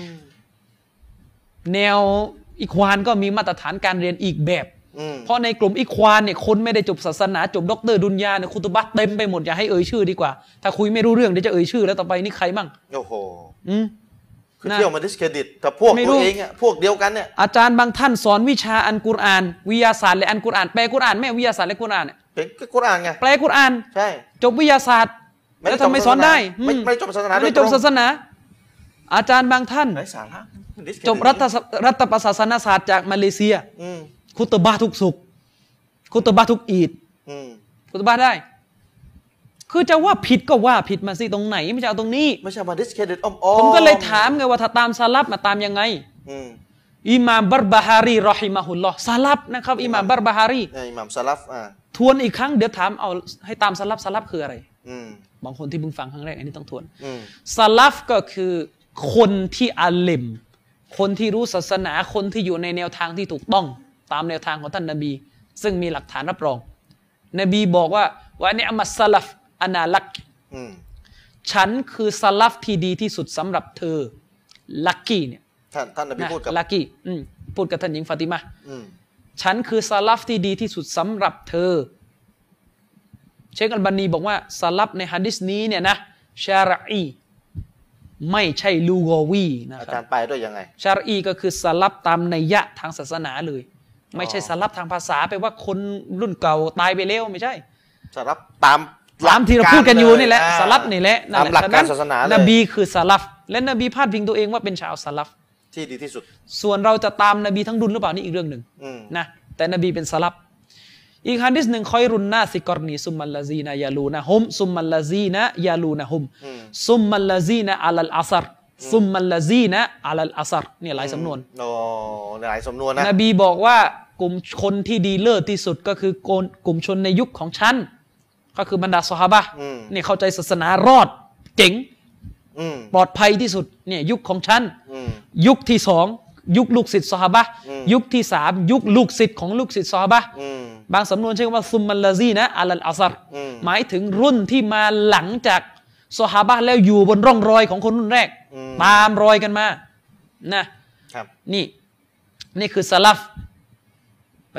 แนวอิควานก็มีมาตรฐานการเรียนอีกแบบเพราะในกลุ่มอิควานเนี่ยคนไม่ได้จบศาสนาจบด็อกเตอร์ดุนยาเนี่ยคุตบะเต็มไปหมดอย่าให้เอ่ยชื่อดีกว่าถ้าคุยไม่รู้เรื่องเดี๋ยวจะเอ่ยชื่อแล้วต่อไปนี่ใครมั่งโอ้โหคือเที่ยวมาดิสเครดิตแต่พวกตัวเองอ่ะพวกเดียวกันเนี่ยอาจารย์บางท่านสอนวิชาอัลกุรอานวิทยาศาสตร์และอัลกุรอานแปลกุรอานแม่วิทยาศาสตร์และกุรอานเป็นกุรอานไงแปลกุรอานใช่จบวิทยาศาสตร์แล้วทำไมสอนได้ไม่จบศาสนาไม่จบศาสนาอาจารย์บางท่านจบรัฐประศาสนศาสตร์จากมาเลเซียคุตบะทุกศุกร์คุตบะทุกอีดคุตบะได้คือจะว่าผิดก็ว่าผิดมาสิตรงไหนไม่ใช่เอาตรงนี้ไม่ใช่มาดิสเครดิตผมก็เลยถามไงว่าถ้าตามซาลับมาตามยังไงอิหม่ามบัรบะฮารีรอฮิมะฮุลลอฮ์ซาลับนะครับอิหม่ามบัรบะฮารีอิหม่ามซาลัฟทวนอีกครั้งเดี๋ยวถามเอาให้ตามซาลับคืออะไรบางคนที่เพิ่งฟังครั้งแรกอันนี้ต้องทวนซาลัฟก็คือคนที่อาลิมคนที่รู้ศาสนาคนที่อยู่ในแนวทางที่ถูกต้องตามแนวทางของท่านนบีซึ่งมีหลักฐานรับรองนบีบอกว่าเนี่ยอัมัสซาลัฟอานาลักฉันคือซาลัฟที่ดีที่สุดสำหรับเธอลักกี้เนี่ยท่านนบีพูดกับลักกี้พูดกับท่านหญิงฟาติมาฉันคือซาลัฟที่ดีที่สุดสำหรับเธอเชคอัลบานีบอกว่าซาลัฟในหะดีษนี้เนี่ยนะชาระอีไม่ใช่ลูกอวีนะครับอาจารย์ไปด้วยยังไงชาระอีก็คือซาลัฟตามนัยยะทางศาสนาเลยไม่ใช่ซาลัฟทางภาษาไปว่าคนรุ่นเก่าตายไปแล้วไม่ใช่ซาลัฟตามที่เราพูดกันอยู่นี่แหละซาลัฟนี่แหละตามหลักการศาสนาเลยนบีคือซาลัฟและนบีพาดพิงตัวเองว่าเป็นชาวซาลัฟที่ดีที่สุดส่วนเราจะตามนบีทั้งดุลหรือเปล่านี่อีกเรื่องหนึ่งนะแต่นบีเป็นซาลัฟอีกหะดีษหนึ่งคอยรุนนาซิกรนีซุมมัลลาซีนายาลูนะฮุมซุมมัลลาซีนะยาลูนะฮุมซุมมัลลาซีนะอัลลอัศรซุมมัลลาซีนะอัลลอัศรเนี่ยหลายสำนวนหลายสำนวนนะนบีบอกว่ากลุ่มคนที่ดีเลิศที่สุดก็คือกลุ่มชนในยุคของฉันก็คือบรรดาซอฮาบะห์นี่เข้าใจศาสนารอดเจ๋งปลอดภัยที่สุดเนี่ยยุคของฉันยุคที่2ยุคลูกศิษย์ซอฮาบะห์ยุคที่3ยุคลูกศิษย์ของลูกศิษย์ซอฮาบะห์บางสำนวนใช้คำว่าซุมมัลลาซีนะอัลอัศรหมายถึงรุ่นที่มาหลังจากซอฮาบะห์แล้วอยู่บนร่องรอยของคนรุ่นแรกตามรอยกันมานะครับนี่คือซะลัฟไป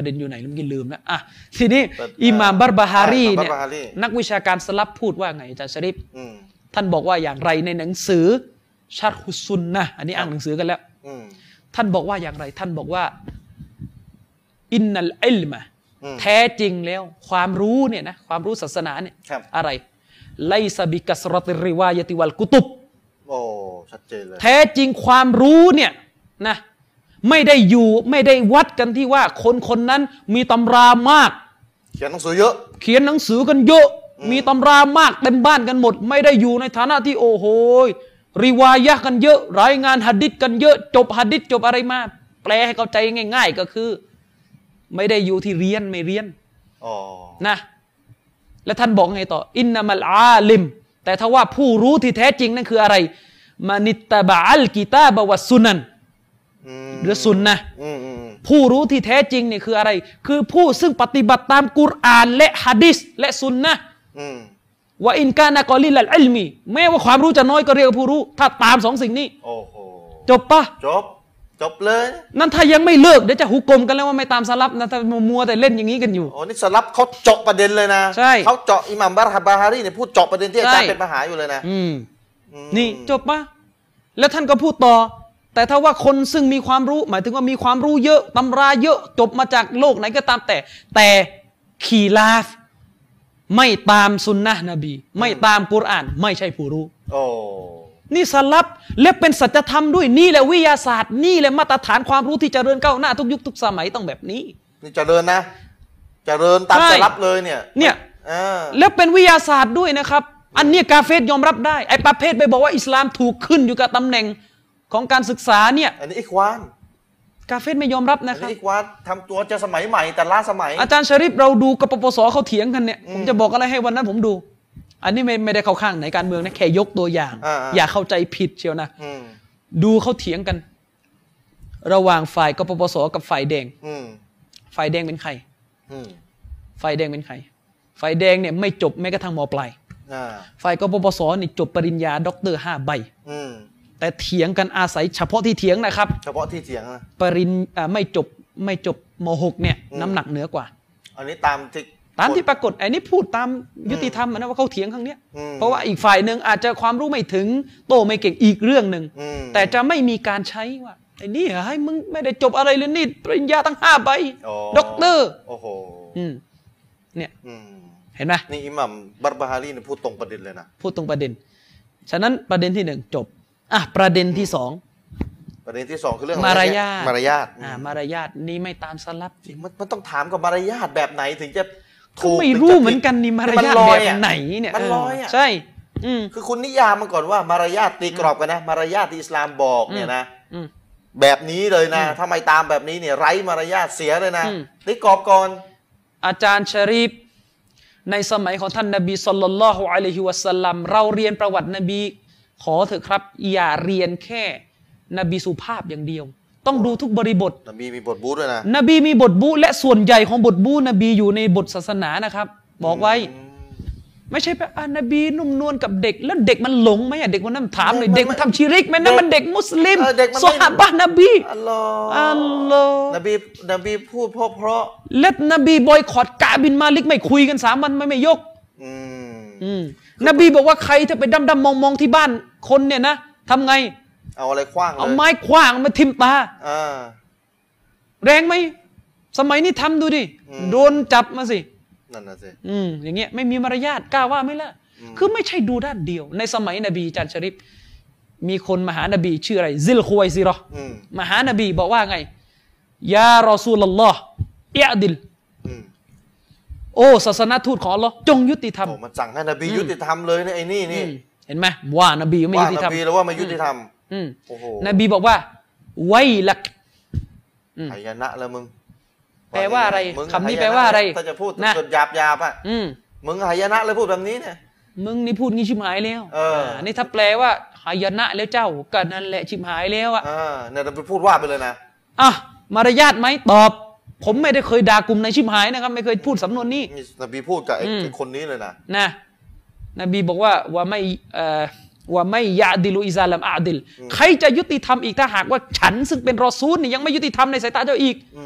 ประเด็นอยู่ไหนเมื่อกี้ลืมแล้วอ่ะทีนี้อิหม่ามบัรบะฮารีเนี่ยนักวิชาการสลับพูดว่าไงอาจารย์ชะริฟท่านบอกว่าอย่างไรในหนังสือชัรฮุสซุนนะห์อันนี้อ่านหนังสือกันแล้วท่านบอกว่าอย่างไรท่านบอกว่าอินนัลอิลมะแท้จริงแล้วความรู้เนี่ยนะความรู้ศาสนาเนี่ยอะไรไลซะบิกัสรติริวายะติวัลกุตุบโอ้ชัดเจนเลยแท้จริงความรู้เนี่ยนะไม่ได้อยู่ไม่ได้วัดกันที่ว่าคนคนนั้นมีตำรามากเขียนหนังสือเยอะเขียนหนังสือกันเยอะมีตำรามากเต็มบ้านกันหมดไม่ได้อยู่ในฐานะที่โอ้โหริวายะกันเยอะรายงานหะดีษกันเยอะจบหะดีษจบอะไรมาแปลให้เข้าใจง่ายๆก็คือไม่ได้อยู่ที่เรียนไม่เรียนนะและท่านบอกไงต่ออินนามัลอาลิมแต่ถ้าว่าผู้รู้ที่แท้จริงนั่นคืออะไรมานิตตะบะอัลกิตาบะวัสซุนันหรือซุนนะผู้รู้ที่แท้จริงนี่คืออะไรคือผู้ซึ่งปฏิบัติตามกุรอานและหะดีษและซุนนะว่าอินกานะกอลิลัลอิลมีแม้ว่าความรู้จะน้อยก็เรียกผู้รู้ถ้าตามสองสิ่งนี้โอ้โหจบปะจบเลยนั่นถ้ายังไม่เลิกเดี๋ยวจะหุกกลมกันแล้วว่าไม่ตามสลับนะถ้ามัวแต่เล่นอย่างนี้กันอยู่โอ้นี่สลับเขาเจาะประเด็นเลยนะใช่เขาเจาะอิหม่ามบัรบะฮารีเนี่ยพูดเจาะประเด็นที่อาจารย์เป็นปัญหาอยู่เลยนะนี่จบปะแล้วท่านก็พูดต่อแต่ถ้าว่าคนซึ่งมีความรู้หมายถึงว่ามีความรู้เยอะตำราเยอะจบมาจากโลกไหนก็ตามแต่ขีลาฟไม่ตามสุนนะนบีไม่ตามกุรอานไม่ใช่ผู้รู้โอ้นี่สลับและเป็นสัจธรรมด้วยนี่แหละวิทยาศาสตร์นี่แหละมาตรฐานความรู้ที่เจริญก้าวหน้าทุกยุคทุกสมัยต้องแบบนี้นี่เจริญนะเจริญตามสลับเลยเนี่ยแล้วเป็นวิทยาศาสตร์ด้วยนะครับอันนี้กาเฟรยอมรับได้ไอ้ประเภทไปบอกว่าอิสลามถูกขึ้นอยู่กับตำแหน่งของการศึกษาเนี่ยอันนี้อิควานกาเฟรไม่ยอมรับนะครับอิควานทำตัวจะสมัยใหม่แต่ล้าสมัยอาจารย์ชะริฟเราดูกปปสเขาเถียงกันเนี่ยผมจะบอกอะไรให้วันนั้นผมดูอันนี้ไม่ได้เข้าข้างไหนการเมืองนะแค่ยกตัวอย่างอย่าเข้าใจผิดเชียวนะดูเขาเถียงกันระหว่างฝ่ายกปปสกับฝ่ายแดงฝ่ายแดงเป็นใครฝ่ายแดงเป็นใครฝ่ายแดงเนี่ยไม่จบแม้กระทั่งม.ปลายฝ่ายกปปสนี่จบปริญญาด็อกเตอร์5 ใบแต่เถียงกันอาศัยเฉพาะที่เถียงนะครับเฉพาะที่เถียงนะปริญไม่จบม.6เนี่ยน้ำหนักเหนือกว่าอันนี้ตามที่ปรากฏไอ้นี่พูดตามยุติธรรมนะว่าเขาเถียงครั้งเนี้ยเพราะว่าอีกฝ่ายหนึ่งอาจจะความรู้ไม่ถึงโตไม่เก่งอีกเรื่องหนึ่งแต่จะไม่มีการใช้ว่าไอ้นี่ให้มึงไม่ได้จบอะไรเลยนี่ปริญญาตั้ง5 ใบด็อกเตอร์โอ้โหเนี่ยเห็นไหมนี่อิหม่ามบัรบะฮารีเนี่ยพูดตรงประเด็นเลยนะพูดตรงประเด็นฉะนั้นประเด็นที่1จบประเด็นที่2 ประเด็นที่2คือเรื่องมารยาทมารยาทนี่ไม่ตามสลับจริงมันต้องถามกับมารยาทแบบไหนถึงจะถูกไม่รู้เหมือนกันนี่มารยาทแบบไหนเนี่ยมันลอยใช่คือคุณนิยามมันก่อนว่ามารยาทตีกรอบกันนะมารยาทที่อิสลามบอกเนี่ยนะแบบนี้เลยนะถ้าไม่ตามแบบนี้เนี่ยไร้มารยาทเสียเลยนะตีกรอบก่อนอาจารย์ชะรีฟในสมัยของท่านนบีศ็อลลัลลอฮุอะลัยฮิวะซัลลัมเราเรียนประวัตินบีขอเถอะครับอย่าเรียนแค่นบีสุภาพอย่างเดียวต้องดูทุกบริบทนบีมีบทบูด้วยนะนบีมีบทบูและส่วนใหญ่ของบทบูนบีอยู่ในบทศาสนานะครับบอกไว้ไม่ใช่แบบนบีนุ่มนวลกับเด็กแล้วเด็กมันหลงไหมเด็กวันนั้นถามเลยเด็กมันทำชิริกไหมนั่นมันเด็กมุสลิมซอฮาบะห์นบีอัลลอฮ์นบีพูดเพราะและนบีบอยคอตกะบินมาลิกไม่คุยกัน3 วันไม่ยกนบีบอกว่าใครถ้าไปดำมองที่บ้านคนเนี่ยนะทำไงเอาอะไรขว้างเลยเอาไม้ขว้างมาทิ่มตาแรงไหมสมัยนี้ทำดูดิโดนจับมาสินั่นน่ะสิอย่างเงี้ยไม่มีมารยาทกล้าว่าไหมล่ะคือไม่ใช่ดูด้านเดียวในสมัยนบีอาจารย์ชะริฟมีคนมาหานบีชื่ออะไรซิลคุวัยซิเราะห์มาหานบีบอกว่าไงยารอซูลุลลอฮ์อิอ์ดิลโอ้ศาสนทูตของอัลเลาะห์จงยุติธรรมมันสั่งให้นบียุติธรรมเลยนะไอ้นี่เห็นไหมว่านบีไม่ยุติธรรมนบีแล้วว่าไม่ยุติธรรมนบีบอกว่าไวลักหายนะแล้วมึงแปลว่าอะไรคำนี้แปลว่าอะไรถ้าจะพูดจนหยาบอ่ะมึงหายนะเลยพูดแบบนี้เนี่ยมึงนี่พูดงี้ชิบหายแล้วนี่ถ้าแปลว่าหายนะแล้วเจ้าก็นั่นแหละชิบหายแล้วอ่ะเนี่ยเราไปพูดว่าไปเลยนะมารยาทไหมตอบผมไม่ได้เคยด่ากลุ่มในชิบหายนะครับไม่เคยพูดสำนวนนี้นบีพูดกับไอ้คนนี้เลยนะนบีบอกว่าไม่ยะดิลุอิซาลัมอาดิลใครจะยุติธรรมอีกถ้าหากว่าฉันซึ่งเป็นรอซูลนี่ยังไม่ยุติธรรมในสายตาเจ้าอีก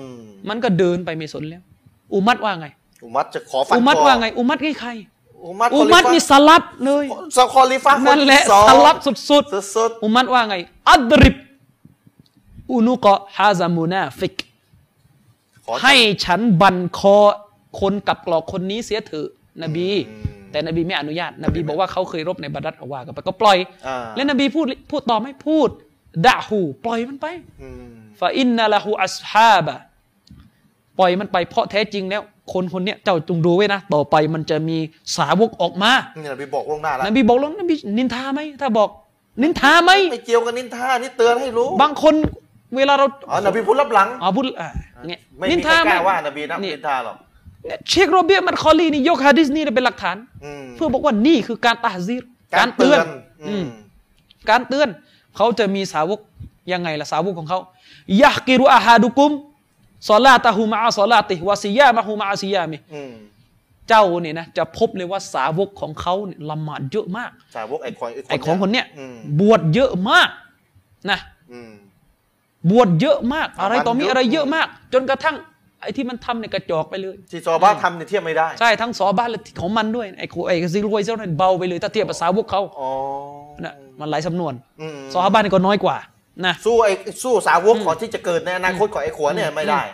มันก็เดินไปไม่สนแล้วอุมัตว่าไงอุมัตจะขอฟันอุมัตว่าไงอุมัตใครอุมัตนี่สลับเลยคอลิฟะนั่นแหละสลับสุดอุมัตว่าไงอัดริบอุนุกะฮาซามูนาฟิกให้ฉันบันคอคนกับกลอกคนนี้เสียเถอะนบีแต่นบีไม่อนุญาตนบีบอกว่าเขาเคยรบในบาดัดเอาว่ากันไปก็ปล่อยแล้วนบีพูดต่อไม่พูดดะฮูปล่อยมันไปฟาอินนะละฮูอัสฮาบะปล่อยมันไปเพราะแท้จริงแล้วคนเนี้ยเจ้าจงดูไว้นะต่อไปมันจะมีสาวกออกมานี่นบีบอกล่วงหน้าแล้วนบีบอกล่วงนบีนินทาไหมถ้าบอกนินทาไหมไม่เกี่ยวกับนินทานี่เตือนให้รู้บางคนเวลาเรานบีพูดรับหลังพูดเนี่ยนินทาไม่ว่านบีนะนินทาหรอกเชคโรเบียมันคอลีนี่ยกฮะดิษนี้เป็นหลักฐานเพื่อบอกว่านี่คือการตะฮซีรการเตือนการเตือนเขาจะมีสาวกยังไงล่ะสาวกของเขายะกิรุอาฮาดุกุมศอลาตะฮูมะอะศอลาติฮิวะซิยามะฮูมะอะซิยามิเจ้าเนี่ยนะจะพบเลยว่าสาวกของเขาเนี่ยละหมาดเยอะมากสาวกไอ้ของคนเนี้ยบวชเยอะมากนะบวชเยอะมากอะไรต่อมีอะไรเยอะมากจนกระทั่งไอ้ที่มันทำเนี่ยกระจอกไปเลยที่ซอบ้าทำเนี่ยเทียบไม่ได้ใช่ทั้งซอบ้าและของมันด้วยไอ้ซิรวยเจ้าเนี่ยเบาไปเลยถ้าเทียบกับสาวกเขานะมันหลายสำนวนซอบ้านี่ก็น้อยกว่านะสู้สาวกของที่จะเกิดในอนาคตของไอ้ขวเนี่ยไม่ได้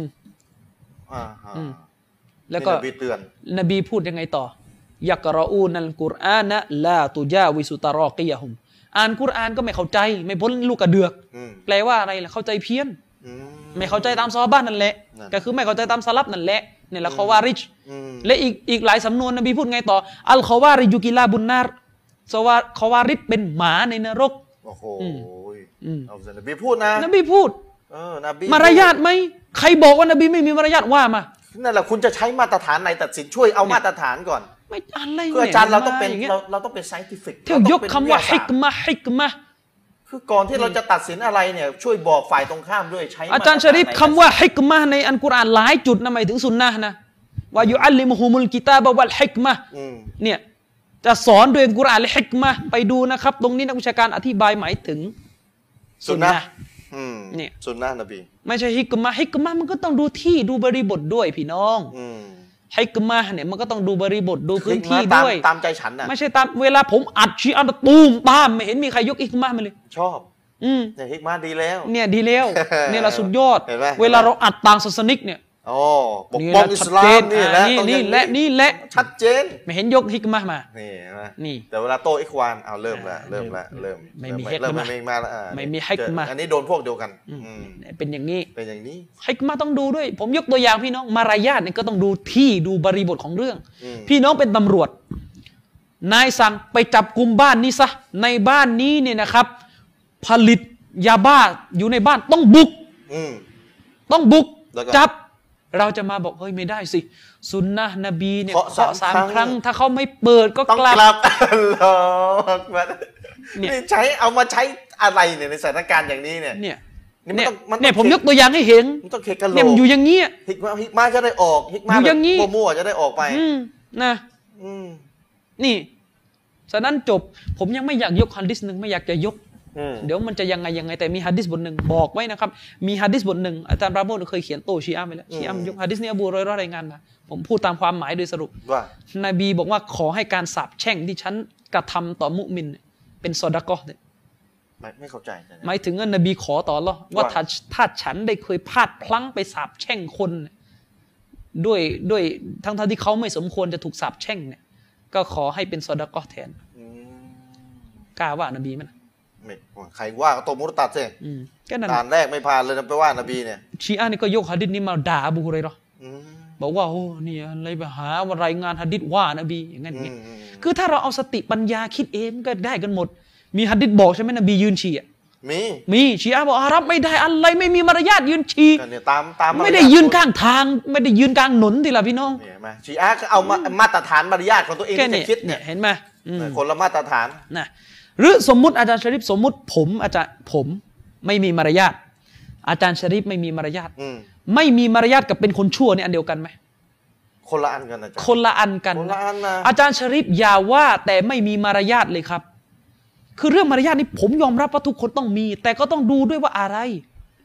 แล้วก็นบีพูดยังไงต่อยักรออูนัลกุรอานะลาตุจาวิสุตารอกียะฮุมอ่านกุรอานก็ไม่เข้าใจไม่พ้นลูกกระเดือกแปลว่าอะไรล่ะเข้าใจเพี้ยนไม่เข้าใจตามซอฮาบะห์นั่นแหละก็คือไม่เข้าใจตามซะลัฟนั่นแหละนี่แหละคอวาริจและอีกหลายสำนวนนบีพูดไงต่ออัลคอวาริจุกิลาบุนนารคอวาริจเป็นหมาในนรกโอ้โหเอานบีพูดนะนบีพูดมารยาทไหมใครบอกว่านบีไม่มีมารยาทว่ามานั่นแหละคุณจะใช้มาตรฐานไหนตัดสินช่วยเอามาตรฐานก่อนไม่อะไรคืออาจารย์เราต้องเป็นไซน์ติฟิกเที่ยวยกคำว่าฮิกมะคือก่อนที่เราจะตัดสินอะไรเนี่ยช่วยบอกฝ่ายตรงข้ามด้วยใช้อาจารย์ชะริฟคำว่าฮิกมะในอัลกุรอานหลายจุดนะหมายถึงสุนนะนะว่ายุอัลลิมุฮุมุลกิตาบะวัลฮิกมะเนี่ยจะสอนด้วยอัลกุรอานและฮิกมะไปดูนะครับตรงนี้นักวิชาการอธิบายหมายถึงสุนนะเนี่ยสุนนะนบีไม่ใช่ฮิกมะมันก็ต้องดูที่ดูบริบทด้วยพี่น้องฮิกมะเนี่ยมันก็ต้องดูบริบทดูพื้นที่ด้วยตามใจฉันนะไม่ใช่ตามเวลาผมอัดชีอันตูมตามไม่เห็นมีใครยกฮิกมะมาเลยชอบเนี่ยฮิกมะดีแล้วเนี่ยดีแล้วเนี่ยเราสุดยอดเวลาเราอัดต่างศาสนิกเนี่ยปกป้องอิสลามนี่แหละนี่แหละชัดเจนไม่เห็นยกฮิกมะมานี่แต่เวลาโตอิควานเอาเริ่มไม่มีฮิกมะไม่มีฮิกมะอันนี้โดนพวกเดียวกันเป็นอย่างนี้ฮิกมะต้องดูด้วยผมยกตัวอย่างพี่น้องมารยาทเนี่ยก็ต้องดูที่ดูบริบทของเรื่องพี่น้องเป็นตำรวจนายสั่งไปจับกุมบ้านนี้ซะในบ้านนี้เนี่ยนะครับผลิตยาบ้าอยู่ในบ้านต้องบุกจับเราจะมาบอกเฮ้ยไม่ได้สิสุนนะนบีเนี่ยเคาะ3 ครั้งถ้าเขาไม่เปิดก็กลับนี่ใช้เอามาใช้อะไรเนี่ยในสถานการณ์อย่างนี้เนี่ยเนี่ยผมยกตัวอย่างให้เห็นเนี่ยมันอยู่อย่างเงี้ยฮิกมาจะได้ออกฮิกมาแบบมั่วๆจะได้ออกไปนะนี่ฉะนั้นจบผมยังไม่อยากยกฮะดิษนึงไม่อยากจะยกเดี๋ยวมันจะยังไงแต่มีหะดีษบทหนึ่งบอกไว้นะครับมีหะดีษบทหนึ่งอาจารย์ปราโมทเคยเขียนโต้ชีอะห์ไปแล้วชีอะห์ยกหะดีษนี้อบูรอยเราะห์รายงานมาผมพูดตามความหมายโดยสรุปว่านบีบอกว่าขอให้การสาปแช่งที่ฉันกระทำต่อมุมินเป็นซอดะกอฮ์ไม่เข้าใจหมายถึงว่านบีขอต่ออัลเลาะห์ว่าถ้าฉันได้เคยพลาดพลั้งไปสาปแช่งคนด้วยทั้งที่เขาไม่สมควรจะถูกสาปแช่งเนี่ยก็ขอให้เป็นซอดะกอฮ์แทนกล้าว่านบีมั้ยใครว่าก็ตมุรตัดสิด่านแรกไม่ผ่านเลยนะไปว่านบีเนี่ยชีอะห์นี่ก็ยกหะดีษนี้มาด่าอบูฮุรอยเราะห์บอกว่าโอ้เนี่ยอะไรไปหาว่ารายงานหะดีษว่านบีอย่างนั้นคือถ้าเราเอาสติปัญญาคิดเองก็ได้กันหมดมีหะดีษบอกใช่ไหมนบียืนฉี่มีชีอะห์บอกรับไม่ได้อะไรไม่มีมารยาทยืนฉี่เนี่ยตามไม่ได้ยืนข้างทางไม่ได้ยืนกลางหนนทีละพี่น้องเนี่ยมาชีอะห์ก็เอามาตรฐานมารยาทของตัวเองที่คิดเนี่ยเห็นไหมคนละมาตรฐานนะหรือสมมุติอาจารย์ชะริฟสมมุติผมไม่มีมารยาทอาจารย์ชะริฟไม่มีมารยาทไม่มีมารยาทกับเป็นคนชั่วเนี่ยอันเดียวกันไหมคนละอันกันอาจารย์คนละอันกันอาจารย์ชะริฟอย่าว่าแต่ไม่มีมารยาทเลยครับคือเรื่องมารยาทนี่ผมยอมรับว่าทุกคนต้องมีแต่ก็ต้องดูด้วยว่าอะไร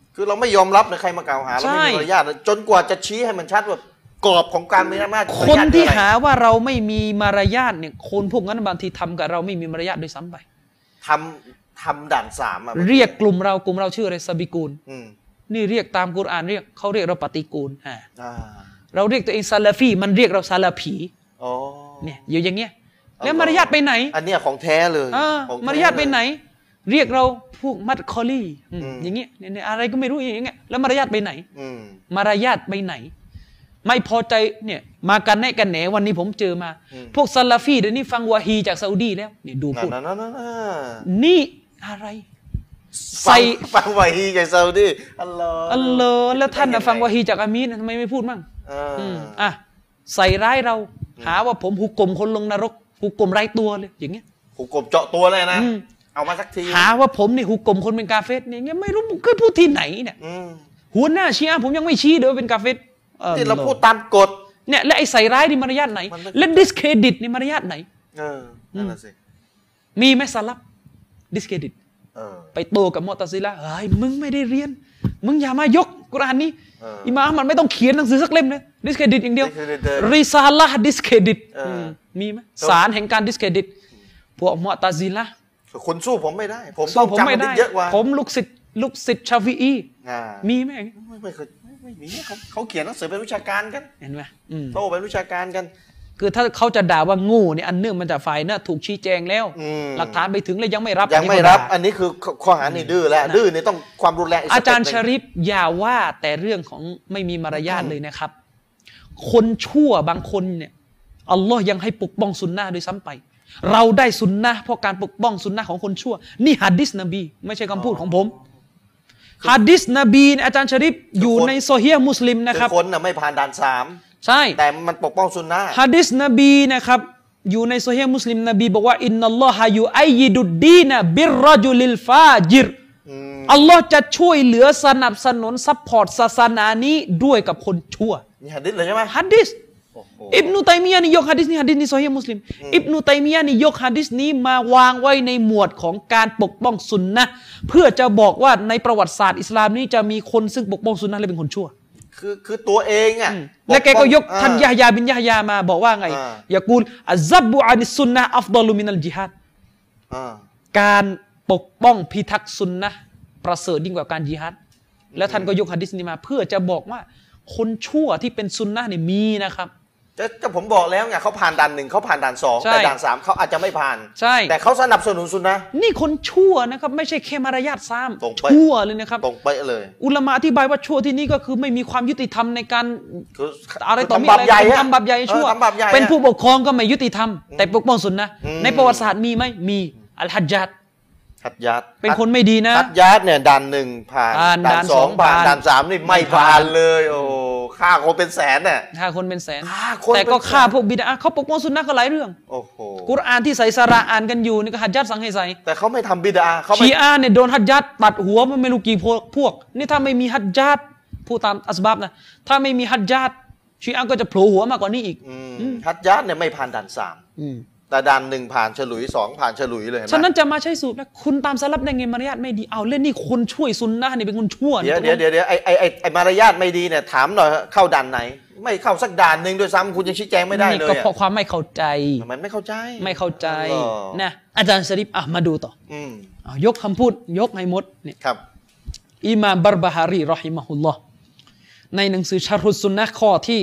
คือเราไม่ยอมรับในใครมากล่าวหาเราไม่มีมารยาทจนกว่าจะชี้ให้มันชัดว่ากรอบของการมีมารยาทคนที่หาว่าเราไม่มีมารยาทเนี่ยคนพวกนั้นบางทีทำกับเราไม่มีมารยาทด้วยซ้ำไปทำด่านสามเรียกกลุ่มเราชื่ออะไรซาบิกูลนี่เรียกตามกุรอานเรียกเขาเรียกเราปฏิกูลเราเรียกตัวเองซาลาฟีมันเรียกเราซาลาผีเนี่ยอยู่อย่างเงี้ยแล้วมารยาทไปไหนอันเนี้ยของแท้เลยมารยาทไปไหนเรียกเราพวกมัดคอลี่อย่างเงี้ยเนี่ยอะไรก็ไม่รู้อย่างเงี้ยแล้วมารยาทไปไหนมารยาทไปไหนไม่พอใจเนี่ยมากันแน่กันแหนวันนี้ผมเจอมาพวกซาลาฟีเดี๋ยวนี้ฟังวะฮีจากซาอุดีแล้วนี่ดูพูดนี่อะไรใส่ฟังวะฮีจากซาอุดีอัลลอฮ์แล้วท่านฟังวะฮีจากอามีนทำไมไม่พูดมั่งใส่ร้ายเราหาว่าผมหุกกลมคนลงนรกหุกกลมไร้ตัวเลยอย่างเงี้ยหุกกลมเจาะตัวเลยนะเอามาสักทีหาว่าผมนี่หุกกลมคนเป็นกาเฟสเนี่ยไม่รู้เคยพูดที่ไหนเนี่ยหัวหน้าชีอะห์ผมยังไม่ชี้เดี๋ยวเป็นกาเฟสที่เราพูดตามกฎเนี่ยและไอ้ใส่ร้ายนี่มารยาทไหนและดิสเครดิตนี่มารยาทไหนนั่นแหละสิมีไหมสลับดิสเครดิตไปโตกับมุอ์ตะซิละห์เฮ้ยมึงไม่ได้เรียนมึงอย่ามายกกุรอานนี้อิหม่ามมันไม่ต้องเขียนหนังสือสักเล่มเลยดิสเครดิตอย่างเดียวริซาละห์ดิสเครดิตมีไหมสารแห่งการดิสเครดิตพวกมุอ์ตะซิละห์คนสู้ผมไม่ได้ผมต้องจำมันเยอะกว่าผมลูกศิษย์ชาฟิอีมีไหมไม่เคยไม่มีเขาเขียนหนังสือเป็นวิชาการกันเห็นไหมโตเป็นวิชาการกันคือถ้าเขาจะด่าว่าโง่เนี่ยอันเนื่องมันจากฝ่ายน่ะถูกชี้แจงแล้วหลักฐานไปถึงแล้วยังไม่รับอันนี้คือข้อหานี่ดื้อแล้วดื้อนี่ต้องความรุนแรงอาจารย์ชริฟอย่าว่าแต่เรื่องของไม่มีมารยาทเลยนะครับคนชั่วบางคนเนี่ยอัลลอฮ์ยังให้ปกป้องสุนนะด้วยซ้ำไปเราได้สุนนะเพราะการปกป้องสุนนะของคนชั่วนี่หะดีษนบีไม่ใช่คำพูดของผมหะดีษนบีอาจารย์ชริฟอยู่ในโซฮีฮ์มุสลิมนะครับคนน่ะไม่ผ่านด่าน3 ใช่แต่มันปกป้องสุนนะหะดีษนบีนะครับอยู่ในโซฮีฮ์มุสลิมนบีบอกว่าอินนัลลอฮะยูอัยยิดุดดีนะบิรรจุลิลฟาจิรอัลลอฮ์จะช่วยเหลือสนับสนุนซัพพอร์ตศาสนานี้ด้วยกับคนชั่วนี่หะดีษเลยใช่ไหมหะดีษอิบนุตัยมียะห์นี่ยกหะดีษนี้หะดีษนี้โซฮีฮ์มุสลิมอิบนุตัยมียะห์นี่ยกหะดีษนี้มาวางไว้ในหมวดของการปกป้องสุนนะเพื่อจะบอกว่าในประวัติศาสตร์อิสลามนี้จะมีคนซึ่งปกป้องสุนนะและเป็นคนชั่วคือตัวเองอ่ะและแกก็ยกท่านยะฮยาบินยะฮยามาบอกว่าไงยะกูลอัซซับบุอานิสซุนนะอัฟฎอลุมินัลญิฮาดการปกป้องพิทักษ์สุนนะประเสริฐยิ่งกว่าการญิฮาดแล้วท่านก็ยกหะดีษนี้มาเพื่อจะบอกว่าคนชั่วที่เป็นซุนนะเนี่ยมีนะครับจะผมบอกแล้วไงเขาผ่านด่าน1เขาผ่านด่าน2แต่ด่าน3เขาอาจจะไม่ผ่านใช่แต่เขาสนับสนุนซุนนะนี่คนชั่วนะครับไม่ใช่แค่มารยาทซ้ำชั่วเลยนะครับตรงไปเลยอุลามะอธิบายว่าชั่วที่นี่ก็คือไม่มีความยุติธรรมในการอะไรต่อมีอะไรทำบาปใหญ่ชั่วเป็นผู้ปกครองก็ไม่ยุติธรรมแต่ปกป้องซุนนะในประวัติศาสตร์มีไหมมีอัลฮัจญาดเป็นคนไม่ดีนะฮัจญาดเนี่ยด่าน1ผ่านด่าน2ผ่านด่าน3นี่ไม่ผ่านเลยโอ้ฆ่าคนเป็นแสนเนี่ยฆ่าคนเป็นแสนแต่ก็ฆ่าพวกบิดอะเขาปกป้องซุนนะก็หลายเรื่องโอ้โหกุรอานที่ใส่สาระอ่านกันอยู่นี่ก็ฮัจญาดสั่งให้ใส่แต่เขาไม่ทำบิดอะชีอะห์เนี่ยโดนฮัจญาดตัดหัวมันไม่รู้กี่พวกนี่ถ้าไม่มีฮัจญาดผู้ตามอัสบับนะถ้าไม่มีฮัจญาดชีอะห์ก็จะโผล่หัวมากกว่านี้อีกฮัจญาดเนี่ยไม่ผ่านด่าน3แต่ด่าน1ผ่านฉลุย2ผ่านฉลุยเลยฉะนั้นจะมาใช้สูตรนะคุณตามสลับได้ไงมารยาทไม่ดีเอาเล่นนี่คนช่วยซุนนะนี่เป็นคนชั่วเดี๋ยวไอมารยาทไม่ดีเนี่ยถามหน่อยเข้าด่านไหนไม่เข้าสักด่านนึงด้วยซ้ำคุณยังชี้แจงไม่ได้เลยนี่ก็เพราะความไม่เข้าใจมันไม่เข้าใจนะอาจารย์ชริฟมาดูต่อยกคำพูดยกให้หมดนี่ครับอิมามบัรบะฮารีรอฮิมะฮุลลอฮ์ในหนังสือชะรุสซุนนะห์ข้อที่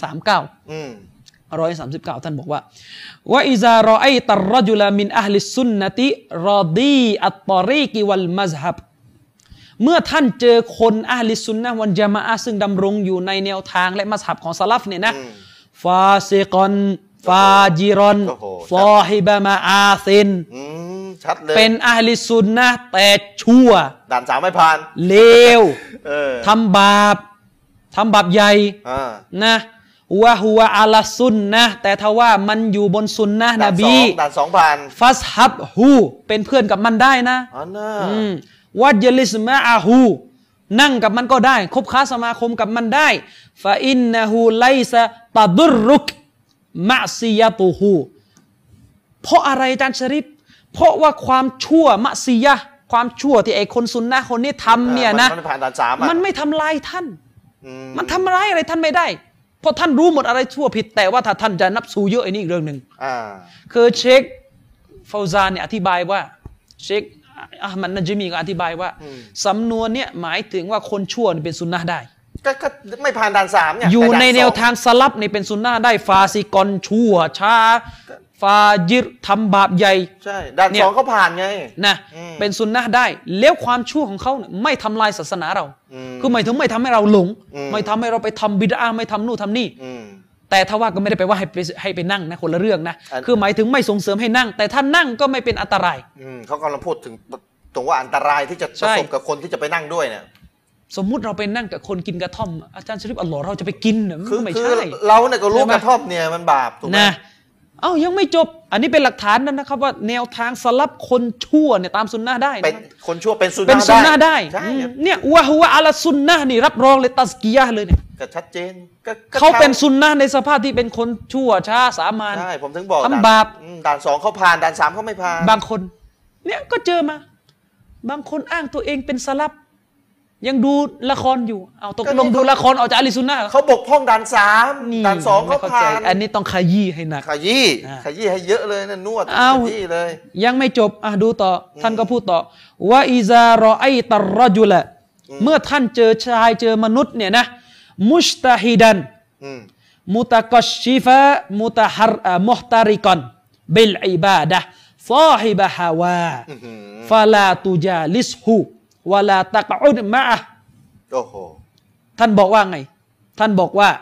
139ท่านบอกว่าว่าอิซารอไอตัรรจุลมินอะห์ลิสซุนนะติรอดีอัตตอรีกิวัลมัซฮับเมื่อท่านเจอคนอะห์ลิสซุนนะฮ์วัลญะมาอะห์ซึ่งดำรงอยู่ในแนวทางและมัซฮับของซะลัฟเนี่ยนะฟาซิกอนฟาจิรอนซอฮิบะมะอาซินชัดเลยเป็นอะห์ลิสซุนนะห์แต่ชั่วด่าน3ไม่ผ่านเลวทำบาปใหญ่นะวะฮุวะอะลาซุนนะแต่ถ้าว่ามันอยู่บนซุนนะนบีด่าน2ผ่านฟัสฮับฮูเป็นเพื่อนกับมันได้นะวัจลิสมะอะฮูนั่งกับมันก็ได้คบค้าสมาคมกับมันได้ฟะอินนะฮูไลซะตะดุรุกมะซิยะตุฮูเพราะอะไรอาจารย์ชริฟเพราะว่าความชั่วมะซิยะห์ความชั่วที่ไอ้คนซุนนะคนนี้ทำเนี่ยนะมันผ่านด่านสามมันไม่ทำลายท่านอืมันทำร้ายอะไรท่านไม่ได้ เพราะท่านรู้หมดอะไรชั่วผิด แต่ว่าถ้าท่านจะนับสูเยอะไอ้นี่อีกเรื่องหนึ่ง คือเชคฟาวซานเนี่ยอธิบายว่าเชคอะห์มัดนัจมีก็อธิบายว่าสำนวนเนี่ยหมายถึงว่าคนชั่วเป็นซุนนะได้ก็ไม่ผ่านด่านสามเนี่ยอยู่ในแนวทางสลับในเป็นซุนนะได้ฟาซิกอนชั่วช้าฟาจิรทำบาปใหญ่ใช่ด่านสองเขาผ่านไงนะเป็นซุนนะได้แล้วความชั่วของเขาเนี่ยไม่ทำลายศาสนาเราคือหมายถึงไม่ทำให้เราหลงไม่ทำให้เราไปทำบิดาไม่ทำนู่นทำนี่แต่ถ้าว่าก็ไม่ได้ไปว่าให้ไปนั่งนะคนละเรื่องนะคือหมายถึงไม่ส่งเสริมให้นั่งแต่ถ้านั่งก็ไม่เป็นอันตรายเขากำลังพูดถึงตรงว่าอันตรายที่จะประสบกับคนที่จะไปนั่งด้วยเนี่ยสมมุติเราไปนั่งกับคนกินกระท่อมอาจารย์ชริฟอัลลอฮ์เราจะไปกินเนี่ยไม่ใช่เราเนี่ยก็รู้กระท่อมเนี่ยมันบาปถูกไหมนะยังไม่จบอันนี้เป็นหลักฐานนะครับว่าแนวทางสลับคนชั่วเนี่ยตามซุนนะได้เป็นคนชั่วเป็นซุนนะได้เนี่ยวะฮุวะอะลาซุนนะนี่รับรองเลยตัซกิยะห์เลยเนี่ยก็ชัดเจนเขาเป็นซุนนะในสภาพที่เป็นคนชั่วช้าสามัญใช่ผมถึงบอกทำบาปด่านสองเขาผ่านด่านสามเขาไม่ผ่านบางคนเนี่ยก็เจอมาบางคนอ้างตัวเองเป็นสลับยังดูละครอยู่เอาตกลงดูละครออกจากอะลิซุนนะห์เขาบกพร่องด่านสามด่านสองเขาผ่านอันนี้ต้องขยี้ให้หนักขยี้ให้เยอะเลยนะนวดขยี้เลยยังไม่จบดูต่อท่านก็พูดต่อว่าอิซารอไอตัรรจุละเมื่อท่านเจอชายเจอมนุษย์เนี่ยนะมุชตะฮิดันมุตะกัชชิฟะมุตะฮัรมุฮตาริกันบิลอิบาดะห์ซอฮิบะฮาวาฟะลาตุจาลิสฮูวะลาตักอุดมะอะห์โอ้โหท่านบอกว่าไงท่านบอกว่า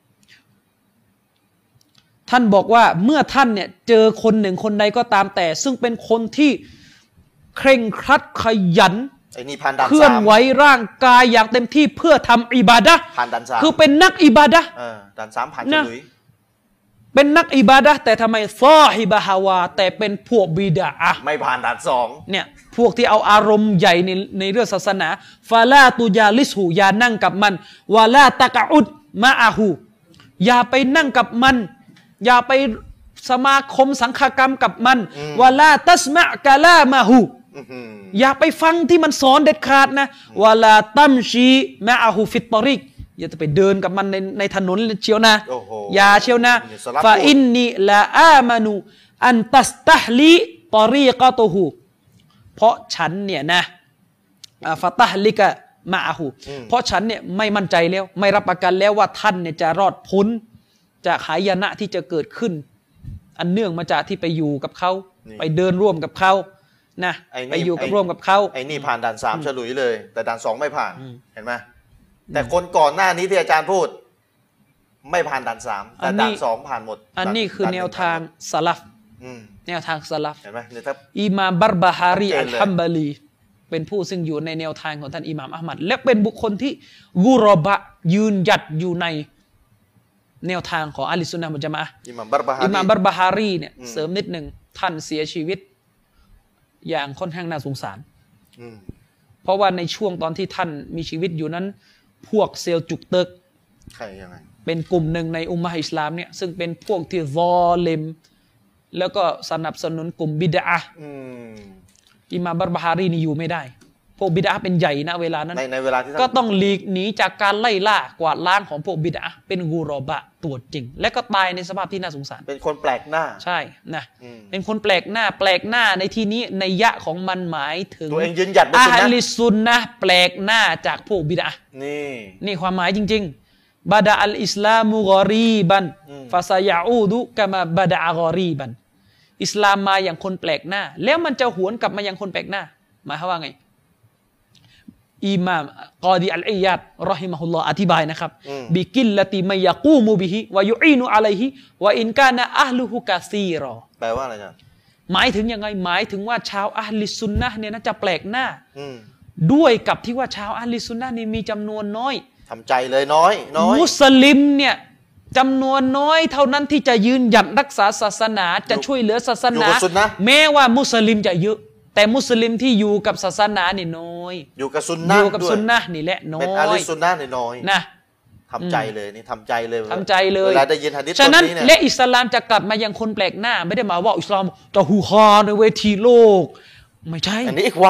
เมื่อท่านเนี่ยเจอคนหนึ่งคนใดก็ตามแต่ซึ่งเป็นคนที่เคร่งครัดขยันเคลื่อนไหวร่างกายอย่างเต็มที่เพื่อทำอิบาดะห์ผ่านด่านสามคือเป็นนักอิบาดะห์ด่านสามผ่านฉลุยเป็นนักอิบาดะห์แต่ทำไมซอฮิบะฮาวาแต่เป็นพวกบิดอะห์ไม่ผ่านด่านสองเนี่ยพวกที่เอาอารมณ์ใหญ่ในเรื่องศาสนาฟาลาตุยาลิสหูอย่านั่งกับมันวาลาตะกะอุดมะอาหูอย่าไปนั่งกับมันอย่าไปสมาคมสังฆกรรมกับมันวาลาตัสมะกะลามะหูอย่าไปฟังที่มันสอนเด็ดขาดนะวาลาตัมชีมะอาหูฟิตตอริกอย่าจะไปเดินกับมันในถนนเชียวนะอย่าเชียวนะฟาอินนีลาอามานูอันตัสตะฮลีตอรีกะตุฮูเพราะฉันเนี่ยนะฟาตห์ลิกะมะอะฮูเพราะฉันเนี่ยไม่มั่นใจแล้วไม่รับประกันแล้วว่าท่านเนี่ยจะรอดพ้นจากหายนะที่จะเกิดขึ้นอันเนื่องมาจากที่ไปอยู่กับเขาไปเดินร่วมกับเขานะไปอยู่กับร่วมกับเขาไอ้นี่ผ่านด่านสามฉลุยเลยแต่ด่านสองไม่ผ่านเห็นไหมแต่คนก่อนหน้านี้ที่อาจารย์พูดไม่ผ่านด่านสามแต่ด่านสองผ่านหมดอันนี้คือแนวทางสลัฟแนวทางสลัฟเห็นไหมอิมามบัรบะฮารีอัลฮัมบาลีเป็นผู้ซึ่งอยู่ในแนวทางของท่านอิหม่ามอะห์มัดและเป็นบุคคลที่กุรบะยืนหยัดอยู่ในแนวทางของอะห์ลุสซุนนะฮ์วัลญะมาอะห์อิหม่ามบัรบะฮารีเนี่ยเสริมนิดหนึ่งท่านเสียชีวิตอย่างค่อนข้างน่าสงสารเพราะว่าในช่วงตอนที่ท่านมีชีวิตอยู่นั้นพวกเซลจุกเติกใครยังไงเป็นกลุ่มหนึ่งในอุมมะฮ์อิสลามเนี่ยซึ่งเป็นพวกที่ซอลิมแล้วก็สนับสนุนกลุ่มบิดอะห์อิหม่ามบัรบะฮารีนี่อยู่ไม่ได้พวกบิดอะห์เป็นใหญ่นะเวลานั้นในเวลาที่ก็ต้องหลีกหนีจากการไล่ล่ากวาดล้างของพวกบิดอะห์เป็นกูรอบะตัวจริงและก็ตายในสภาพที่น่าสงสารเป็นคนแปลกหน้าใช่นะเป็นคนแปลกหน้าในที่นี้ในยะของมันหมายถึงตัวเองยืนหยัดบนซุนนะห์อะห์ลิซุนนะห์แปลกหน้าจากพวกบิดอะห์นี่ความหมายจริงๆบาดะอัลอิสลามุกอรีบันฟาซายาอูดุกะมาบาดะกอรีบันอิสลามมาอย่างคนแปลกหน้าแล้วมันจะหวนกลับมาอย่างคนแปลกหน้าหมายความว่าไงอิมามกอดีอัลอียาดเราะฮิมะฮุลลอฮ์อธิบายนะครับบิกิลลติมัยยะกูมุบิฮิวะยุอีนุอะลัยฮิวะอินกานะอะห์ลุฮุกะซีรอแปลว่าอะไรจ๊ะหมายถึงยังไงหมายถึงว่าชาวอะห์ลิซุนนะห์เนี่ยนะจะแปลกหน้าด้วยกับที่ว่าชาวอะห์ลิซุนนะห์นี่มีจำนวนน้อยทำใจเลยน้อยมุสลิมเนี่ยจำนวนน้อยเท่านั้นที่จะยืนหยัดรักษาศาสนาจะช่วยเหลือศาสนาแม้ว่ามุสลิมจะเยอะแต่มุสลิมที่อยู่กับศาสนานี่น้อยอยู่กับซุนนะห์อยู่กับซุนนะห์นี่แหละน้อยเป็นอะลิซุนนะห์นี่น้อยนะทำใจเลยนี่ทำใจเลยเวลาได้ยินหะดีษฉะนั้นและอิสลามจะกลับมายังคนแปลกหน้าไม่ได้มาว่าอิสลามจะฮูฮาในเวทีโลกไม่ใช่อันนี้อีกวาน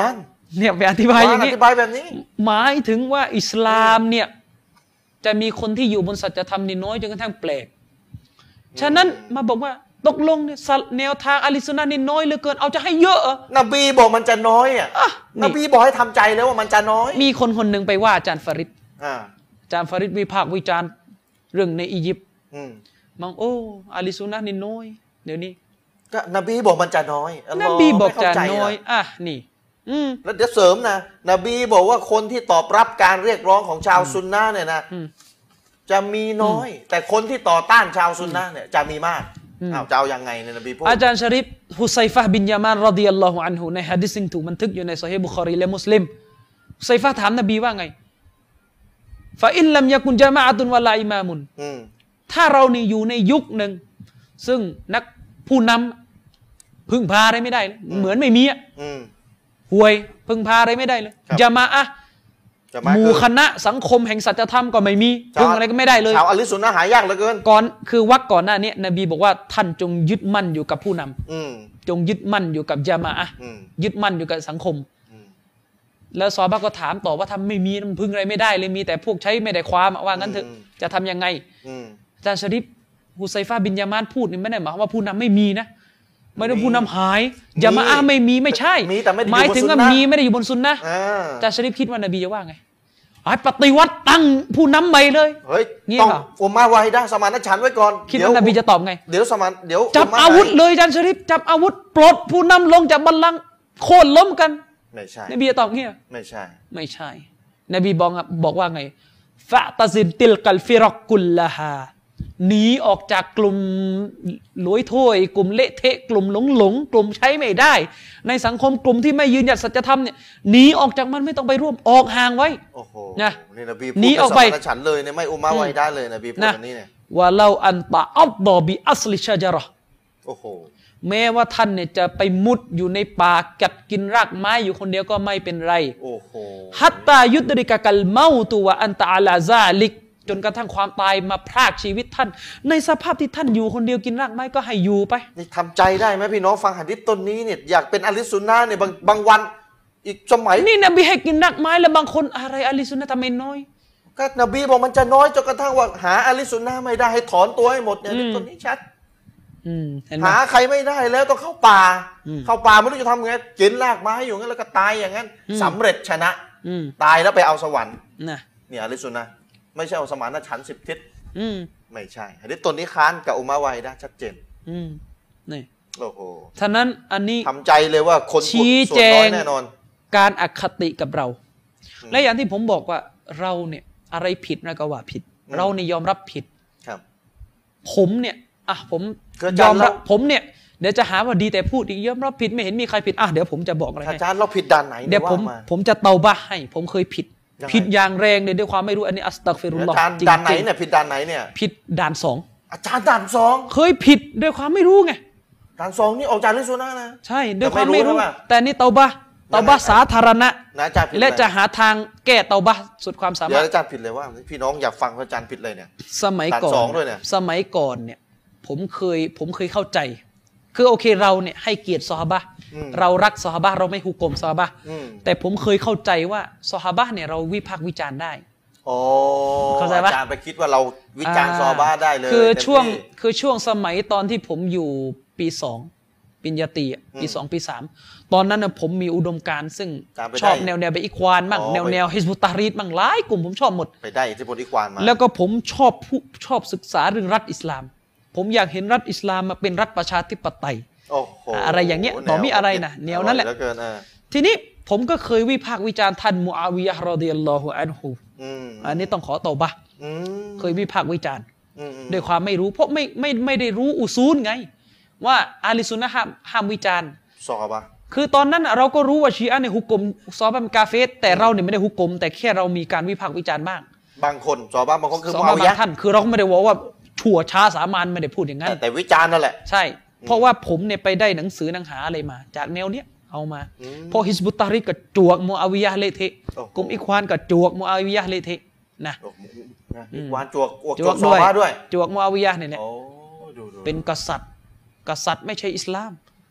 เนี่ยไปอธิบายอย่างนี้อธิบายแบบนี้หมายถึงว่าอิสลามเนี่ยจะมีคนที่อยู่บนสัจธรรมนี่น้อยจนกระทั่งแปลกฉะนั้นมาบอกว่าตกลงเนี่ยแนวทางอะลิสุนนะนี่น้อยเหลือเกินเอาจะให้เยอะนบีบอกมันจะน้อยนบีบอกให้ทำใจแล้วว่ามันจะน้อยมีคนหนึ่งไปว่าอาจารย์ฟาริดอาจารย์ฟาริดวิพากษ์วิจารณ์เรื่องในอียิปต์มองโอ้อะลิสุนนะนี่น้อยเดี๋ยวนี้ก็นบีบอกมันจะน้อยนบีบอกจะน้อยนี่แล้วเดี๋ยวเสริมนะนบีบอกว่าคนที่ตอบรับการเรียกร้องของชาวซุนนะเนี่ยนะจะมีน้อยแต่คนที่ต่อต้านชาวซุนนะเนี่ยจะมีมากจะเอายังไงเนี่ยนบีพูดอาจารย์ชะริฟฮุซัยฟะห์บินยามานรอฎิยัลลอฮุอันฮุในหะดีษซึ่งถูกบันทึกอยู่ในซอฮีฮ์บุคอรีและมุสลิมฮุซัยฟะห์ถามนบีว่าไงฟะอินลัมยะกุนญะมาอะตุนวะลาอิมามุนถ้าเรานี่อยู่ในยุคหนึ่งซึ่งนักผู้นำพึ่งพาอะไรไม่ได้เหมือนไม่มีห่วยพึ่งพาอะไรไม่ได้เลยญะมาอะห์หมู่คณะสังคมแห่งสัจธรรมก็ไม่มีพึ่งอะไรก็ไม่ได้เลยชาวอะลิสุนนะหายากเหลือเกินก่อนคือวรรคก่อนหน้านี้นบีบอกว่าท่านจงยึดมั่นอยู่กับผู้นำจงยึดมั่นอยู่กับญะมาอะห์ยึดมั่นอยู่กับสังคมแล้วซอฮาบะห์ก็ถามต่อว่าทำไม่มีพึ่งอะไรไม่ได้เลยมีแต่พวกใช้ไม่ได้ความว่างั้นเถอะจะทำยังไงอาจารย์ชะริฟฮุซัยฟะห์บินยามานพูดนี่ไม่ได้หมายว่าผู้นำไม่มีนะไม่ได้ผู้นำหายญะมาอะห์ไม่มีไม่ใช่หมายถึงว่ามีไม่ได้อยู่บนซุนนะห์อาจารย์ชะริฟคิดว่านบีจะว่าไงปฏิวัติตั้งผู้นำใหม่เลยเฮ้ยต้องอุมมะฮ์วาฮิดะห์สมานฉันท์ไว้ก่อนคิดว่านบีจะตอบไงเดี๋ยวจับอาวุธเลยอาจารย์ชะริฟจับอาวุธปลดผู้นำลงจากบัลลังก์โค่นล้มกันไม่ใช่นบีจะตอบเงี้ยไม่ใช่นบีบอกว่าไงฟะตะซินติลกัลฟิรักกุลละฮาหนีออกจากกลุ่มลอยถ้วยกลุ่มเละเทะกลุ่มหลงกลุ่มใช้ไม่ได้ในสังคมกลุ่มที่ไม่ยืนหยัดสัจธรรมเนี่ยหนีออกจากมันไม่ต้องไปร่วมออกห่างไว้โอ้โหนะนี่นบีพูดหนีออกไปฉันเลยเนี่ยไม่อุมมะฮ์ไว้ได้เลยนบีพูดแบบนี้เนี่ยว่าเราอันตะอัดดอบิอัสลิชะจาระห์โอ้โหแม้ว่าท่านเนี่ยจะไปมุดอยู่ในป่ากัดกินรากไม้อยู่คนเดียวก็ไม่เป็นไรโอ้โหฮัตตายุดริกะกัลเมาตุวะอันตะอะลาซาลิกจนกระทั่งความตายมาพรากชีวิตท่านในสภาพที่ท่านอยู่คนเดียวกินรากไม้ก็ให้อยู่ไปนี่ทำใจได้ไหมพี่น้องฟังหะดีษต้นนี้เนี่ยอยากเป็นอะลิสุนนะห์เนี่ยบางวันอีกสมัยนี่นบีให้กินรากไม้แล้วบางคนอะไรอะลิสุนนะห์ทำไมน้อยก็นบีบอกมันจะน้อยจนกระทั่งว่าหาอะลิสุนนะห์ไม่ได้ให้ถอนตัวให้หมดเนี่ยต้นนี้ชัดหาใครไม่ได้แล้วต้องเข้าป่าไม่รู้จะทำไงกินรากไม้อยู่งั้นแล้วก็ตายอย่างนั้นสำเร็จชนะตายแล้วไปเอาสวรรค์เนี่ยอะลิสุนนะห์ไม่ใช่เอาสมานฉันท์10 ทิศไม่ใช่หะดีษต้นนี้ค้านกับอุมมะฮ์วาฮิดะห์ชัดเจนนี่โอ้โหฉะนั้นอันนี้ทำใจเลยว่าคนชี้แจงแน่นอนการอคติกับเราและอย่างที่ผมบอกว่าเราเนี่ยอะไรผิดนะก็ว่าผิดเราเนี่ยยอมรับผิดครับผมเนี่ยผมยอมรับผมเนี่ยเดี๋ยวจะหาว่าดีแต่พูดอีกยอมรับผิดไม่เห็นมีใครผิดเดี๋ยวผมจะบอกอะไรให้อาจารย์เราผิดด้านไหนเดี๋ยวผมจะเตาบะให้ผมเคยผิดอย่างแรงเลยด้วยความไม่รู้อันนี้อัสตัฆฟิรุลลอฮ์จริงๆด่านไหนเนี่ยผิดด่านไหนเนี่ยผิดด่าน2 อาจารย์ด่าน2 เคยผิดด้วยความไม่รู้ไงด่าน2นี่ออกจากลิซุนนะห์นะใช่ด้วยความไม่รู้แต่นี่เตาบะสาธารณะและจะหาทางแก้เตาบะสุดความสามารถเดี๋ยวอาจารย์ผิดเลยว่าพี่น้องอยากฟังอาจารย์ผิดเลยเนี่ยสมัยก่อนเนี่ยผมเคยเข้าใจคือโอเคเราเนี่ยให้เกียรติซอฮาบะห์เรารักซอฮาบะห์เราไม่ฮุกมซอฮาบะห์แต่ผมเคยเข้าใจว่าซอฮาบะห์เนี่ยเราวิพากษ์วิจารณ์ได้เข้าใจปะอาจารย์ไปคิดว่าเราวิจารณ์ซอฮาบะห์ได้เลยคือช่วงสมัยตอนที่ผมอยู่ปี2ปริญญาตรีปี2ปี3ตอนนั้นผมมีอุดมการณ์ซึ่งชอบแนวแบบอิควานมั่งแนวฮิซบุตตารีดมั่งหลายกลุ่มผมชอบหมดไปได้ที่พลอิควานมาแล้วก็ผมชอบศึกษาเรื่องรัฐอิสลามผมอยากเห็นรัฐอิสลามมาเป็นรัฐประชาธิปไตยอะไรอย่างเงี้ยต่อมีอะไรนะแนวนั้นแหละทีนี้ผมก็เคยวิพากษ์วิจารณ์ท่านมุอาวิยะห์รอฎิยัลลอฮุอันฮุอันนี้ต้องขอตอบะห์เคยวิพากษ์วิจารณ์ด้วยความไม่รู้เพราะไม่ได้รู้อุซูลไงว่าอะลิซุนนะห์ห้ามวิจารณ์ซอฮาบะห์คือตอนนั้นเราก็รู้ว่าชีอะห์เนี่ยฮุกมซอฮาบะห์เป็นกาเฟรแต่เราเนี่ยไม่ได้ฮุกมแต่แค่เรามีการวิพากษ์วิจารณ์บ้างบางคนซอฮาบะห์บางคนคือมุอาวิยะห์ท่านคือเราก็ไม่ได้บอกว่าชั่วช้าสามัญไม่ได้พูดอย่างนั้นแต่วิจารณ์นั่นแหละใช่เพราะว่าผมเนี่ยไปได้หนังสือหนังหาอะไรมาจากแนวเนี้ยเอามาพอฮิซบุตตาริกกับจวกมุอาวิยะห์เละเทะกลุ่มอิควานกับจวกมุอาวิยะห์เละเทะนะอิควานจวกซอฮาบะห์ด้วยจวกมุอาวิยะห์เนี่ยเป็นกษัตริย์ไม่ใช่อิสลาม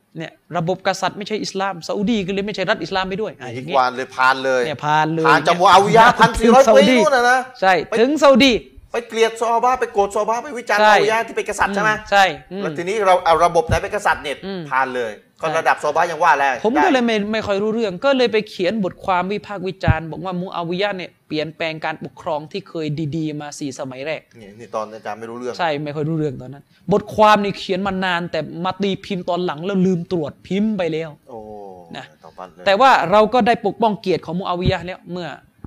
เนี่ยระบบกษัตริย์ไม่ใช่อิสลามซาอุดีก็เลยไม่ใช่รัฐอิสลามไปด้วยอีกวานเลยผ่านเลยเนี่ยผ่านเลยผ่านจากมูอาวิยะห์1,400 ปีนู่นนะใช่ถึงซาอุดีไปเกลียดซอฮาบะห์ไปโกรธซอฮาบะห์ไปวิจารณ์มูอาวิยะห์ที่เป็นกษัตริย์ใช่ไหมใช่แล้วทีนี้เราเอาระบบไหนเป็นกษัตริย์เนี่ยผ่านเลยก็ระดับซอฮาบะห์ยังว่าแล้วผมก็เลยไม่ค่อยรู้เรื่องก็เลยไปเขียนบทความวิพากษ์วิจารณ์บอกว่ามูอาวิยะห์เนี่ยเปลี่ยนแปลงการปกครองที่เคยดีๆมา4 สมัยแรกนี่ตอนอาจารย์ไม่รู้เรื่องใช่ไม่ค่อยรู้เรื่องตอนนั้นบทความนี่เขียนมานานแต่มาตีพิมพ์ตอนหลังแล้วลืมตรวจพิมพ์ไปแล้วนะแต่ว่าเราก็ได้ปกป้องเกียรติของมูอาวิยะห์แล้วเมื่อ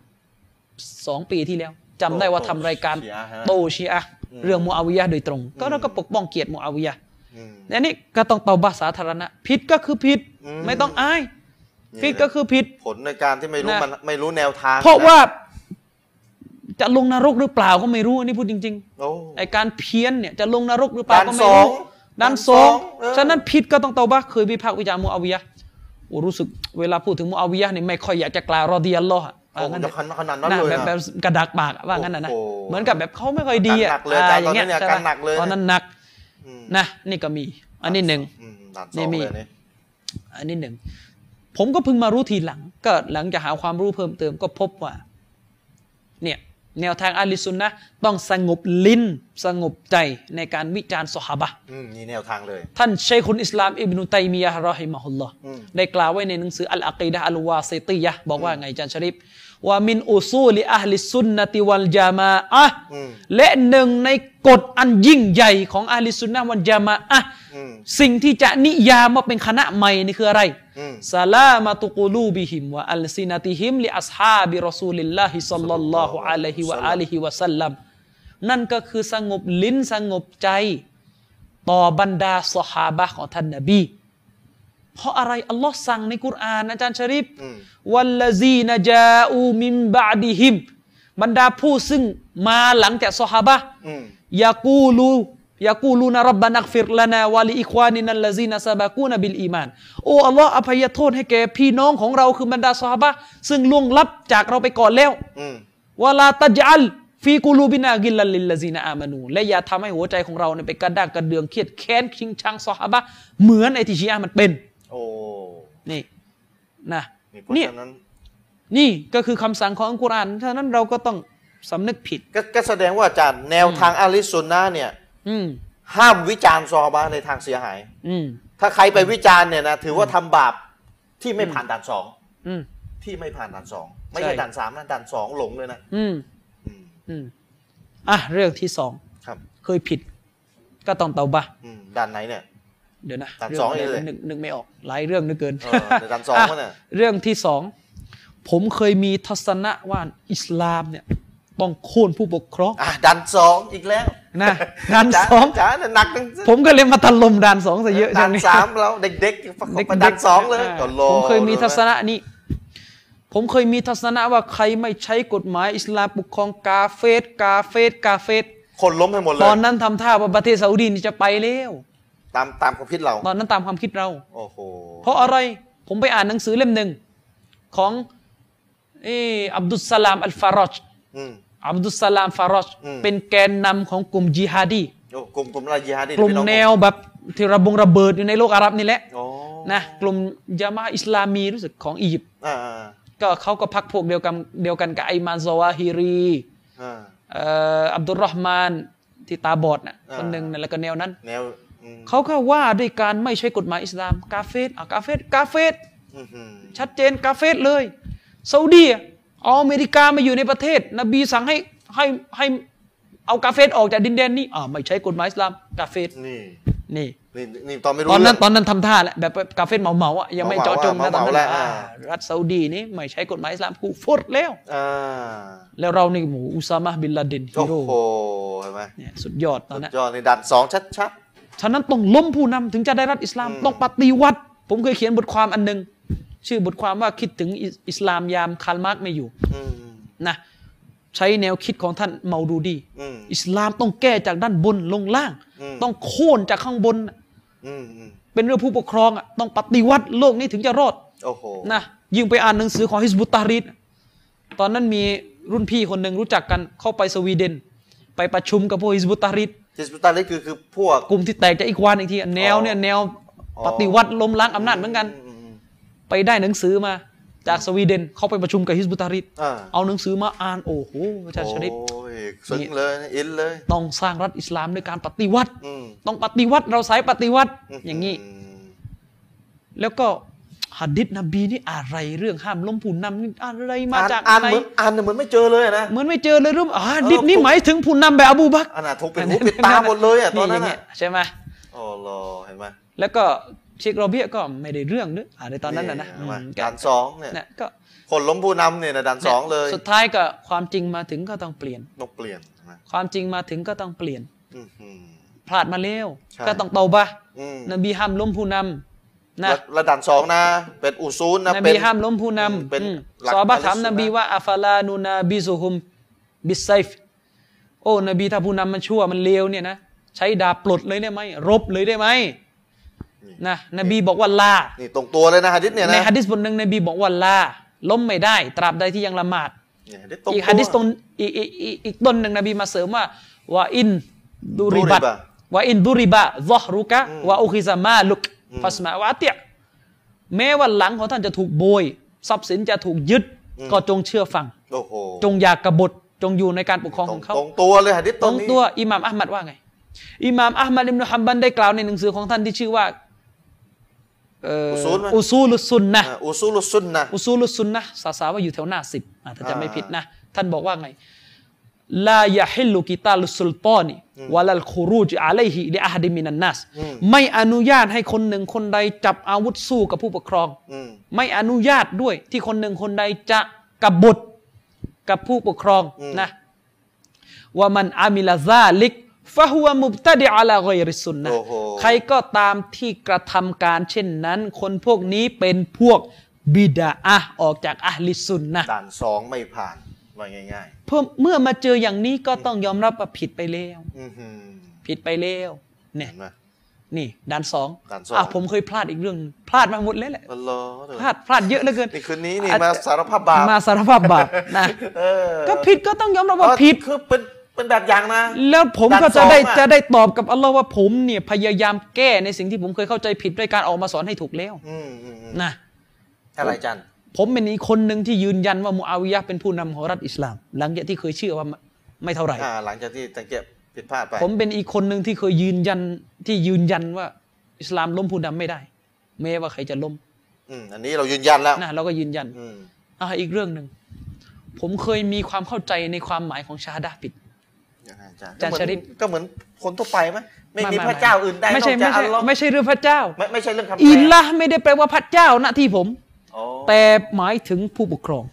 2 ปีที่แล้วจำได้ว่าทำรายการโตชีอะห์เรื่องมูอาวิยะห์โดยตรงก็เราก็ปกป้องเกียรติมูอาวิยะห์อันนี้ก็ต้องเตาบะสาธารณะผิดก็คือผิดไม่ต้องอายผิดก็คือผิดผลในการที่ไม่รู้มันไม่รู้แนวทางเพราะว่าจะลงนรกหรือเปล่าก็ไม่รู้อันนี้พูดจริงๆไอการเพี้ยนเนี่ยจะลงนรกหรือเปล่าก็ไม่รู้ด้าน2ฉะนั้นผิดก็ต้องเตาบะเคยวิพากษ์วิจารณ์มูอาวิยะห์รู้สึกเวลาพูดถึงมูอาวิยะห์เนี่ยไม่ค่อยอยากจะกล่าวรอฎิยัลลอฮ์งั้นขนาดนั้นเลยแบบกระดักปากว่างั้นนะเหมือนกับแบบเขาไม่ค่อยดีอ่ะอย่างเงี้ยตอนนั้นหนักนะนี่ก็มีอันนี้1นี่มีอันนี้1ผมก็เพิ่งมารู้ทีหลังก็หลังจากหาความรู้เพิ่มเติมก็พบว่าเนี่ยแนวทางอะลิซุนนะห์ต้องสงบลิ้นสงบใจในการวิจารณ์ซอฮาบะห์นี่แนวทางเลยท่านชัยคุลอิสลามอิบนุตัยมียะห์รอฮิมะฮุลลอฮ์ได้กล่าวไว้ในหนังสืออัลอะกีดะฮ์อัลวาซิตียะห์บอกว่าไงอาจารย์ชะรีฟว่ามินอุซูลิอะห์ลิซุนนะติวัลญะมาอะห์และหนึ่งในกฎอันยิ่งใหญ่ของอะห์ลิซุนนะฮ์วัลญะมาอะห์สิ่งที่จะนิยามว่าเป็นคณะใหม่นี่คืออะไรซาลามะตุกุลูบิฮิมวะอัลซินะติฮิมลิอัศฮาบิรอซูลิลลาฮิศ็อลลัลลอฮุอะลัยฮิวะอาลิฮิวะซัลลัมนั่นก็คือสงบลิ้นสงบใจต่อบรรดาซอฮาบะห์ของท่านนบีเพราะอะไรอัลลอฮ์สั่งในกุรอานอาจารย์ชะรีฟวัลลซีนะจาอูมินบะอดิฮิมบรรดาผู้ซึ่งมาหลังจากซอฮาบะห์ยะกูลูนะร็อบบะนักฟิรลานาวะลิอิควานินัลลซีนะซะบะกูนะบิลอีมานโอ้อัลลอฮ์อภัยโทษให้แก่พี่น้องของเราคือบรรดาซอฮาบะห์ซึ่งล่วงลับจากเราไปก่อนแล้ววะลาตัจอัลฟีกูลูบินากิลลัลลิลลซีนะอามานูและอย่าทำให้หัวใจของเราเนี่ยไปกระด้างกระเดืองเครียดแค้นชิงชังซอฮาบะห์เหมือนไอ้ที่ชีอะห์มันเป็นนี่นะนี่ก็คือคำสั่งของอัลกุรอานฉะนั้นเราก็ต้องสำนึกผิดก็แสดงว่าอาจารย์แนวทางอะห์ลิสซุนนะห์เนี่ยห้ามวิจารณ์ซอฮาบะห์ในทางเสียหายถ้าใครไปวิจารณ์เนี่ยนะถือว่าทำบาปที่ไม่ผ่านด่าน2ที่ไม่ผ่านด่าน2ไม่ใช่ด่าน3นะด่าน2หลงเลยนะเรื่องที่2 ครับเคยผิดก็ต้องเตาบะห์ด่านไหนเนี่ยเดี๋ยวนะด่าน2นี่เลยนึกไม่ออกหลายเรื่องเหลือเกินด่าน2เนี่ยเรื่องที่2ผมเคยมีทัศนะว่าอิสลามเนี่ยต้องโค่นผู้ปกครองด่าน2อีกแล้วนะด่าน2 จ๋าหนักผมก็เลยมาถล่มด่าน2ซะเยอะด่าน3แล้วเด็กๆด่าน2เลยผมเคยมีทัศนะนี้ผมเคยมีทัศนะว่าใครไม่ใช้กฎหมายอิสลามปกครองกาเฟสคนล้มให้หมดเลยตอนนั้นทำท่าว่าประเทศซาอุดีนี่จะไปแล้วตามความคิดเราตอนนั้นตามความคิดเราโอ้โหเพราะอะไรผมไปอ่านหนังสือเล่มหนึ่งของอับดุสสลามอัลฟารอจอับดุสสลามฟารอจเป็นแกนนำของกลุ่มจิฮาดีกลุ่มอะไรจิฮาดีกลุ่มแนวแบบที่ระเบิดอยู่ในโลกอาหรับนี่แหละนะกลุ่มญะมาอะห์อิสลามีรู้สึกของอียิปต์ก็เขาก็พักพวกเดียวกันกับไอมานซอวาฮิรีอับดุลรอฮ์มานที่ตาบอดน่ะคนหนึ่งนั่นแล้วก็แนวนั้นเขาก็ว่าด้วยการไม่ใช้กฎหมายอิสลามกาเฟสชัดเจนกาเฟสเลยซาอุดีอเมริกามาอยู่ในประเทศนบีสั่งให้เอากาเฟสออกจากดินแดนนี้ไม่ใช้กฎหมายอิสลามกาเฟสนี่ตอนไม่รู้ตอนนั้นทำท่าแหละแบบกาเฟสเมาอ่ะยังไม่เจาะจงนะตอนนั้นรัฐซาอุดีนี่ไม่ใช้กฎหมายอิสลามกูฟดแล้วเรานี่หมูอุซามะห์บินลาเดนฮีโร่โอ้โหเห็นไหมเนี่ยสุดยอดตอนนั้นสุดยอดในด่าน2ชัดฉะนั้นต้องล้มผู้นำถึงจะได้รัฐอิสลามต้องปฏิวัติผมเคยเขียนบทความอันนึงชื่อบทความว่าคิดถึงอิสลามยามคาร์ลมาร์กซ์ไม่อยู่นะใช้แนวคิดของท่านเมาดูดีอิสลามต้องแก้จากด้านบนลงล่างต้องโค่นจากข้างบนเป็นเรื่องผู้ปกครองต้องปฏิวัติโลกนี้ถึงจะรอดนะยิ่งไปอ่านหนังสือของฮิซบุตตาริดตอนนั้นมีรุ่นพี่คนหนึ่งรู้จักกันเข้าไปสวีเดนไปประชุมกับพวกฮิซบุตตาริดคือพวกกลุ่มที่แตกจากอีกวานอีกทีแนวปฏิวัติล้มล้างอำนาจเหมือนกันไปได้หนังสือมาจากสวีเดนเขาไปประชุมกับฮิซบุตตาริดเอาหนังสือมาอ่านโอ้โหอาจารย์ชริฟซึ้งเลยอินเลยต้องสร้างรัฐอิสลามด้วยการปฏิวัติต้องปฏิวัติเราสายปฏิวัติอย่างนี้แล้วก็หะดีษนบีนี่อะไรเรื่องห้ามล้มผู้นำนี่อะไรมาจากไหนอ่านเหมือนไม่เจอเลยนะเหมือนไม่เจอเลยรู้หะดีษนี้หมายถึงผู้นำแบบอบูบักรถูกเป็นหูปิดตาหมดเลยตอนนั้นใช่ไหมโอ้โหเห็นไหมแล้วก็เชคโรเบียก็ไม่ได้เรื่องด้วยในตอนนั้นนะด่านสองเนี่ยก็คนล้มผู้นำเนี่ยด่านสองเลยสุดท้ายก็ความจริงมาถึงก็ต้องเปลี่ยนความจริงมาถึงก็ต้องเปลี่ยนพลาดมาแล้วก็ต้องเตาบะนบีห้ามล้มผู้นำนะระดับสองนะเป็นอุซูลนะนบีห้ามล้มผู้นำเป็นซอฮาบะห์ถามนบีว่าอัฟลานูนาบิซุฮุมบิสไซฟโอ้นบีถ้าผู้นำมันชั่วมันเลวเนี่ยนะใช้ดาบปลดเลยได้ไหมรบเลยได้ไหมนะนบีบอกว่าลานี่ตรงตัวเลยนะหะดีษเนี่ยนะในหะดีษบทหนึ่งนบีบอกว่าลาล้มไม่ได้ตราบใดที่ยังละหมาดอีกหะดีษตรงอีกต้นหนึ่งนบีมาเสริมว่าอินดูริบัตว่าอินดูริบะซอฮรุกะว่าอุคิซามาลุกฟัสมาวะเตียแม้ว่าหลังของท่านจะถูกโบยทรัพย์สินจะถูกยึดก็จงเชื่อฟังจงอย่ากบฏจงอยู่ในการปกครองของเขาตรงตัวเลยหะดีษตรงตัวอิหม่ามอะห์มัดว่าไงอิหม่ามอะห์มัดอิบนุฮัมบัลได้กล่าวในหนังสือของท่านที่ชื่อว่าอุซูลุซุนนะอุซูลุซุนนะอุซูลุซุนนะสาว่าอยู่แถวหน้า10ถ้าจะไม่ผิดนะท่านบอกว่าไงลายะฮิลลุกิตาลุสุลตานีวะลัลคุรูจอะลัยฮิลิอะฮดิมินันนัสไม่อนุญาตให้คนหนึ่งคนใดจับอาวุธสู้กับผู้ปกครองไม่อนุญาตด้วยที่คนหนึ่งคนใดจะกบฏกับผู้ปกครองนะว่ามันอามิลาซาลิกฟะฮุวะมุบตะดิอะลาฆอยริสุนนะใครก็ตามที่กระทำการเช่นนั้นคนพวกนี้เป็นพวกบิดาอะห์ออกจากอะห์ลิสุนนะด่านสองไม่ผ่านว่าง่ายๆเมื่อมาเจออย่างนี้ก็ต้องยอมรับว่าผิดไปแล้วผิดไปแล้วเนี่ยนี่ด่านสองผมเคยพลาดอีกเรื่องพลาดมาหมดเลยแหละพลาดเยอะเหลือเกินนี่คืนนี้นี่มาสารภาพบาปนะก็ผิดก็ต้องยอมรับว่าผิดคือเป็นแบบอย่างนะแล้วผมก็จะได้ตอบกับอัลลอฮ์ว่าผมเนี่ยพยายามแก้ในสิ่งที่ผมเคยเข้าใจผิดด้วยการออกมาสอนให้ถูกแล้วนะอะไรจันผมเป็นอีกคนหนึ่งที่ยืนยันว่ามุอาวิยะห์เป็นผู้นำของรัฐอิสลามหลังจากที่เคยเชื่อว่าไม่เท่าไหร่หลังจากที่ตะเกียบผิดพลาดไปผมเป็นอีกคนหนึ่งที่เคยยืนยันว่าอิสลามล้มผู้นำไม่ได้แม้ว่าใครจะล้มอันนี้เรายืนยันแล้วนะเราก็ยืนยันอีกเรื่องหนึ่งผมเคยมีความเข้าใจในความหมายของชาฮาดะห์ผิดอาจารย์ชริฟก็เหมือนคนทั่วไปไหมไม่มีพระเจ้าอื่นได้นอกจากอัลลอฮ์ไม่ใช่เรื่องพระเจ้าไม่ใช่เรื่องคำแปลอิลาห์ไม่ได้แปลว่าพระเจ้าหน้าที่ผมแต่หมายถึงผู้ปกครอง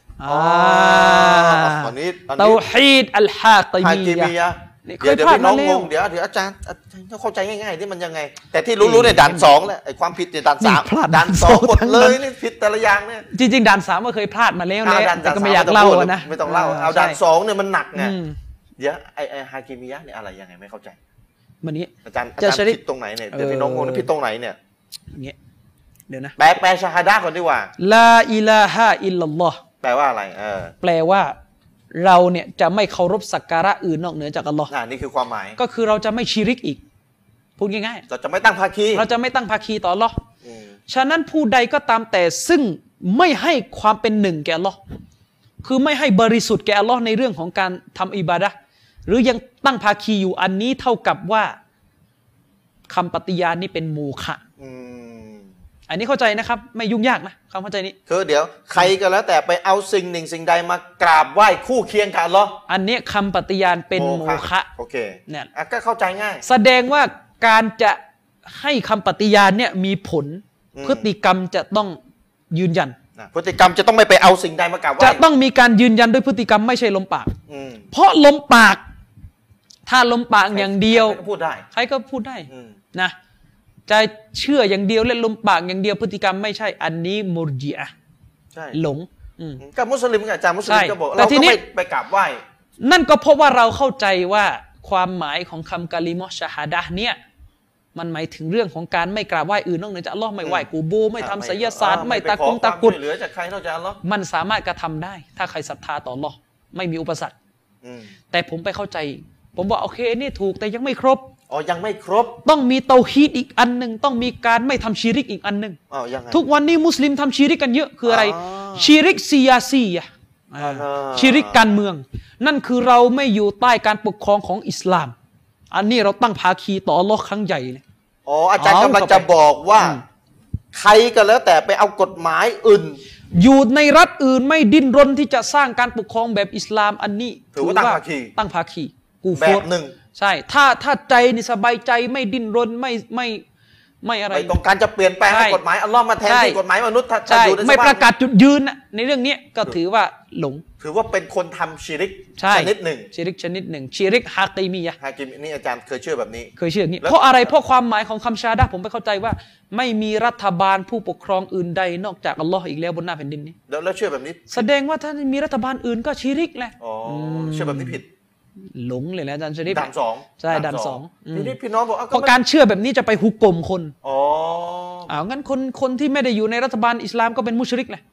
เตาฮีดอัลฮากิมียะเดี๋ยวพี่น้องงงเดี๋ยวอาจารย์เข้าใจง่ายๆที่มันยังไงแต่ที่รู้เนี่ยด่าน2แหละไอ้ความผิดในด่าน3ด่าน2หมดเลยนี่ผิดแต่ละอย่างเนี่ยจริงๆด่าน3ก็เคยพลาดมาแล้วแต่ก็ไม่อยากเล่านะไม่ต้องเล่าเอาด่าน2เนี่ยมันหนักไงเดี๋ยวไอ้ฮากิมียะเนี่ยอะไรยังไงไม่เข้าใจมันนี้อาจารย์ผิดตรงไหนเนี่ยเดี๋ยวพี่น้องงงผิดตรงไหนเนี่ยอย่างเงี้ยเดี๋ยวนะแปลชาฮาดะห์ก่อนดีกว่าลาอิลาฮะอิลลัลลอฮ์แปลว่าอะไรแปลว่าเราเนี่ยจะไม่เคารพสักการะอื่นนอกเหนือจากอัลลอฮ์นี่คือความหมายก็คือเราจะไม่ชิริกอีกพูดง่ายๆเราจะไม่ตั้งภาคีเราจะไม่ตั้งภาคีต่ออัลลอฮ์ฉะนั้นผู้ใดก็ตามแต่ซึ่งไม่ให้ความเป็นหนึ่งแก่อัลลอฮ์คือไม่ให้บริสุทธิ์แก่อัลลอฮ์ในเรื่องของการทำอิบาดะห์หรือยังตั้งภาคีอยู่อันนี้เท่ากับว่าคำปฏิญาณนี้เป็นโมฆะอันนี้เข้าใจนะครับไม่ยุ่งยากนะคำเข้าใจนี้คือเดี๋ยวใครก็แล้วแต่ไปเอาสิ่งหนึ่งสิ่งใดมากราบไหว้คู่เคียงกับอัลเลาะห์อันนี้คำปฏิญาณเป็นโมฆะโอเคเนี่ยก็เข้าใจง่ายแสดงว่าการจะให้คำปฏิญาณเนี่ยมีผลพฤติกรรมจะต้องยืนยันพฤติกรรมจะต้องไม่ไปเอาสิ่งใดมากราบไหว้จะต้องมีการยืนยันด้วยพฤติกรรมไม่ใช่ลมปากเพราะลมปากถ้าลมปากอย่างเดียวพูดได้ใครก็พูดได้นะจะเชื่ออย่างเดียวและลมปากอย่างเดียวพฤติกรรมไม่ใช่อันนี้มุรจิอะห์หลงกับมุสลิมกับอาจารย์มุสลิมก็บอกเราก็ไม่ไปกราบไหว้นั่นก็เพราะว่าเราเข้าใจว่าความหมายของคำกะลิมะชะฮาดะห์เนี่ยมันหมายถึงเรื่องของการไม่กราบไหว้อื่นนอกเหนือจากอัลเลาะห์ไม่ไหว้กูโบไม่ทำไสยศาสตร์ไม่ตะกุดเหลือจากใครนอกจากอัลเลาะห์มันสามารถกระทำได้ถ้าใครศรัทธาต่ออัลเลาะห์ไม่มีอุปสรรคแต่ผมไปเข้าใจผมบอกโอเคนี่ถูกแต่ยังไม่ครบอ๋อยังไม่ครบต้องมีเตาฮีดอีกอันหนึ่งต้องมีการไม่ทำชีริกอีกอันหนึ่งยังไงทุกวันนี้มุสลิมทำชีริกกันเยอะคืออะไรชีริกซียาซีอะชีริกการเมืองนั่นคือเราไม่อยู่ใต้การปกครองของอิสลามอันนี้เราตั้งภาคีต่ออัลเลาะห์ครั้งใหญ่เลยอ๋ออาจารย์กำลังจะบอกว่าใครก็แล้วแต่ไปเอากฎหมายอื่นอยู่ในรัฐอื่นไม่ดิ้นรนที่จะสร้างการปกครองแบบอิสลามอันนี้ถือว่าตั้งภาคีกูโฟแบบหนึ่งใช่ถ้าใจนี่สบายใจไม่ดิ้นรนไม่อะไรไม่ต้องการจะเปลี่ยนแปลงให้กฎหมายอัลลอฮ์มาแทนที่กฎหมายมนุษย์ถ้าอยู่ในไม่ประกาศจุดยืนในเรื่องนี้ก็ถือว่าหลงถือว่าเป็นคนทำชิริกชนิดหนึ่งชิริกชนิดหนึ่งชิริกฮากีมียะนี่อาจารย์เคยเชื่อแบบนี้เคยเชื่ออย่างนี้เพราะอะไรเพราะความหมายของคำชาดะผมไปเข้าใจว่าไม่มีรัฐบาลผู้ปกครองอื่นใดนอกจากอัลลอฮ์อีกแล้วบนหน้าแผ่นดินนี้แล้วเชื่อแบบนี้แสดงว่าถ้ามีรัฐบาลอื่นก็ชิริกแหละเชื่อแบบนี้ผิดหลงเลยแหละอาจารย์ชริฟด่านสองใช่ด่านสองทีนี้พี่น้องบอกเพราะการเชื่อแบบนี้จะไปฮุกกลมคนงั้นคนที่ไม่ได้อยู่ในรัฐบาลอิสลามก็เป็นมุชริกเลย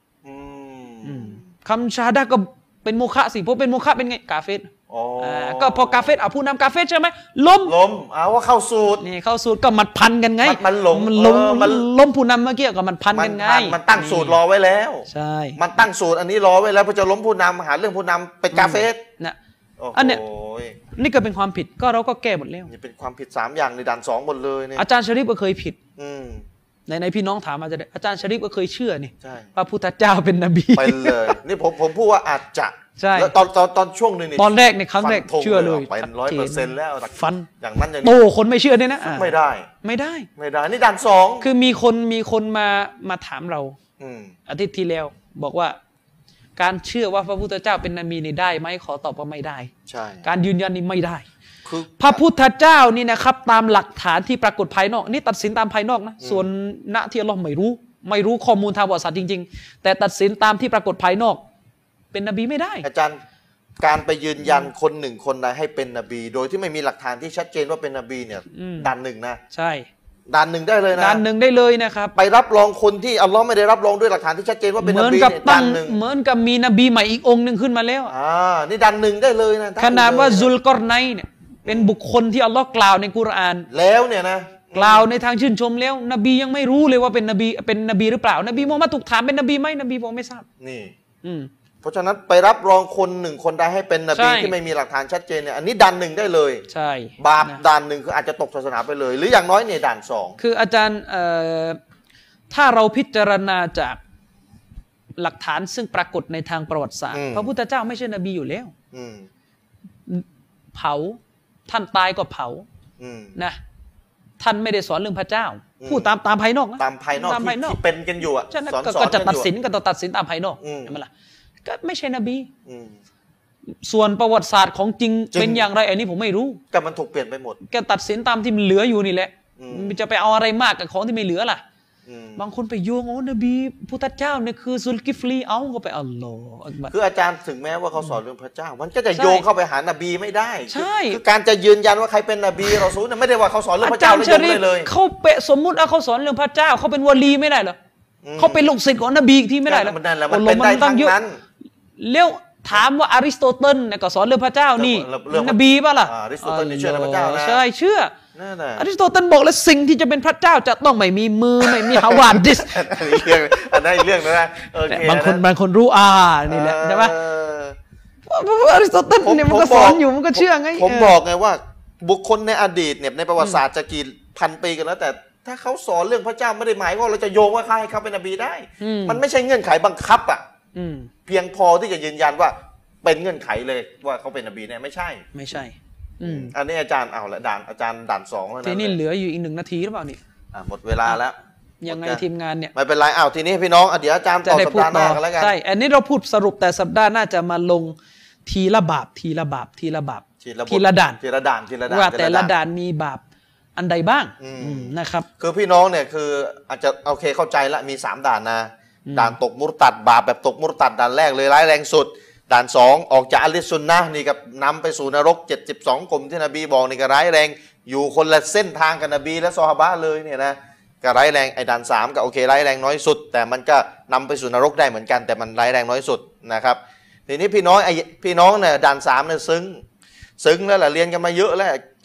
คำชาดะก็เป็นโมฆะสิเพราะเป็นโมฆะเป็นไงกาเฟรก็พอกาเฟรผู้นำกาเฟรใช่ไหมล้มว่าเข้าสูตรนี่เข้าสูตรก็มันพันกันไงมันล้มผู้นำเมื่อกี้ก็มันพันกันไงมันตั้งสูตรรอไว้แล้วใช่มันตั้งสูตรอันนี้รอไว้แล้วพอจะล้มผู้นำหาเรื่องผู้นำเป็นกาเฟรนะอันเนี้ยนี่ก็เป็นความผิดก็เราก็แก้หมดแล้วนี่เป็นความผิด3อย่างในด่าน2หมดเลยเนี่ยอาจารย์ชริฟก็เคยผิดในพี่น้องถามอาจารย์ชริฟก็เคยเชื่อนี่พระพุทธเจ้าเป็นนบีไปเลยนี่ผมพูดว่าอาจจะใช่แล้วตอนช่วงนึงนี่ตอนแรกในครั้งแรกเชื่อเลยไป100%แล้วฟันอย่างนั้นอย่างนี้โตคนไม่เชื่อเนี่ยนะไม่ได้นี่ด่าน2 คือมีคนมาถามเราอาทิตย์ที่แล้วบอกว่าการเชื่อว่าพระพุทธเจ้าเป็นนบีนี่ได้ไหมขอตอบว่าไม่ได้ใช่การยืนยันนี่ไม่ได้พระพุทธเจ้านี่นะครับตามหลักฐานที่ปรากฏภายนอกนี่ตัดสินตามภายนอกนะส่วนณที่อัลเลาะห์ไม่รู้ข้อมูลทางประวัติศาสตร์จริงๆแต่ตัดสินตามที่ปรากฏภายนอกเป็นนบีไม่ได้อาจารย์การไปยืนยันคนหนึ่งคนใดให้เป็นนบีโดยที่ไม่มีหลักฐานที่ชัดเจนว่าเป็นนบีเนี่ยด่านหนึ่งนะใช่ด่านหนึ่งได้เลยนะด่านหนึ่งได้เลยนะครับไปรับรองคนที่อัลลอฮ์ไม่ได้รับรองด้วยหลักฐานที่ชัดเจนว่าเป็นนบีเนี่ยด่านหนึ่งเหมือนกับมีนบีใหม่อีกองค์หนึ่งขึ้นมาแล้วนี่ด่านหนึ่งได้เลยนะขนาดว่าซุลกอรไนเนี่ยเป็นบุคคลที่อัลลอฮ์กล่าวในกุรอานแล้วเนี่ยนะกล่าวในทางชื่นชมแล้วนบียังไม่รู้เลยว่าเป็นนบีหรือเปล่านบีมูฮัมมัดถูกถามเป็นนบีไหมนบีบอกไม่ทราบนี่เพราะฉะนั้นไปรับรองคนหนึ่งคนใดให้เป็นนบีที่ไม่มีหลักฐานชัดเจนเนี่ยอันนี้ด่านหนึ่งได้เลยใช่บาปด่านหนึ่งคืออาจจะตกศาสนาไปเลยหรืออย่างน้อยเนี่ยด่าน2 คืออาจารย์ถ้าเราพิจารณาจากหลักฐานซึ่งปรากฏในทางประวัติศาสตร์พระพุทธเจ้าไม่ใช่นบีอยู่แล้วเผาท่านตายก็เผานะท่านไม่ได้สอนเรื่องพระเจ้าพูดตามภายนอกนะตามภายนอกที่เป็นกันอยู่สอนก็จะตัดสินก็ต้องตัดสินตามภายนอกใช่ไหมล่ะก็ไม่ใช่นบีส่วนประวัติศาสตร์ของจริงเป็นอย่างไรอันนี้ผมไม่รู้ก็มันถูกเปลี่ยนไปหมดก็ตัดสินตามที่มันเหลืออยู่นี่แหละจะไปเอาอะไรมากกับของที่ไม่เหลือล่ะบางคนไปโยงนบีพุทธเจ้าเนี่ยคือซุลกิฟลีเอาก็ไปอัลลอฮ์คืออาจารย์ถึงแม้ว่าเขาสอนเรื่องพระเจ้ามันก็จะโยงเข้าไปหานบีไม่ได้ใช่คือการจะยืนยันว่าใครเป็นนบีเราซูลไม่ได้ว่าเขาสอนเรื่องพระเจ้าแล้วโยงเลยเขาเปะสมมุติเขาสอนเรื่องพระเจ้าเขาเป็นวลีไม่ได้เหรอเขาเป็นลูกศิษย์ของนบีที่ไม่ได้เหรอมันเป็นได้ทั้งนั้นแล้วถามว่าอริสโตเติลเนี่ยก็สอนเรื่องพระเจ้านี่นบีป่ะล่ะอริสโตเติลเชื่อในพระเจ้านะใช่เชื่ออริสโตเติลบอกแล้วสิ่งที่จะเป็นพระเจ้าจะต้องไม่มีมือไม่มีฮาวาดิสอันนั้นอีกเรื่องนึงนะบางคนรู้นี่แหละใช่ไหมอริสโตเติลเนี่ยมันก็สอนอยู่มันก็เชื่อไงผมบอกไงว่าบุคคลในอดีตเนี่ยในประวัติศาสตร์จะกี่พันปีกันแล้วแต่ถ้าเขาสอนเรื่องพระเจ้าไม่ได้หมายว่าเราจะโยงว่าให้เขาเป็นนบีได้มันไม่ใช่เงื่อนไขบังคับอ่ะเพียงพอที่จะยืนยันว่าเป็นเงื่อนไขเลยว่าเขาเป็นนบีเนี่ยไม่ใช่อันนี้อาจารย์เอาละอาจารย์ด่าน2แล้วนะทีนี้เหลืออยู่อีก1 นาทีหรือเปล่านี่หมดเวลาแล้วยังไงทีมงานเนี่ยไม่เป็นไรทีนี้พี่น้องเดี๋ยวอาจารย์ต่อสัปดาห์หน้ากันแล้วกันใช่อันนี้เราพูดสรุปแต่สัปดาห์หน้าจะมาลงทีละบาปทีละด่านว่าแต่ละด่านมีบาปอันใดบ้างนะครับคือพี่น้องเนี่ยคืออาจจะโอเคเข้าใจละมี3ด่านนะด่านตกมุรตัดบาปแบบตกมุรตัดด่านแรกเลยร้ายแรงสุดด่าน2ออกจากอัลลิซุนนะนี่กับนำไปสู่นรก72กลุ่มที่นบีบอกนี่ก็ร้ายแรงอยู่คนละเส้นทางกับนบีและซอฮาบะห์เลยเนี่ยนะก็ร้ายแรงไอ้ด่าน3ก็โอเคร้ายแรงน้อยสุดแต่มันก็นำไปสู่นรกได้เหมือนกันแต่มันร้ายแรงน้อยสุดนะครับทีนี้พี่น้องเนี่ยด่าน3เนี่ยซึ้งแล้วแหละเรียนกันมาเยอะแล้ว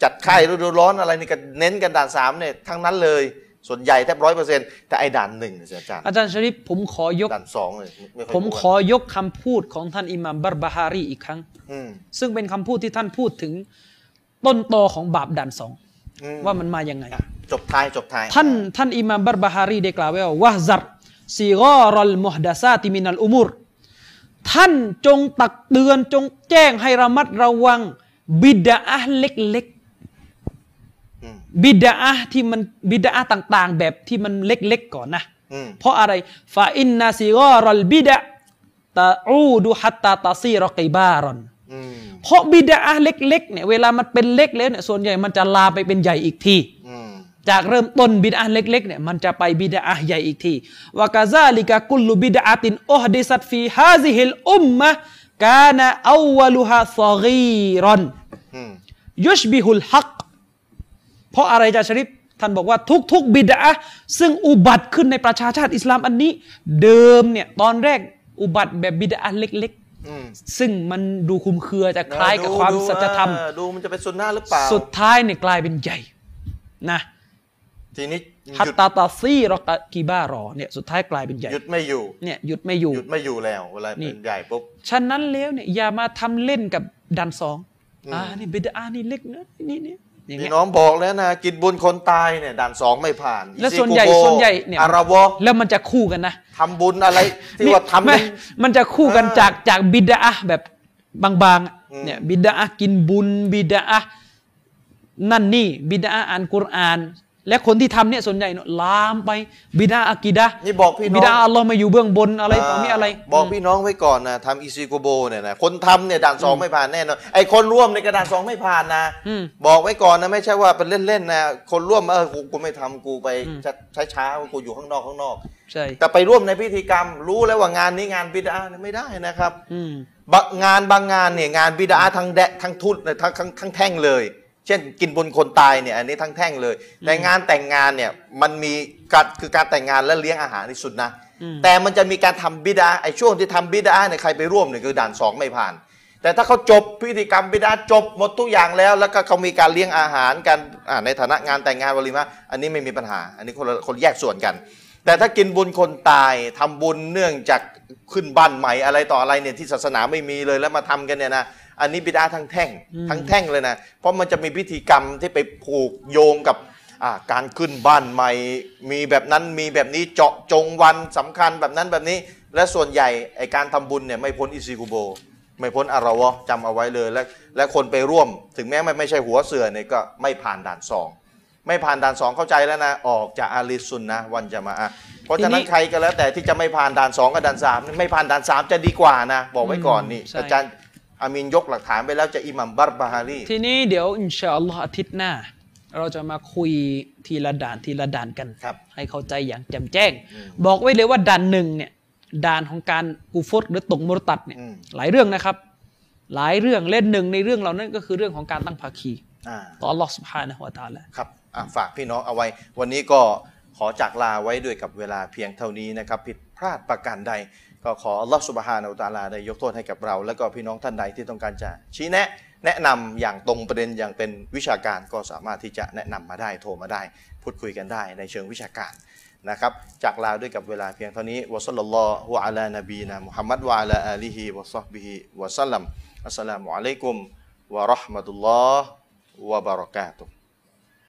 จัดค่ายฤดูร้อนอะไรนี่ก็เน้นกันด่าน3เนี่ยทั้งนั้นเลยส่วนใหญ่แทบ100%แต่ไอ้ด่าน1เนี่ยอาจารย์ชะริฟผมขอยกด่าน2เลยผมขอยกคำพูดของท่านอิหม่ามบัรบะฮารีอีกครั้งซึ่งเป็นคำพูดที่ท่านพูดถึงต้นตอของบาปด่าน2ว่ามันมาอย่างไงจบท้ายท่านอิหม่ามบัรบะฮารีได้กล่าวไว้ว่าวะซัรซิกอรัลมุฮดะซาติมินัลอุมุรท่านจงตักเตือนจงแจ้งให้ระมัดระวังบิดาเล็กๆบิดาที่มันบิดาต่างๆแบบที่มันเล็กๆก่อนนะเพราะอะไรฟาอินนาซิกอรัลบิดะตะอูดุฮัตตาตาซีรอกิบารอนเพราะบิดาเล็กๆเนี่ยเวลามันเป็นเล็กแล้วเนี่ยส่วนใหญ่มันจะลาไปเป็นใหญ่อีกทีจากเริ่มต้นบิดาเล็กๆเนี่ยมันจะไปบิดาใหญ่อีกทีวะกะซาลิกะกุลลุบิดาตินอุฮดิซัตฟีฮาซิฮิลอุมมะกานะอวลุฮาศอกีรอนยุชบิฮุลฮักเพราะอะไรจะชะริฟท่านบอกว่าทุกบิดาซึ่งอุบัติขึ้นในประชาชาติอิสลามอันนี้เดิมเนี่ยตอนแรกอุบัติแบบบิดาเล็กๆซึ่งมันดูคุมเครือจะคล้ายกับความสัจธรรมดูมันจะเป็นสุนนะหรือเปล่าสุดท้ายเนี่ยกลายเป็นใหญ่นะทีนี้ฮัตตาตาซีรอกกีบารอเนี่ยสุดท้ายกลายเป็นใหญ่หยุดไม่อยู่เนี่ยหยุดไม่อยู่แล้วเวลาเป็นใหญ่ปุ๊บฉะนั้นแล้วเนี่ยอย่ามาทำเล่นกับด่าน2นี่บิดานี่เล็กนะนี่พี่น้องบอกแล้วนะกินบุญคนตายเนี่ยด่าน2ไม่ผ่านแล้วส่วนใหญ่เนี่ยอาราวะแล้วมันจะคู่กันนะทำบุญอะไรที่ว่าทำมันจะคู่กันจากบิดาแบบบางๆเนี่ยบิดากินบุญบิดานั่นนี่บิดาอ่านกุรอานและคนที่ทำเนี่ยส่วนใหญ่ลามไปบิดาอะกีดะนี่บอกพี่น้องบิดาอัลลอฮ์มาอยู่เบื้องบนอะไรต่อมีอะไรบอกพี่น้องไว้ก่อนนะทำอิซิโกโบเนี่ยนะคนทำเนี่ยด่าน2ไม่ผ่านแน่นอนไอคนร่วมในกระดาน2ไม่ผ่านนะบอกไว้ก่อนนะไม่ใช่ว่าเป็นเล่นๆนะคนร่วมกูไม่ทำกูไปช้าๆกูอยู่ข้างนอกใช่แต่ไปร่วมในพิธีกรรมรู้แล้วว่างานนี้งานบิดาไม่ได้นะครับบางงานเนี่ยงานบิดาทั้งทุนทั้งแท่งเลยเช่นกินบุญคนตายเนี่ยอันนี้ทั้งแท่งเลยแต่งานแต่งงานเนี่ยมันมีการแต่งงานและเลี้ยงอาหารที่สุดนะแต่มันจะมีการทำบิดาไอ้ช่วงที่ทำบิดาเนี่ยใครไปร่วมเนี่ยคือด่าน2ไม่ผ่านแต่ถ้าเขาจบพิธีกรรมบิดาจบหมดทุกอย่างแล้วก็เขามีการเลี้ยงอาหารกันในฐานะงานแต่งงานวะลีมะอันนี้ไม่มีปัญหาอันนี้คนแยกส่วนกันแต่ถ้ากินบุญคนตายทำบุญเนื่องจากขึ้นบ้านใหม่อะไรต่ออะไรเนี่ยที่ศาสนาไม่มีเลยแล้วมาทำกันเนี่ยนะอันนี้บิดาทั้งแท่งเลยนะเพราะมันจะมีพิธีกรรมที่ไปผูกโยงกับการขึ้นบ้านใหม่มีแบบนั้นมีแบบนี้เจาะจงวันสำคัญแบบนั้นแบบนี้และส่วนใหญ่ไอการทำบุญเนี่ยไม่พ้นอิซิกุโบไม่พ้นอาราวะจำเอาไว้เลยและคนไปร่วมถึงแม้ไม่ใช่หัวเสือเนี่ยก็ไม่ผ่านด่าน2ไม่ผ่านด่าน2เข้าใจแล้วนะออกจากอาลีซุนนะวันจะมาเพราะฉะนั้นใครก็แล้วแต่ที่จะไม่ผ่านด่าน2กับด่าน3ไม่ผ่านด่าน3จะดีกว่านะบอกไว้ก่อนนี่อาจารย์อามีนยกหลักฐานไปแล้วจะอิหมัมบัรบะฮารีทีนี้เดี๋ยวอินชาอัลลอฮ์อาทิตย์หน้าเราจะมาคุยทีละด่านกันให้เข้าใจอย่างแจ่มแจ้งบอกไว้เลยว่าด่าน1เนี่ยด่านของการกูฟรหรือตกมุรตัดเนี่ยหลายเรื่องนะครับหลายเรื่องเล่นหนึ่งในเรื่องเหล่านั้นก็คือเรื่องของการตั้งภาคีต่ออัลลอฮ์ซุบฮานะฮูวะตะอาลาครับฝากพี่น้องเอาไว้วันนี้ก็ขอจากลาไว้ด้วยกับเวลาเพียงเท่านี้นะครับผิดพลาดประการใดก็ขออัลลอฮฺซุบฮานะฮูวะตะอาลาได้ยกโทษให้กับเราและก็พี่น้องท่านใดที่ต้องการจะชี้แนะนำอย่างตรงประเด็นอย่างเป็นวิชาการก็สามารถที่จะแนะนำมาได้โทรมาได้พูดคุยกันได้ในเชิงวิชาการนะครับจากลาด้วยกับเวลาเพียงเท่านี้วะซัลลัลลอฮุอะลา นบีนะมุฮัมมัดวะอะลาอาลีฮิวะศอฮบิฮิวะซัลลัมอัสสลามุอะลัยกุมวะเราะห์มะตุลลอฮ์วะบะเราะกาตุฮ์